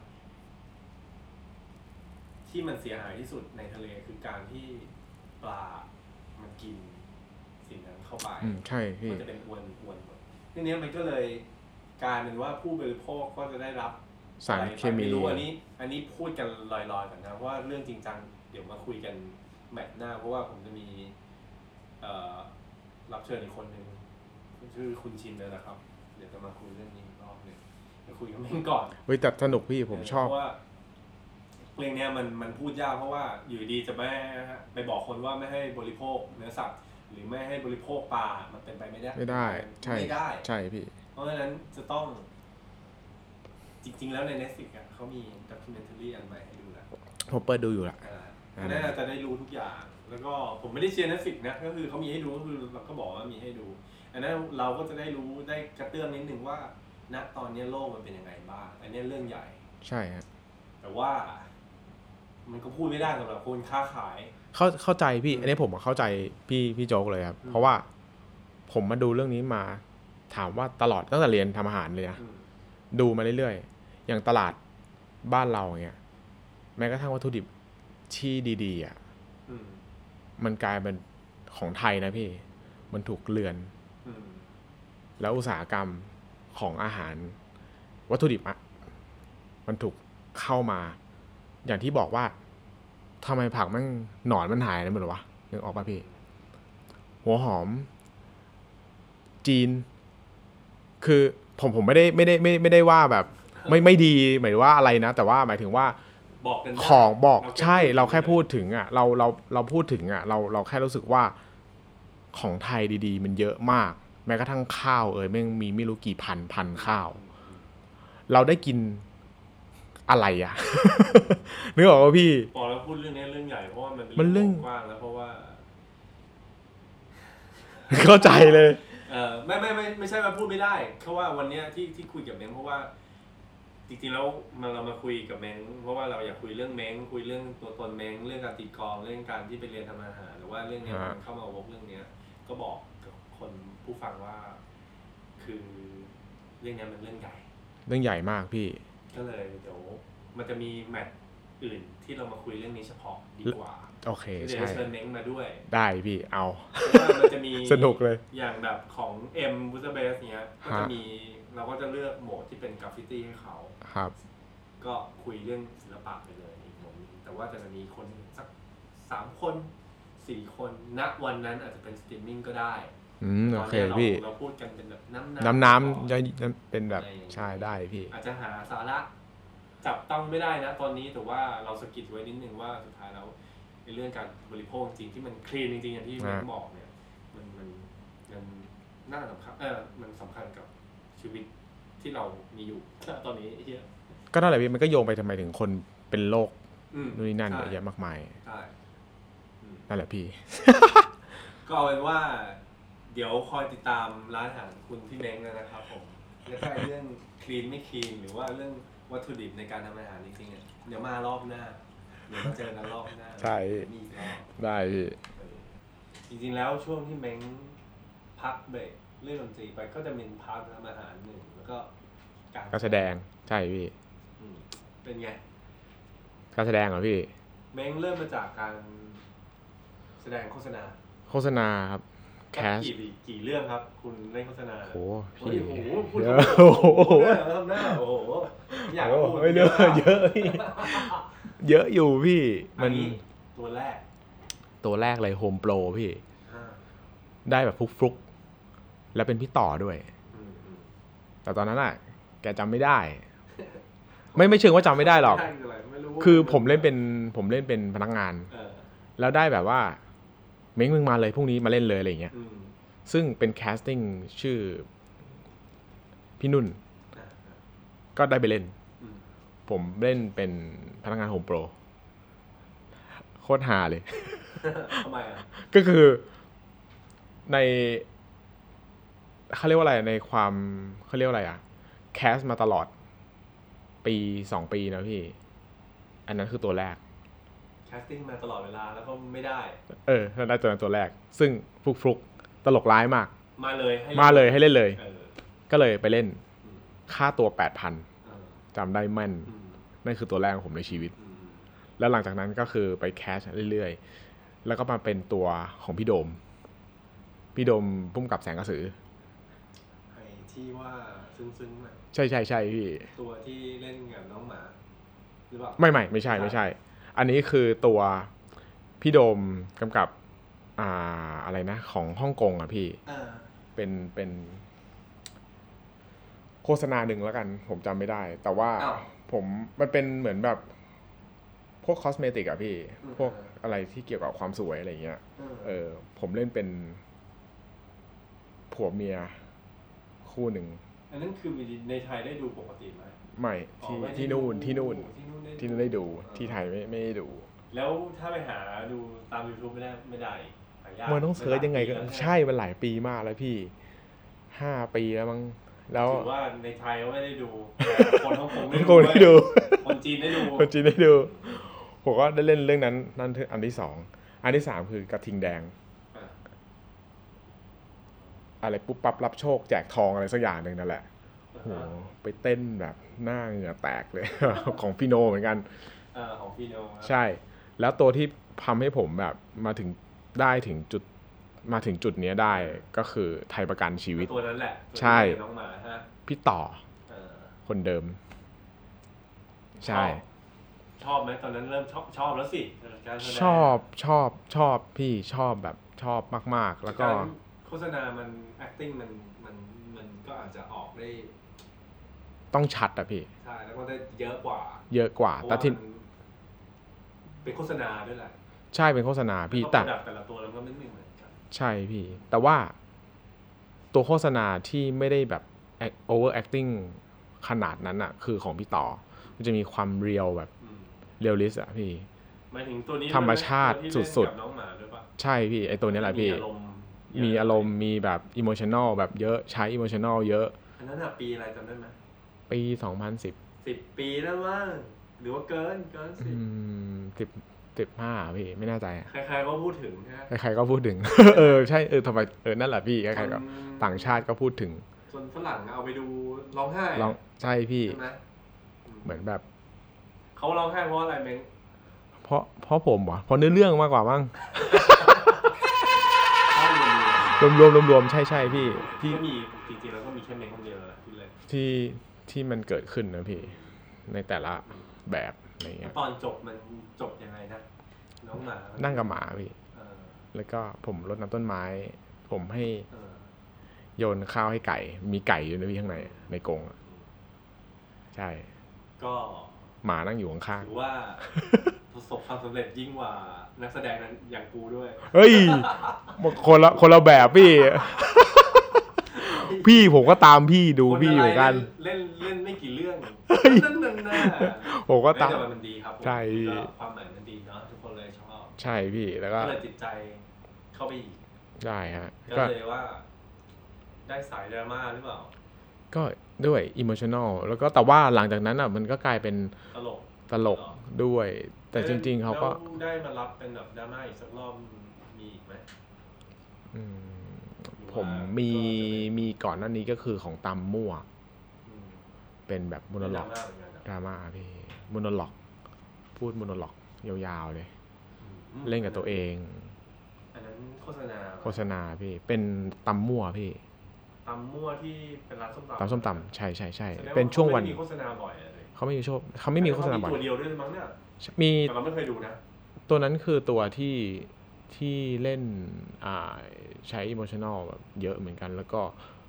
S1: ที่มันเสียหายที่สุดในทะเลคือการที่ปลามันกินสิ่งนั้นเข้าไป
S2: ใช่พี่
S1: มันจะเป็นอวนทีนี้มันก็เลยกลายเป็นว่าผู้บริโภคก็จะได้รับ
S2: สารเคมี
S1: ไม่รู้อันนี้พูดกันลอยๆกันนะว่าเรื่องจริงจังเดี๋ยวมาคุยกันแมตช์หน้าเพราะว่าผมจะมีรับเชิญอีกคนหนึ่งชื่อคุณชินเลยนะครับเดี๋ยวจะมาคุยเรื่องนี้อีกรอบหนึ่งจะคุยกับเม้งก่อน
S2: เฮ้ยแต่สนุกพี่ผมชอบ
S1: เพราะว่าเรื่องนี้มันพูดยากเพราะว่าอยู่ดีจะไม่ไปบอกคนว่าไม่ให้บริโภคเนื้อสัตว์หรือไม่ให้บริโภคปลามันเป็นไปไม่ได้
S2: ใช่
S1: ไม่ได้
S2: ใช่พี่
S1: เพราะฉะนั้นจะต้องจริงๆแล้วใน Netflix อ่ะเขามีด็อกิเมนทารีอันใหม่ให้ดูแล้ว
S2: ผมเปิดดูอยู่ละ
S1: น่าจะได้รู้ทุกอย่างแล้วก็ผมไม่ได้เชียร์ Netflix นะก็คือเขามีให้ดูก็คือเราก็บอกว่ามีให้ดูอันนั้นเราก็จะได้รู้ได้กระเตื้องนิดนึงว่าณตอนนี้โลกมันเป็นยังไงบ้างอันนี้เรื่องใหญ่
S2: ใช่ฮะ
S1: แต่ว่ามันก็พูดไม่ได้สำหรับคนค้าขาย
S2: เข้าใจพี่อันนี้ผมเข้าใจพี่โจ๊กเลยครับเพราะว่าผมมาดูเรื่องนี้มาถามว่าตลอดตั้งแต่เรียนทำอาหารเลยนะดูมาเรื่อยๆอย่างตลาดบ้านเราอย่างเงี้ยแม้กระทั่งวัตถุดิบที่ดีๆอ่ะมันกลายเป็นของไทยนะพี่มันถูกเลือนแล้วอุตสาหกรรมของอาหารวัตถุดิบอ่ะมันถูกเข้ามาอย่างที่บอกว่าทำไมผักมันหนอนมันหายอะไรหมดวะนึกออกป่ะพี่หัวหอมจีนคือผมไม่ได้ว่าแบบไม่ดีหมายว่าอะไรนะแต่ว่าหมายถึงว่าของบอกใช่เราแค่พูดถึงอ่ะเราพูดถึงอ่ะเราแค่รู้สึกว่าของไทยดีๆมันเยอะมากแม้กระทั่งข้าวแม่งมีไม่รู้กี่พันข้าวเราได้กินอะไรอ่ะ นึกออกป่ะพี่
S1: พอแล้วพูดเรื่องนี้เรื่องใหญ่เพราะว่ามันเรื่องกว้างแล้วเพราะว่า
S2: เข้าใจเลย
S1: ไม่ใช่ว่าพูดไม่ได้เพราะว่าวันนี้ที่คุยกับเม้งเพราะว่าจริงๆแล้วเรามาคุยกับเม้งเพราะว่าเราอยากคุยเรื่องเม้งคุยเรื่องตัวตนเม้งเรื่องการตีกลองเรื่องการที่ไปเรียนทำอาหารหรือว่าเรื่องนี้มันเข้ามาวกเรื่องนี้ก็บอกกับคนผู้ฟังว่าคือเรื่องนี้มันเรื่องให
S2: ญ่มากพี่
S1: ก็เลยเดี๋ยวมันจะมีแมตช์อื่นที่เรามาคุยเรื่องนี้เฉพาะดีกว่า
S2: โอเค
S1: ใช่เชิญเม้งมาด้วย
S2: ได้พี่เอา
S1: มันจะมี
S2: สนุกเลย
S1: อย่างแบบของบูสเบสเนี้ยก็จะมีเราก็จะเลือกโหมดที่เป็นกราฟฟิตี้ให้เขา
S2: ครับ
S1: ก็คุยเรื่องศิลปะไปเลยอีกโหมดนึงแต่ว่าจะมีคนสัก3 คน 4 คนณวันนั้นอาจจะเป็นสตรีมมิ่งก็ได้
S2: โอเคพี่
S1: เราพูดกันเป็นแบบ
S2: น้ำจะเป็นแบบใช่ได้พี่
S1: อาจจะหาสาระจับต้องไม่ได้นะตอนนี้แต่ว่าเราสกิดไว้นิดนึงว่าสุดท้ายแล้วในเรื่องการบริโภคจริงที่มันคลีนจริงๆอย่างที่แม่บอกเนี่ยมันน่าสำคัญมันสำคัญกับชีวิตที่เรามีอยู่ตอนนี้เฮีย
S2: ก็นั่นแหละพี่มันก็โยงไปทำไมถึงคนเป็นโรคนู่นนี่นั่นเยอะแยะมากมาย
S1: ใช่
S2: นั่นแหละพี่
S1: ก็เอาเป็นว่าเดี๋ยวคอยติดตามร้านอาหารคุณพี่เม้งนะครับผมแล้วก็เรื่องคลีนไม่คลีนหรือว่าเรื่องวัตถุดิบในการทำอาหารจริงๆเดี๋ยวมารอบหน้าเดี๋ยวมาเจอกันรอบหน้า
S2: ใช่ได้พี่
S1: จริงๆแล้วช่วงที่เม้งพักเบรกเล่นดนตรีไปก็จะเป็นพาร์ททำอาหารหนึ่งแล้วก็
S2: การแสดงใช่พี่
S1: เป็นไง
S2: การแสดงเหรอพี่
S1: เม้งเริ่มมาจากการแสดงโฆษณา
S2: ครับแคส
S1: กี่เรื่องครับคุณเล่นโฆษณา
S2: โอ้พี่
S1: พูดเยอะทำหน้าโอ้โหอยากพูด
S2: เยอะเยอะอยู่พี่มัน
S1: ตัวแ
S2: รกเลยโฮมโปรพี่ได้แบบฟลุกแล้วเป็นพี่ต่อด้วยแต่ตอนนั้นอ่ะแกจำไม่ได้ไม่เชิงว่าจำไม่ได้หรอกคือผมเล่นเป็นพนักงานแล้วได้แบบว่าเม้งมึงมาเลยพรุ่งนี้มาเล่นเลยอะไรอย่างเงี้ยซึ่งเป็นแคสติ้งชื่อพี่นุ่นก็ได้ไปเล่นผมเล่นเป็นพนักงานโฮมโปรโคตรฮาเลย
S1: ทำไมอ่ะ
S2: ก็คือในเขาเรียกว่าอะไรในความเขาเรียกว่าอะไรอ่ะแคสมาตลอดปี2 ปีนะพี่อันนั้นคือตัวแรก
S1: แคสติ้งมาตลอดเวลาแล้วก็ไม่ได้
S2: ได้ตัวแรกซึ่งฟลุกตลกร้ายมาก
S1: มาเลย
S2: ให้เล่นเลยก็เลยไปเล่นค่าตัว 8,000 จำได้แม่นนั่นคือตัวแรกของผมในชีวิตแล้วหลังจากนั้นก็คือไปแคสเรื่อยๆแล้วก็มาเป็นตัวของพี่โดมพุ่มกับแสงกระสือ
S1: ไอ้ที่ว่าซึ้งๆน่ะ
S2: ใช่พี่
S1: ตัวที่เล่นกับน้องหมาหรือเปล่า
S2: ไม่ใช่อันนี้คือตัวพี่โดมกำกับอะไรนะของฮ่องกงพี่เป็นโฆษณาหนึ่งแล้วกันผมจำไม่ได้แต่ว่ามันเป็นเหมือนแบบพวกคอสเมติกพี่พวกอะไรที่เกี่ยวกับความสวยอะไรเงี้ยผมเล่นเป็นผัวเมียคู่หนึ่ง
S1: อันนั้นคือในไทยได้ดูปกติไหม
S2: ไม่ที่นู่นได้ดูที่ไทยไม่ได้ดู
S1: แล้วถ้าไปหาดูตาม YouTube ไม่ได้
S2: มันต้องเสิร์ชยังไงก็ใช่มันหลายปีมากแล้วพี่5 ปีแล้วมั้งแล้ว
S1: ถือว่าในไทยก็ไม่ได้ดูคนฮ่องกง
S2: ได้ดู
S1: คนจีนได้ดู
S2: ผมก็ได้เล่นเรื่องนั้นนั่นอันที่2อันที่3คือกระทิงแดงอะไรปุ๊บปั๊บรับโชคแจกทองอะไรสักอย่างนึงนั่นแหละโหไปเต้นแบบหน้าเหงื่อแตกเลย ของพี่โนเหมือนกัน
S1: ของพี่โน
S2: ใช่แล้วตัวที่ทำให้ผมแบบมาถึงจุดนี้ได้ก็คือไทยประกันชีวิต
S1: ตัวนั้นแหละ
S2: ใช่
S1: น้องหมาฮะ
S2: พี่ต่อคนเดิมใช่
S1: ชอบไหมตอนนั้นเริ่มชอบแล้วสิ
S2: ชอบพี่ชอบแบบชอบมากๆแล้วก็
S1: โฆษณามัน acting มันก็อาจจะออกได้
S2: ต้องชัดพี่
S1: ใช่แล้วก็ได้เยอะกว่า
S2: แต่ที่
S1: เป็นโฆษณาด้วยแหละ
S2: ใช่เป็นโฆษณาพี่
S1: แต่ละตัวแล้วก็ไม่เหมือนกัน
S2: ใช่พี่แต่ว่าตัวโฆษณาที่ไม่ได้แบบ over acting ขนาดนั้นคือของพี่ต่อมันจะมีความเรียลแบบเรียลลิสต์พี่
S1: หมายถึงตัวนี้
S2: ธรรมชาติสุดๆใช่พี่ไอตัวนี้แหละพี่มีอารมณ์มีแบบอิโมชันนอลแบบเยอะใช้อิโมชันนอลเยอะ
S1: อันนั้นปีอะไรจำได้ไหม
S2: ปี2010
S1: ปีแล้วมั้งหรือว่าเกิน
S2: 15พี่ไม่แน่ใจ
S1: ใครๆก็พูดถึง
S2: ใครๆก็พูดถึงใช่ทำไมนั่นแหละพี่ใครๆก็ต่างชาติก็พูดถึง
S1: ส่วนฝรั่งเอาไปดูร้องไห้
S2: ใช่พี่เหมือนแบบ
S1: เขาร้องไห้เพราะอะไรเม้ง
S2: เพราะผมวะเพราะเนื้อเรื่องมากกว่ามั้งรวมใช่พี่
S1: ที่มีจริงๆแล้วก็มีแค่เม้งคนเดียว
S2: ที่มันเกิดขึ้นนะพี่ในแต่ละแบบอะไรเงี้ย
S1: ตอนจบมันจบยังไงนะน้องหมา
S2: นั่งกับหมาพี่แล้วก็ผมรดน้ำต้นไม้ผมให้โยนข้าวให้ไก่มีไก่อยู่ในข้างในในกรงใช่
S1: ก็
S2: หมานั่งอยู่ข้างๆ
S1: ถือว่าประสบความสำเร็จยิ่งกว่านักแสดงนั้นอย่างกูด้วย
S2: เฮ้ยคนละแบบพี่ พี่ผมก็ตามพี่ดูพี่เหมือนกัน
S1: เล่นไม่กี่เรื่องนั่น
S2: ผมก็ตาม
S1: มันดีครับ
S2: ใช่
S1: ความหมายมันดีเนาะทุกคนเลยชอบ
S2: ใช่พี่แล้วก็
S1: เลยติดใจเข้าไปอีก
S2: ได้ฮะ
S1: ก็เลยว่าได้สายดราม่าหรือเปล่า
S2: ก็ด้วยอิโมชันนอลแล้วก็แต่ว่าหลังจากนั้นมันก็กลายเป็นตลกด้วยแต่จริงๆเขาก็
S1: ได้มารับเป็นแบบดราม่าอีกสักรอบมีอีกไหม
S2: ผมมีก่อนหน้านี้ก็คือของตำมั่วเป็นแบบโมโนโลกดราม่าพี่โมโนโลกพูดโมโนโลกยาวๆเลยเล่นกับตัวเอง
S1: อันนั้นโฆษณา
S2: พี่เป็นตำมั่วพี่
S1: ตำมั่วที่เป็นร้าน
S2: ส้มตำใช่เป็นช่วงวัน
S1: มีโฆษณาบ่อย
S2: เขาไม่มีโฆษณาบ่อย
S1: ตัวเดียวด้วยมั้งเนี่ย
S2: มี
S1: แต่เราไม่เคยดูนะ
S2: ตัวนั้นคือตัวที่เล่นใช้ emotional แบบเยอะเหมือนกันแล้วก็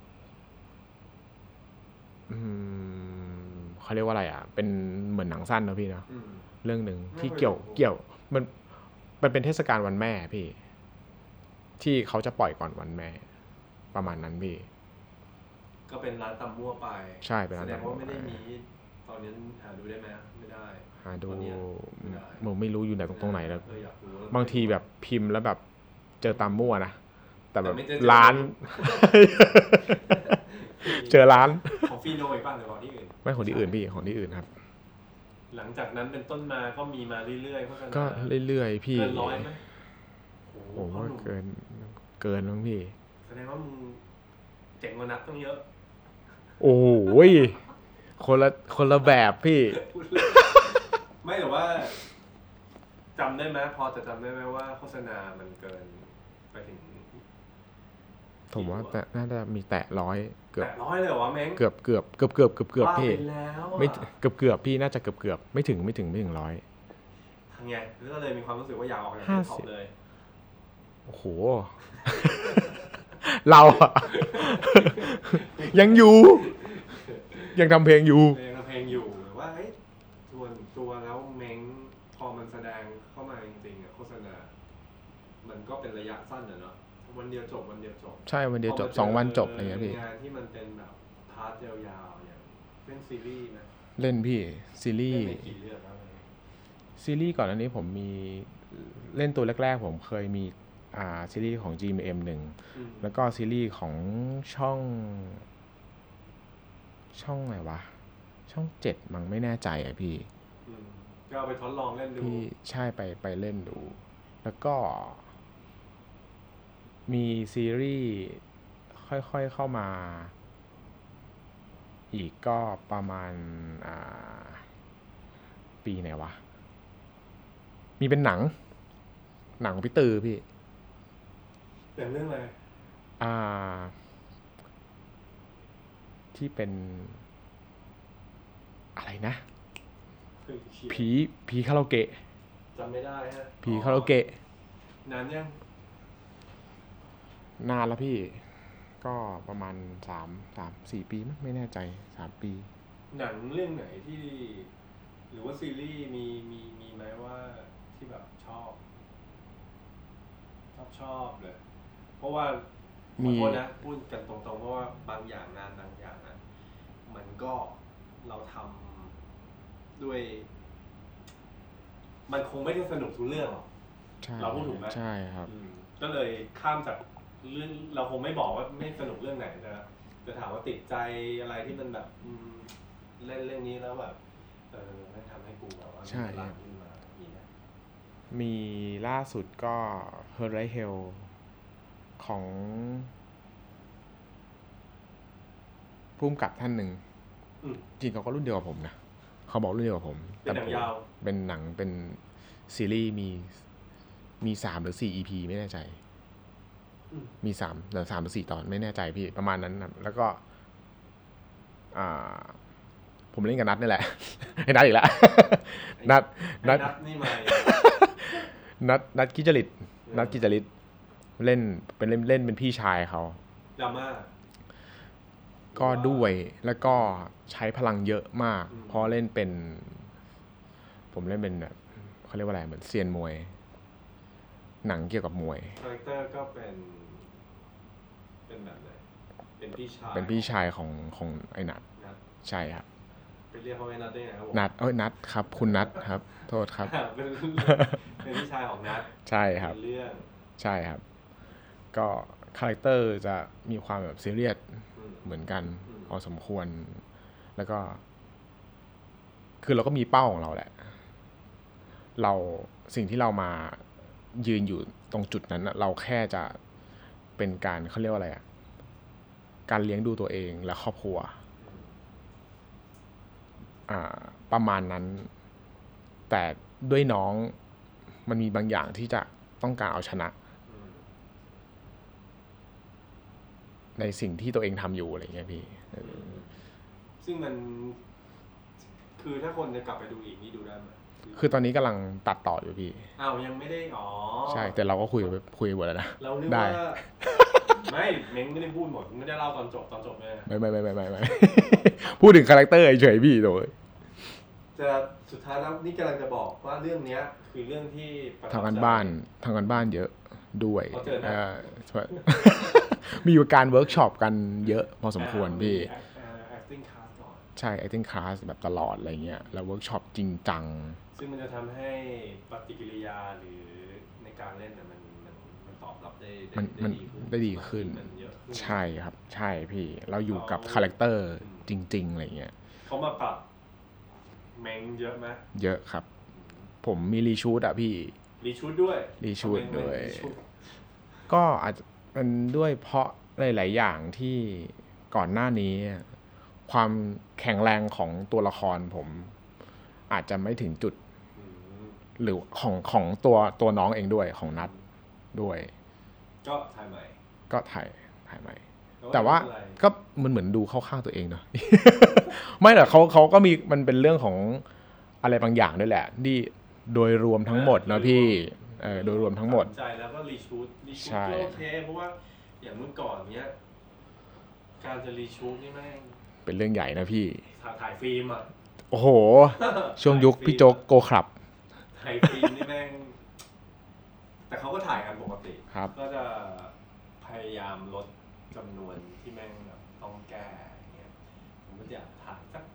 S2: เขาเรียกว่าอะไรเป็นเหมือนหนังสั้นนะพี่นะเรื่องหนึ่งที่เกี่ยวมันเป็นเทศกาลวันแม่พี่ที่เขาจะปล่อยก่อนวันแม่ประมาณนั้นพี่
S1: ก็เป็นร้านตำมั่วไป
S2: ใช่เป็นร้าน
S1: ตำมั่วไม่ได้มีตอนนี้หาดูได้ไหมไม่ได้
S2: หาดูผมไม่รู้อยู่ไหนตรงไหนแล้วบางทีแบบพิมพ์แล้วแบบเจอตำมั่วนะแต่แบบร้านเจอร้าน
S1: ของฟีโนอีกบ้างหรือของที่อื่น
S2: ไม่ของที่อื่นพี่ของที่อื่นครับ
S1: หลังจากนั้นเป็นต้นมาก็มีมาเรื่อยๆ
S2: ก็เรื่อยๆพี่
S1: เกิน100ไหม
S2: ผมว่าเกินมั้งพี่
S1: แสดงว่ามึงเจ๋งกว่านักต้องเยอะ
S2: โอ้ยคนละแบบพี่
S1: ไม่แต่ว่าจำได้ไหมพอจะจำได้ไหมว่าโฆษณามันเกินไปถึง
S2: ผมว่าแต่น่าจะมีแตะ100เกือบ
S1: 100เลยเหรอวะเม้ง
S2: เกือบพี่ไม่เกือบพี่น่าจะเกือบไม่ถึง100
S1: ทางไงก็เลยมีความรู้สึกว่าอยากออกจากท็อปเลย
S2: โโอ้โห เราอะยังอยู่ยังทำเพลงอยู่
S1: ยังทำเพลงอยู่หรือว่าเฮ้ยส่วนตัวแล้วเม้งพอมันแสดงเข้ามาจริงๆโฆษณามันก็เป็นระยะสั้นเนาะวันเดียวจบ
S2: ใช่วันเดียวจบ2 วันจบอะไรเงี้ยพี่
S1: งานที่มันเป็นแบบพาร์ทยาวๆอย่างเล่นซีรีส์นะ
S2: เล่นพี่ซีรีส์
S1: กี่เรื่องแล้ว
S2: ซีรีส์ก่อนอันนี้ผมมีเล่นตัวแรกๆผมเคยมีซีรีส์ของ GMM1 แล้วก็ซีรีส์ของช่องอะไรวะช่อง7มั้งไม่แน่ใจอ่ะพี่
S1: ก็เอาไปทดลองเล่นดู
S2: พี่ใช่ไปเล่นดูแล้วก็มีซีรีส์ค่อยๆเข้ามาอีกก็ประมาณปีไหนวะมีเป็นหนังของพี่ตือพี่
S1: เป็นเรื่องอะไร
S2: ที่เป็นอะไรนะผีคาราโอเกะ
S1: จำไม่ได้ฮะ
S2: ผีคาราโอเกะ
S1: นานยัง
S2: นานแล้วพี่ก็ประมาณ3-4 ปีมั้งไม่แน่ใจ3 ปี
S1: หนังเรื่องไหนที่หรือว่าซีรีส์มีไหมว่าที่แบบชอบเลยเพราะว่าขอโทษนะพูดกันตรงๆเพราะว่าบางอย่างงานบางอย่างนะมันก็เราทำด้วยมันคงไม่ได้สนุกทุกเรื่องหรอกเราพูดถูกไหม
S2: ใช่ครับ
S1: ก็เลยข้ามจากเรื่องเราคงไม่บอกว่าไม่สนุกเรื่องไหนจะถามว่าติดใจอะไรที่มันแบบเล่นเรื่องนี้แล้วแบบไม่ทำให้กูแบบว่ามีรักขึ้นมา
S2: มีล่าสุดก็ Her Right Hell ของผู้กำกับท่านหนึ่งจริงเขาก็รุ่นเดียวกับผมนะเขาบอกรุ่นเดียวกับผม
S1: เป็นหนังยาว
S2: เป็นหนังเป็นซีรีส์มี3 หรือ 4 EP ไม่แน่ใจมี3 หรือ 4 ตอนไม่แน่ใจพี่ประมาณนั้นนะแล้วก็ผมเล่นกับนัทนี่แหละให้นัทอีกแล้วนัท
S1: นี่มา
S2: นัทกิจจริตเล่นเป็นพี่ชายเขา
S1: ดราม่า
S2: ก็ด้วยแล้วก็ใช้พลังเยอะมากเพราะผมเล่นเป็นแบบเขาเรียกว่าอะไรเหมือนเซียนมวยหนังเกี่ยวกับมวย
S1: คาแรคเตอร์ก็เป็นแบบไหนเป็น
S2: พี่ชายของไอ้นัทใช่ครับ
S1: ไปเรียกเขาไอ้นัทได้ไงครับ
S2: นัทครับคุณนัทครับโทษครับ
S1: เป็นพี่ชายของนัท
S2: ใช่ครับ
S1: เรื่อง
S2: ใช่ครับก็คาแรคเตอร์จะมีความแบบซีเรียสเหมือนกันพอสมควรแล้วก็คือเราก็มีเป้าของเราแหละสิ่งที่เรามายืนอยู่ตรงจุดนั้นเราแค่จะเป็นการเขาเรียกว่าอะไรการเลี้ยงดูตัวเองและครอบครัวประมาณนั้นแต่ด้วยน้องมันมีบางอย่างที่จะต้องการเอาชนะในสิ่งที่ตัวเองทำอยู่อะไรเงี้ยพี่
S1: ซึ่งมันคือถ้าคนจะกลับไปดูอีกนี่ดูได้ไหม
S2: คือตอนนี้กำลังตัดต่ออยู่พี่
S1: ยังไม่ได้
S2: ใช่แต่เราก็คุยหมดแล้วนะ
S1: เรานึกว่าไม่เม้งไม่ได้พูดหมดไม่ได้เล่าตอนจบเลย
S2: ไม่พูดถึงคาแรคเตอร์เฉยๆพี่โดย
S1: จะสุดท้ายแล้วนี่กำลังจะบอกว่าเรื่องนี้คือเรื่องที่
S2: ทางการบ้านเยอะด้วยมีการเวิร์กช็อปกันเยอะพอสมควรพี่
S1: acting class ก่อน
S2: ใช่ acting class แบบตลอดอะไรเงี้ยแล้วเวิร์กช็อปจริงจัง
S1: ซึ่งมันจะทำให้ปฏิกิริยาหรือในการเล่นมันตอบรับ
S2: ได้ดีขึ้นใช่ครับใช่พี่เราอยู่กับคาแรคเตอร์จริงๆอะไรเงี้ย
S1: เขามาปรับเม้งเยอะไหม
S2: เยอะครับผมมีรีชูตพี่
S1: รีชูตด้วย
S2: ก็อาจจะเป็นด้วยเพราะหลายๆอย่างที่ก่อนหน้านี้ความแข็งแรงของตัวละครผมอาจจะไม่ถึงจุดหรือของตัวน้องเองด้วยของนัทด้วย
S1: ก็ถ่ายใหม่
S2: แต่ว่าก็มันเหมือนดูเข้าข้างตัวเองเนาะ ไม่หรอกเขาก็มีมันเป็นเรื่องของอะไรบางอย่างด้วยแหละที่โดยรวมทั้งหมดนะพี่โดยรวมทั้งหมด
S1: ใจแล้วก็รีชูตก็โอเคเพราะว่าอย่างเมื่อก่อนเนี้ยการจะรีชูตนี่แม่ง
S2: เป็นเรื่องใหญ่นะพี่
S1: ถ่ายฟิล์มอ่ะ
S2: โอ้โหช่วงยุคพี่โจ๊กโกคลับ
S1: ถ่ายฟิล์มนี่แม่งแต่เขาก็ถ่ายกันปกติก็จะพยายามลดจำนวนที่แม่งแบบต้องแก้เงี้ยผมก็อยากถ่ายสัก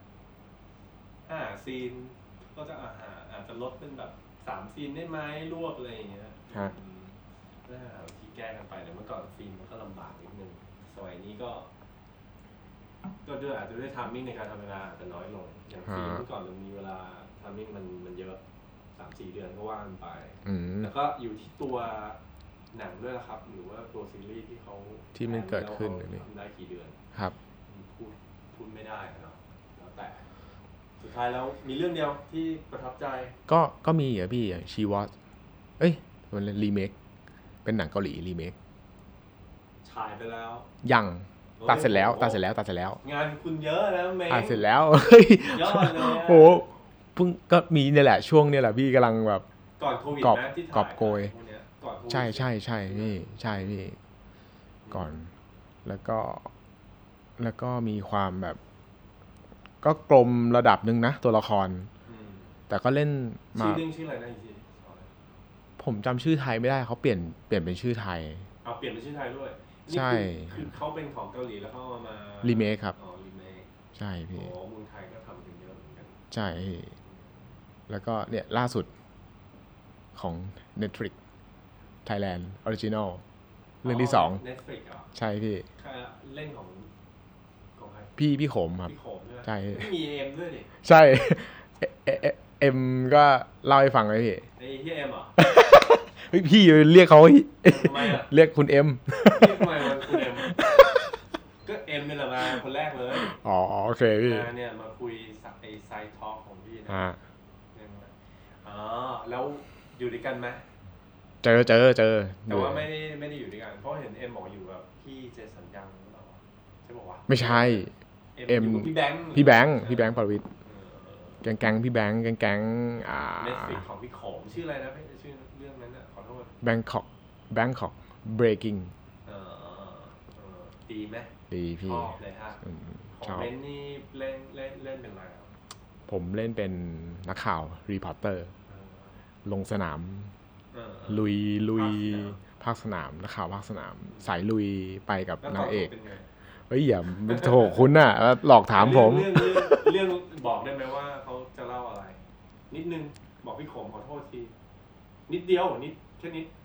S1: 5 ซีนก็จะอาจจะลดเป็นแบบ3 ซีนได้ไหมรวบอะไรอย่างเงี้ยก็หาวิธีแก้กันไปแต่เมื่อก่อนฟิล์มมันก็ลำบากนิดนึงสมัยนี้ก็ด้วยอาจจะด้วยไทมิ่งในการทำเวลาจะน้อยลงอย่างฟิล์มเมื่อก่อนมันมีเวลาไทมิ่งมันเยอะ 3-4 เดือนก็ว่างไปแล้วก็อยู่ที่ตัวหนังด้วยครับหรือว่าตัวซีรีส์ที่
S2: มันเกิดขึ้น
S1: ทำได้กี่เดือน
S2: ครับ
S1: พูดไม่ได้เนาะแล้วแต่สุดท้ายแล้วมีเรื่องเดียวที่ประทับใจ
S2: ก็มีอ่ะพี่ชีวอตมันรีเมคเป็นหนังเกาหลีรีเมค
S1: ฉายไปแล้ว
S2: ยังตัดเสร็จแล้ว
S1: งานคุณเยอะนะเมย์
S2: ตัดเสร็จแล้ว
S1: ยอดเลย
S2: โหเพิ่งก็มีเนี่ยแหละช่วงเนี่ยแหละพี่กำลังแบบ
S1: ก่อนโควิดนะที่ถ่าย
S2: โกยใช่พี่ใช่พี่ก่อนแล้วก็มีความแบบก็กลมระดับนึงนะตัวละครแต่ก็เล่น
S1: มาชื่ออะไรนะอีกที
S2: ผมจำชื่อไทยไม่ได้เขาเปลี่ยนเป็นชื่อไทย
S1: เปลี่ยนเป็นชื่อไทยด้วย
S2: ใช่
S1: คือเขาเป็นของเกาหลีแล้วเขาเอามา
S2: รีเมคครับ
S1: รีเมค
S2: ใช่พี่
S1: เมืองไทยก็ทำกันเยอะเหมือนกัน
S2: ใช่แล้วก็เนี่ยล่าสุดของ Netflix Thailand Original เรื่องที่2
S1: Netflix เหรอ
S2: ใช่พี่
S1: เล่นของใคร
S2: พี่ขมครับ
S1: พี่ขม
S2: ใช่
S1: ไม่มีเอ็มด้วยดิ
S2: ใช่เอ็มก็เล่าให้ฟังเลยพี่
S1: ไอ้ที่เอ็มเหรอ
S2: พี่เรียกเขา
S1: ทำไมอ่ะ
S2: เรียกคุณเอ็ม
S1: ทำไมคุณเอ็มก็เอ็มเป็นละมาคนแรกเลย
S2: โอเคพี่
S1: เนี่ยมาคุยไอ้ไซด์ทอล์กของพี่นะแล้วอยู่ด้วยกันไหม
S2: เจอ
S1: แต่ว่าไม่ได้อยู่ด้วยกันเพราะเห็นเอ็มบอกอยู่กับพี่เจสันยังหรือเปล่าใช่บอกว่า
S2: ไม่ใช่
S1: เอ็มพี่แบง
S2: ค์ปรวิทย์แก๊งพี่แบงค์แก๊ง
S1: Netflix ของพี่ขมชื่ออะไรนะชื่อเรื่องนั้นน่ะขอโทษ
S2: Bangkok Breaking
S1: ดีไหม
S2: ดีพี่
S1: ชอบเลยฮะของเบนนี่เล่นเป็นอะไรครับ
S2: ผมเล่นเป็นนักข่าวรีพอร์เตอร์ลงสนามลุยภาคสนามนักข่าวภาคสนามสายลุยไปกับนางเอกอย่าโถคุณน่ะหลอกถามผม
S1: เรื่องบอกได้ไหมว่าเขาจะเล่าอะไรนิดนึงบอกพี่ขมขอโทษทีนิดเดียวนิดแค่นิด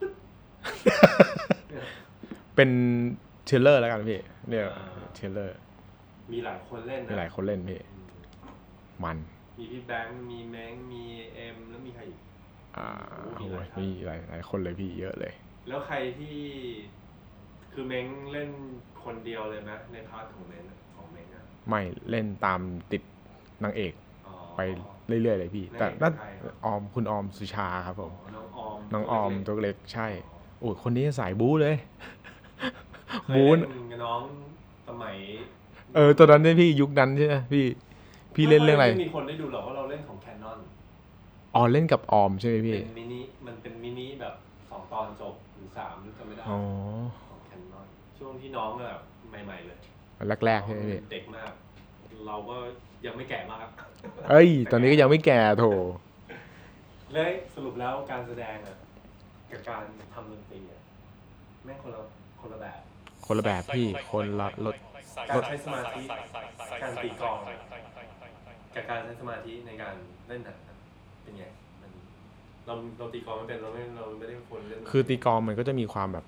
S2: เป็นเทรลเลอร์แล้วกันพี่เนี่ยเทรลเลอร์
S1: มีหลายคนเล่น
S2: มีหลายคนเล่นพี่มัน
S1: มีพี่แบงค์มีแมงมีเอ็มแล้วมีใครอีก
S2: มีหลายคนเลยพี่เยอะเลย
S1: แล้วใครที่คือเม้งเล่นคนเดียวเลยไหมในพาร์ทของเม้ง
S2: ไม่เล่นตามติดนางเอกไปเรื่อยๆเลยพี่แต่นั่นคุณออมสุชาครับผมน้องออมตัวเล็กใช่โอ้คนนี้สายบู๊เลย
S1: บู๊น้องสมัย
S2: ตอนนั้นเนี่ยพี่ยุคนั้นใช่ไหมพี่เล่นเรื่องอะไร
S1: ไม่มีคนได้ดูหรอกว่าเราเล่นของแคนนอน
S2: เล่นกับออมใช่ไหมพี่
S1: เป็นมินิมันเป็นมินิแบบ2 ตอนจบหรือ3หรือจำไม่ได้ของแคนนอนช่วงที่น้องแบบใหม่ๆเลย
S2: แรกๆใช่ไหมพี่
S1: เด็กมากเราก็ยังไม่แก่มาก
S2: ตอนนี้ก็ยังไม่แก่โถ
S1: เลยสรุปแล้วการแสดงกับการทำดนตรีแม่งคนละ
S2: แบบพี่คนละรถ
S1: การใช้สมาธิการตีกลองกับการใช้สมาธิในการเล่นหนังเป็นไงเราตีกลองไม่เป็นเราไม่ได้คนเล่น
S2: คือตีกลองมันก็จะมีความแบบ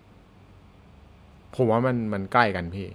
S2: ผมว่ามันใกล้กันพี่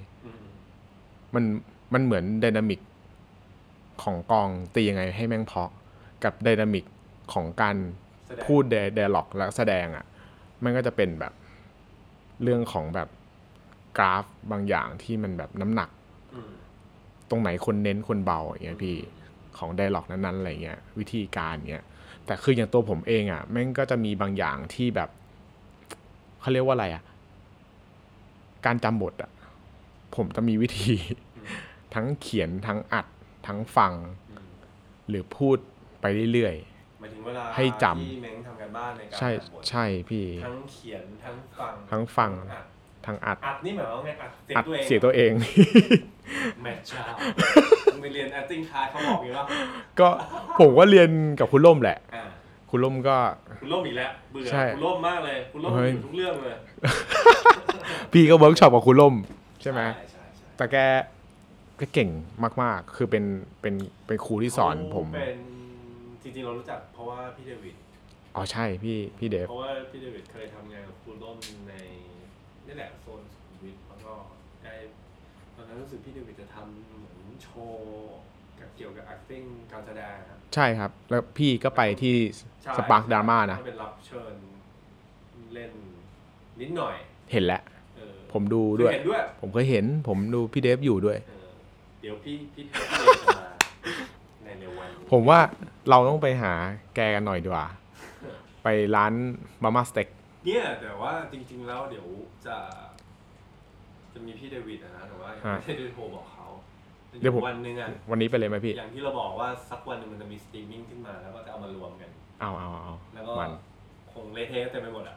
S2: มันเหมือนไดนามิกของกลองตียังไงให้แม่งเพาะกับไดนามิกของการพูดไดอะล็อกและแสดงมันก็จะเป็นแบบเรื่องของแบบกราฟบางอย่างที่มันแบบน้ำหนักตรงไหนคนเน้นคนเบาอย่างเงี้ยพี่ของไดอะล็อกนั้นๆอะไรเงี้ยวิธีการเงี้ยแต่คืออย่างตัวผมเองแม่งก็จะมีบางอย่างที่แบบเขาเรียกว่าอะไรการจำบทผมจะมีวิธีทั้งเขียนทั้งอัดทั้งฟังหรือพูดไปเรื่อย
S1: หมายถึงเวลา
S2: ให้จำ
S1: ที่เม้งทำกันบ้านในการ
S2: ใช่
S1: อ่านบท
S2: ใช่พี่
S1: ทั้งเขียนทั้งฟัง
S2: ทั้งฟังทั้งอัด
S1: นี่หมายว่าไง
S2: อัดเสียงตัวเอง
S1: แมทช์มึงไปเรียน acting class เขาบอกงี้ป่ะ
S2: ก็ผมก็เรียนกับคุณล่มแหละคุณล่มก็
S1: คุณล่มอีกแล้วเบื่อคุณล่มมากเลยคุณล่มอยู่ทุกเรื่องเลย
S2: พี่ก็เวิร์กช็อปกับคุณล่มใช่ไหมแต่แกเก่งมากๆคือเป็นครูที่สอนผม
S1: เป็นจริงๆเรารู้จักเพราะว่าพี่เดวิด
S2: อ๋อใช่พี่เดฟ
S1: เพราะว่าพี่เดวิดเคยทำงานกับครูล่มในนี่แหละโซนสุขุมวิทแล้วก็ได้ตอนนั้นรู้สึกพี่เดวิดจะทำเหมือนโชว์เกี่ยวกับ acting การแสดงครับ
S2: ใช่ครับแล้วพี่ก็ไปที่สปาร์คดราม่านะ
S1: เป็นรับเชิญเล่นนิดหน่อย
S2: เห็นแล้วผมดูด้วยผมเคยเห็นผมดูพี่เดฟอยู่ด้วย
S1: เดี๋ยวพี่เดฟมาในเร็ววัน
S2: ผมว่าเราต้องไปหาแกกันหน่อยดีกว่าไปร้านมาม่าสเต็ก
S1: เนี่ยแต่ว่าจริงๆแล้วเดี๋ยวจะมีพี่เดวิดนะแต่ว่าไม่ได้โทรบอกเขาเดี๋ยววันนึง
S2: วันนี้ไปเลยไหมพี่
S1: อย่างที่เราบอกว่าสักวันนึงมันจะมีสตรีมมิ่งขึ้นมาแล้วก็จะเอามารวมกัน
S2: เอา
S1: แล้วก็คงเละเทะเต็มไปหมดอ่ะ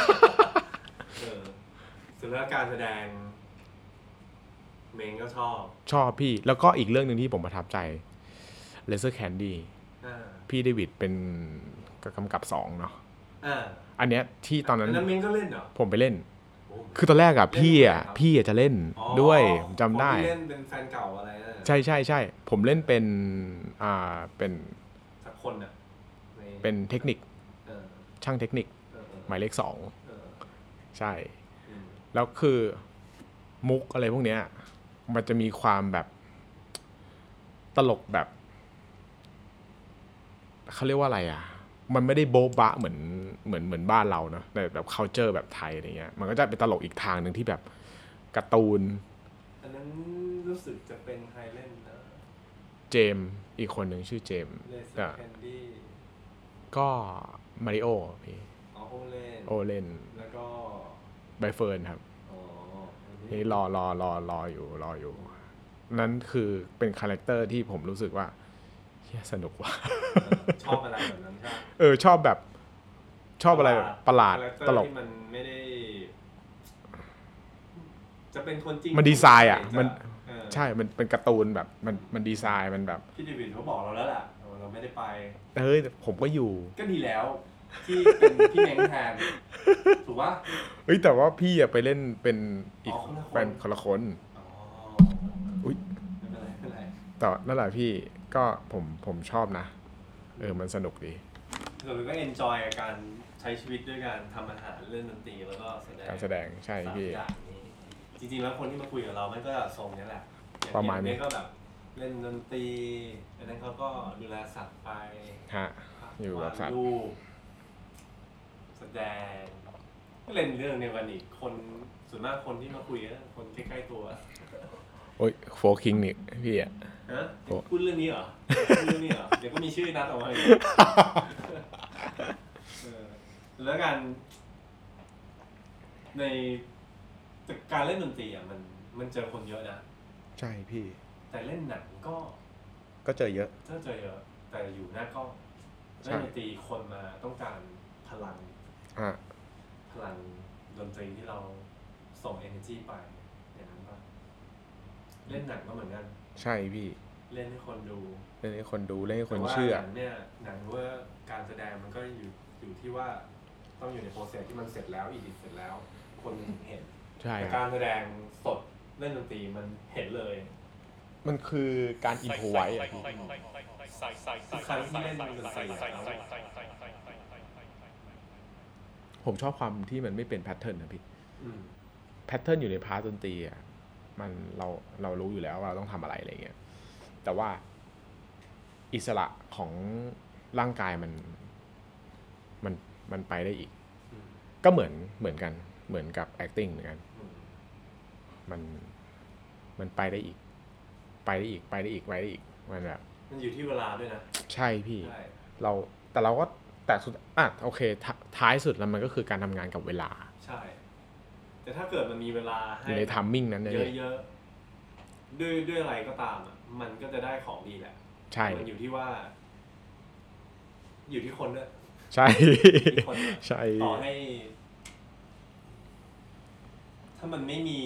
S1: ส่วนเรื่องการแสดงเมงก็ชอบ
S2: พี่แล้วก็อีกเรื่องนึงที่ผมประทับใจ Laser Candy พี่เดวิดเป็นกำกับ2เนาะอันเนี้ยที่ตอนนั้น
S1: เมงก็เล่นเหรอ
S2: ผมไปเล่นคือตอนแรกอะพี่จะเล่นด้วยผมจำได้
S1: เล่นเป็นแฟนเก่าอะไร
S2: ใช่ผมเล่นเป็น
S1: สักคนอะ
S2: เป็นเทคนิคช่างเทคนิคหมายเลข2ใช่แล้วคือมุกอะไรพวกเนี้ยมันจะมีความแบบตลกแบบเขาเรียกว่าอะไรอ่ะมันไม่ได้โบ๊ะบะเหมือนบ้านเราเนาะแต่แบบ culture แบบไทยอะไรเงี้ยมันก็จะเป็นตลกอีกทางนึงที่แบบการ์ตูน
S1: อันนั้นรู้สึกจะเป็นใครเล่นนะ
S2: เจมอีกคนหนึ่งชื่อเจมก็มาริโอพี่โอเล่น
S1: แล้วก็
S2: ใบเฟิร์นครับนี่รออยู่นั่นคือเป็นคาแรคเตอร์ที่ผมรู้สึกว่าสนุกว่ะ
S1: ชอบอะไรแบบนั้นใช่
S2: ชอบแบบชอบอะไรประหลาดตลก
S1: มันไม่ได้จะเป็นคนจริง
S2: มันดีไซน์อ่ะมันใช่มันเป็นการ์ตูนแบบมันดีไซน์มันแบบ
S1: พี่เดวิดเขาบอกเราแล้วแหละเราไม่ได้ไป
S2: ผมก็อยู่
S1: ก็ดีแล้วที่เป็นพี่เม้งแทนถูกป่ะ
S2: แต่ว่าพี่อะไปเล่นเป็นอีกแฟนคนละคน
S1: ไม่เป็นไร
S2: แต่นั่นแหละพี่ก็ผมชอบนะมันสนุกดี
S1: เราก็เอนจอยกับการใช้ชีวิตด้วยการทำอาหารเล่นดนตรีแล้วก็
S2: การแสดงใช่พี่
S1: จริงๆแล้วคนที่มาคุยกับเรามันก็ทรงนี้แหละ
S2: ประมาณนี้
S1: ก็แบบเล่นดนตรีอันนั้นเขาก็ดูแลสัตว์ไป
S2: อยู่กับสัตว์
S1: แสดงก็เล่นเรื่องในวันอีกคนส่วนมากคนที่มาคุยก็คนใกล้ๆตัว
S2: โอ้ยโฟคิงนี่พี่อะ
S1: พูดเรื่องนี้เหรอเดี๋ยวก็มีชื่อนัดออกมาอีกแล้วในการเล่นดนตรีอ่ะมันเจอคนเยอะนะ
S2: ใช่พี่
S1: แต่เล่นหนัง
S2: ก็เจอเยอะ
S1: แต่อยู่หน้ากล้องเล่นดนตรีคนมาต้องการพลังดนตรีที่เราส่ง energy ไปอย่างนั้นป่ะเล่นหนังก็เหมือนกัน
S2: ใช่พี่
S1: เล่นให้คนดู
S2: เล่นให้คนเชื่อ
S1: เนี่ยหนังว่าการแสดงมันก็อยู่ที่ว่าต้องอยู่ในโปรเซสที่มันเสร็จแล้วอีดิทเสร็จแล้วคนเห็นแต่การแสดงสดเล่นดนตรีมันเห็นเลย
S2: มันคือการอินโฟไวท์อะพี่
S1: ใครที่เล่นดนตรี
S2: ผมชอบความที่มันไม่เป็นแพทเทิร์นนะพี่แพทเทิร์นอยู่ในพาร์ทดนตรีอ่ะมันเรารู้อยู่แล้วว่าเราต้องทำอะไรอะไรเงี้ยแต่ว่าอิสระของร่างกายมันไปได้อีกก็เหมือนกันเหมือนกับ acting เหมือนกันมันไปได้อีกมันแบบ
S1: มันอยู่ที่เวลาด้วยนะ
S2: ใช่พี่เราก็แต่สุดโอเคท้ายสุดแล้วมันก็คือการทำงานกับเวลา
S1: ใช่แต่ถ้าเกิดมันมีเวลาให้
S2: อยู่ในทัมมิ่งนั้น
S1: เยอะๆด้วยอะไรก็ตามอ่ะมันก็จะได้ของดีแหละ
S2: ใช่
S1: มันอยู่ที่ว่าอยู่ที่คนด้วย
S2: ใช่
S1: ที่คน
S2: ใช่
S1: ต่อให้ถ้ามันไม่มี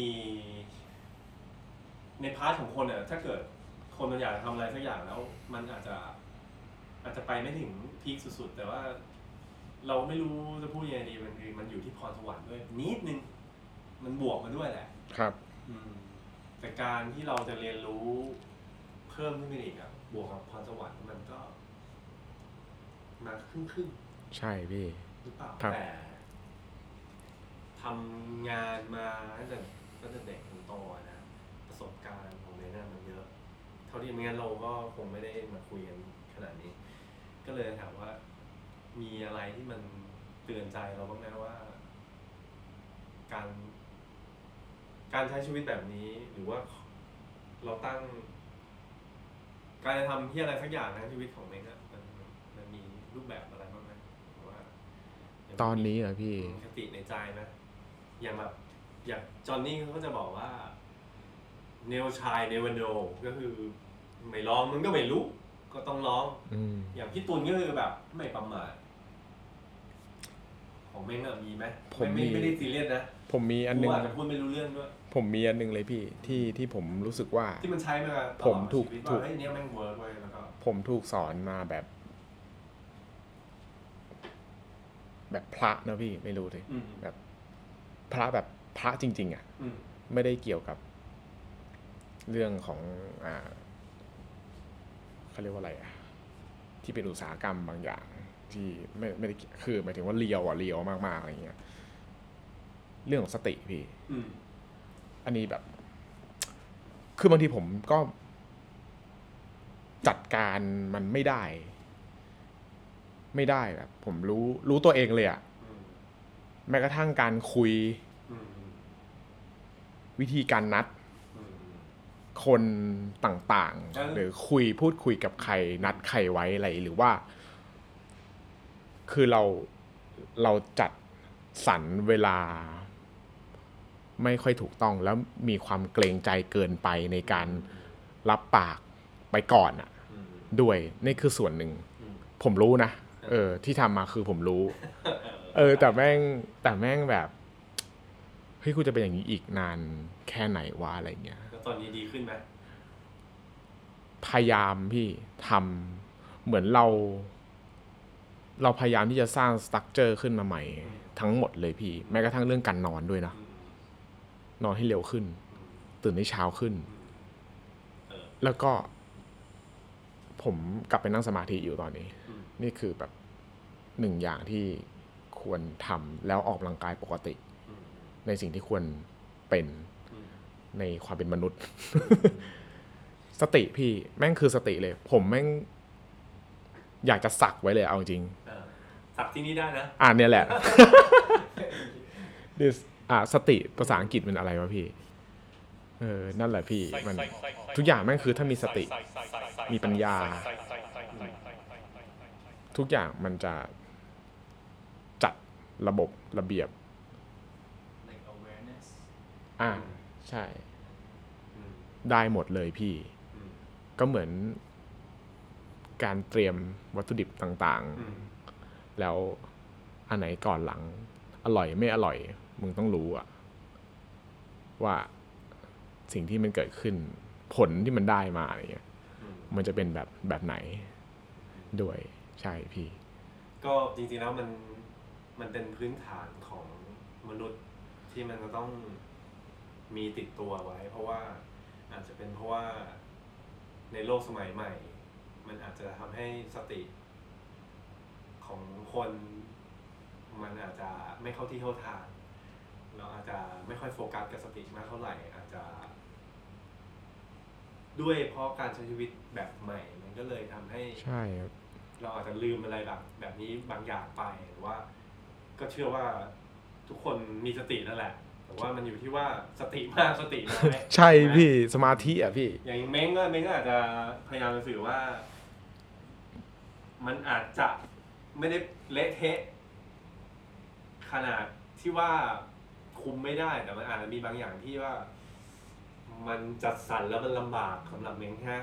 S1: ในพาร์ทของคนอ่ะถ้าเกิดคนมันอยากทำอะไรสักอย่างแล้วมันอาจจะไปไม่ถึงพีคสุดๆแต่ว่าเราไม่รู้จะพูดยังไงดีมันอยู่ที่พรสวรรค์ด้วยนิดนึงมันบวกมาด้วยแหละ
S2: ครับ
S1: แต่การที่เราจะเรียนรู้เพิ่มขึ้นไปอีกอ่ะบวกกับพรสวรรค์มันก็มาครึ่ง
S2: ใช่พี่
S1: หรือเปล่าแต่ทำงานมาตั้งแต่เด็กจนโตนะประสบการณ์ของเนน่ามันเยอะเท่าที่ไม่งั้นเราก็คงไม่ได้มาคุยกันขนาดนี้ก็เลยถามว่ามีอะไรที่มันเตือนใจเราบ้างไหมว่าการใช้ชีวิตแบบนี้หรือว่าเราตั้งการจะทำที่อะไรสักอย่างในชีวิตของเองมันมีรูปแบบอะไรบ้างไหมว่า
S2: ตอนนี้เหรอพี่
S1: คติในใจไหมอย่างแบบอย่างจอห์นนี่เขาก็จะบอกว่า never try never know ก็คือไม่ลองมันก็ไม่รู้ก็ต้องลองอย่างพี่ตุลก็คือแบบไม่ประมาทของเม้งอะมีไหมไม่ได้ซีเรียสนะ
S2: ผมมีอันนึง
S1: อาจจะพูดไม่รู้เรื่องด้วย
S2: ผมมีอันนึงเลยพี่ที่ผมรู้สึกว่า
S1: ที่มันใช้มา
S2: ผมถูก
S1: ให้เนี้ยแม่งเวิร์กไว้แล้วก็
S2: ผมถูกสอนมาแบบพระนะพี่ไม่รู้เลยแบบพระแบบพระจริงๆอ่ะไม่ได้เกี่ยวกับเรื่องของเขาเรียกว่าอะไรอ่ะที่เป็นอุตสาหกรรมบางอย่างที่ไม่ได้คือหมายถึงว่าเลียวมากๆอะไรเงี้ยเรื่องของสติพี่อันนี้แบบคือบางทีผมก็จัดการมันไม่ได้แบบผมรู้ตัวเองเลยอะแม้กระทั่งการคุยวิธีการนัดคนต่างๆหรือพูดคุยกับใครนัดใครไว้อะไรหรือว่าคือเราจัดสรรเวลาไม่ค่อยถูกต้องแล้วมีความเกรงใจเกินไปในการรับปากไปก่อนอ่ะด้วยนี่คือส่วนหนึ่งผมรู้นะที่ทำมาคือผมรู้แต่แม่งแบบเฮ้ยกูจะเป็นอย่างนี้อีกนานแค่ไหนวะอะไรเงี้ย
S1: แล้วตอนนี้ดีขึ้นไหม
S2: พยายามพี่ทำเหมือนเราพยายามที่จะสร้างสตรัคเจอร์ขึ้นมาใหม่ทั้งหมดเลยพี่แม้กระทั่งเรื่องการนอนด้วยนะนอนให้เร็วขึ้นตื่นให้เช้าขึ้นแล้วก็ผมกลับไปนั่งสมาธิอยู่ตอนนี้นี่คือแบบหนึ่งอย่างที่ควรทำแล้วออกกำลังกายปกติในสิ่งที่ควรเป็นในความเป็นมนุษย์ สติพี่แม่งคือสติเลยผมแม่งอยากจะสักไว้เลยเอาจริง
S1: สักที่นี่ได้นะ
S2: เนี่ยแหละ สติภาษาอังกฤษมันอะไรวะพี่นั่นแหละพี่มันทุกอย่างแม่งคือถ้ามีสติมีปัญญาทุกอย่างมันจะจัดระบบระเบียบใช่ได้หมดเลยพี่ก็เหมือนการเตรียมวัตถุดิบต่างๆแล้วอันไหนก่อนหลังอร่อยไม่อร่อยมึงต้องรู้อะว่าสิ่งที่มันเกิดขึ้นผลที่มันได้มาอะไรเงี้ยมันจะเป็นแบบไหนด้วยใช่พี่
S1: ก็จริงๆแล้วมันเป็นพื้นฐานของมนุษย์ที่มันจะต้องมีติดตัวไว้เพราะว่าอาจจะเป็นเพราะว่าในโลกสมัยใหม่มันอาจจะทำให้สติของคนมันอาจจะไม่เข้าที่เข้าทางเราอาจจะไม่ค่อยโฟกัสกับสติมากเท่าไหร่อาจจะด้วยเพราะการใช้ชีวิตแบบใหม่มันก็เลยทำให้
S2: ใช่ครับ
S1: เราอาจจะลืมอะไรแบบนี้บางอย่างไปหรือว่าก็เชื่อว่าทุกคนมีสตินั่นแหละแต่ว่ามันอยู่ที่ว่าสติมากสติน้อย
S2: ใช่พี่สมาธิอ่ะพี่
S1: อย่างเม้งก็อาจจะพยายามจะสื่อว่ามันอาจจะไม่ได้เละเทะขนาดที่ว่าคุมไม่ได้แต่มันอาจจะมีบางอย่างที่ว่ามันจัดสรรแล้วมันลำบากสำหรับเม้งฮะ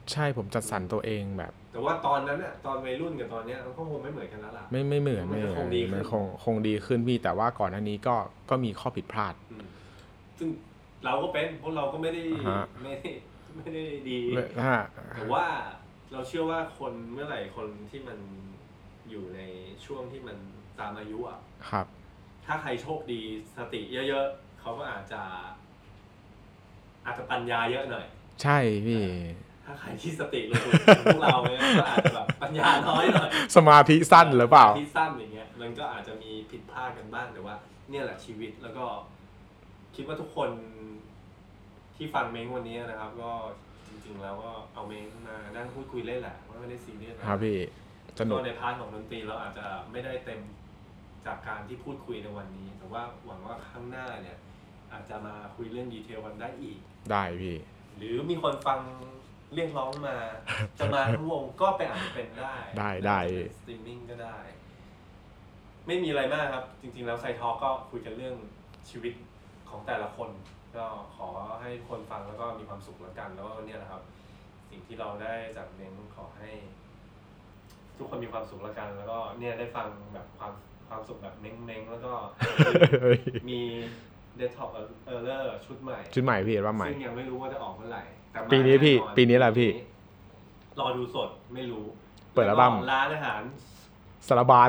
S2: ใช่ผมจัดสรรตัวเองแบบ
S1: แต่ว่าตอนนั้นอะตอนวัยรุ่นกับตอนเนี้ยมันก็คงไม่เหมือนกันแล้วล่ะ
S2: ไม่เหมือน
S1: มันคง
S2: ดีขึ้นพี่แต่ว่าก่อนหน้านี้ก็มีข้อผิดพลาด
S1: ซึ่งเราก็เป็นพวกเราก็ไม่ได้ดีแต่ว่าเราเชื่อว่าคนเมื่อไหร่คนที่มันอยู่ในช่วงที่มันตามอายุอ่ะ
S2: ครับ
S1: ถ้าใครโชคดีสติเยอะๆเขาก็อาจจะปัญญาเยอะหน่อย
S2: ใช่พี่
S1: ถ้าใครที่สติหลุดพวกเราเนี่ยก็อาจจะแบบปัญญาน้อยหน่อย
S2: สมาธิสั้นหรือเปล่า
S1: สมาธิสั้นอย่างเงี้ยมันก็อาจจะมีผิดพลาดกันบ้างแต่ว่าเนี่ยแหละชีวิตแล้วก็คิดว่าทุกคนที่ฟังเม้งวันนี้นะครับก็จริงๆแล้วก็เอาเม้งมานั่งพูดคุยเล่นแหละไม่ได้ซีเรียส
S2: ครับพี่
S1: ก็ในพาร์ทของดนตรีเราอาจจะไม่ได้เต็มจากการที่พูดคุยในวันนี้แต่ว่าหวังว่าข้างหน้าเนี่ยอาจจะมาคุยเรื่องดีเทลกันได้อีก
S2: ได้พี่
S1: หรือมีคนฟังเรียกร้องมาจะมาทั้งวงก็ไปอาจจะเป็นได้สตรีมมิ่งก็ได้ไม่มีอะไรมากครับจริงๆแล้วไซทอล์กก็คุยกันเรื่องชีวิตของแต่ละคนก็ขอให้คนฟังแล้วก็มีความสุขแล้วกันแล้วก็เนี่ยนะครับสิ่งที่เราได้จากเม้งขอให้ทุกคนมีความสุขแล้วกันแล้วก็เนี่ยได้ฟังแบบความสุขแบบเม้งๆแล้วก็มีDesktop Error ชุดใหม่
S2: พี่ว่าใหม่
S1: ซึ่งยังไม่รู้ว่าจะออกเมื่อไหร่
S2: ปีนี้พี่ปีนี้แหละพี่
S1: รอดูสดไม่รู้
S2: เปิดอัลบั้ม
S1: ร้านอาหาร
S2: สารบาน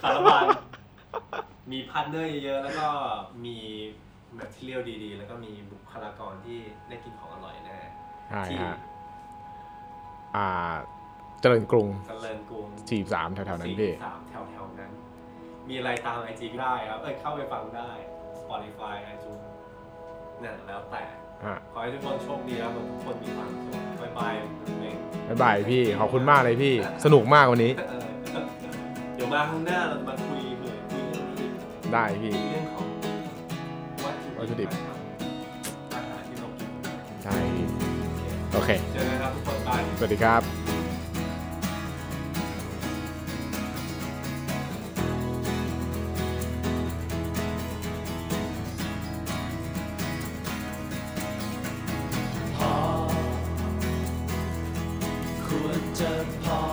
S1: มีพาร์ทเนอร์เยอะๆแล้วก็มีแมททีเรียลดีๆแล้วก็มีบุคลากรที่ได้กินของอร่อยแน่
S2: ที่เจริญกรุง
S1: 43
S2: แถวๆนั้นพี่
S1: แถวๆนั้นมีอะไรตาม IG ได้ครับเข้าไปฟังได้ Spotify iTunes นั่นแล้วแต่ขอให้ทุกคนโชคดีครับทุกคนมีความสุขบ๊าย
S2: บายพี่ขอบคุณมากเลยพี่สนุกมากวันนี้
S1: เดี๋ยวมาข้างหน้าเราจะมาคุยเรื่องนี้
S2: ได้พี่
S1: เรื่องของ
S2: วัตถุดิบ
S1: อาหารที่เรากิน
S2: ใช่โอเค
S1: เจอกันครับทุกคนบาย
S2: สวัสดีครับ
S3: จะพอ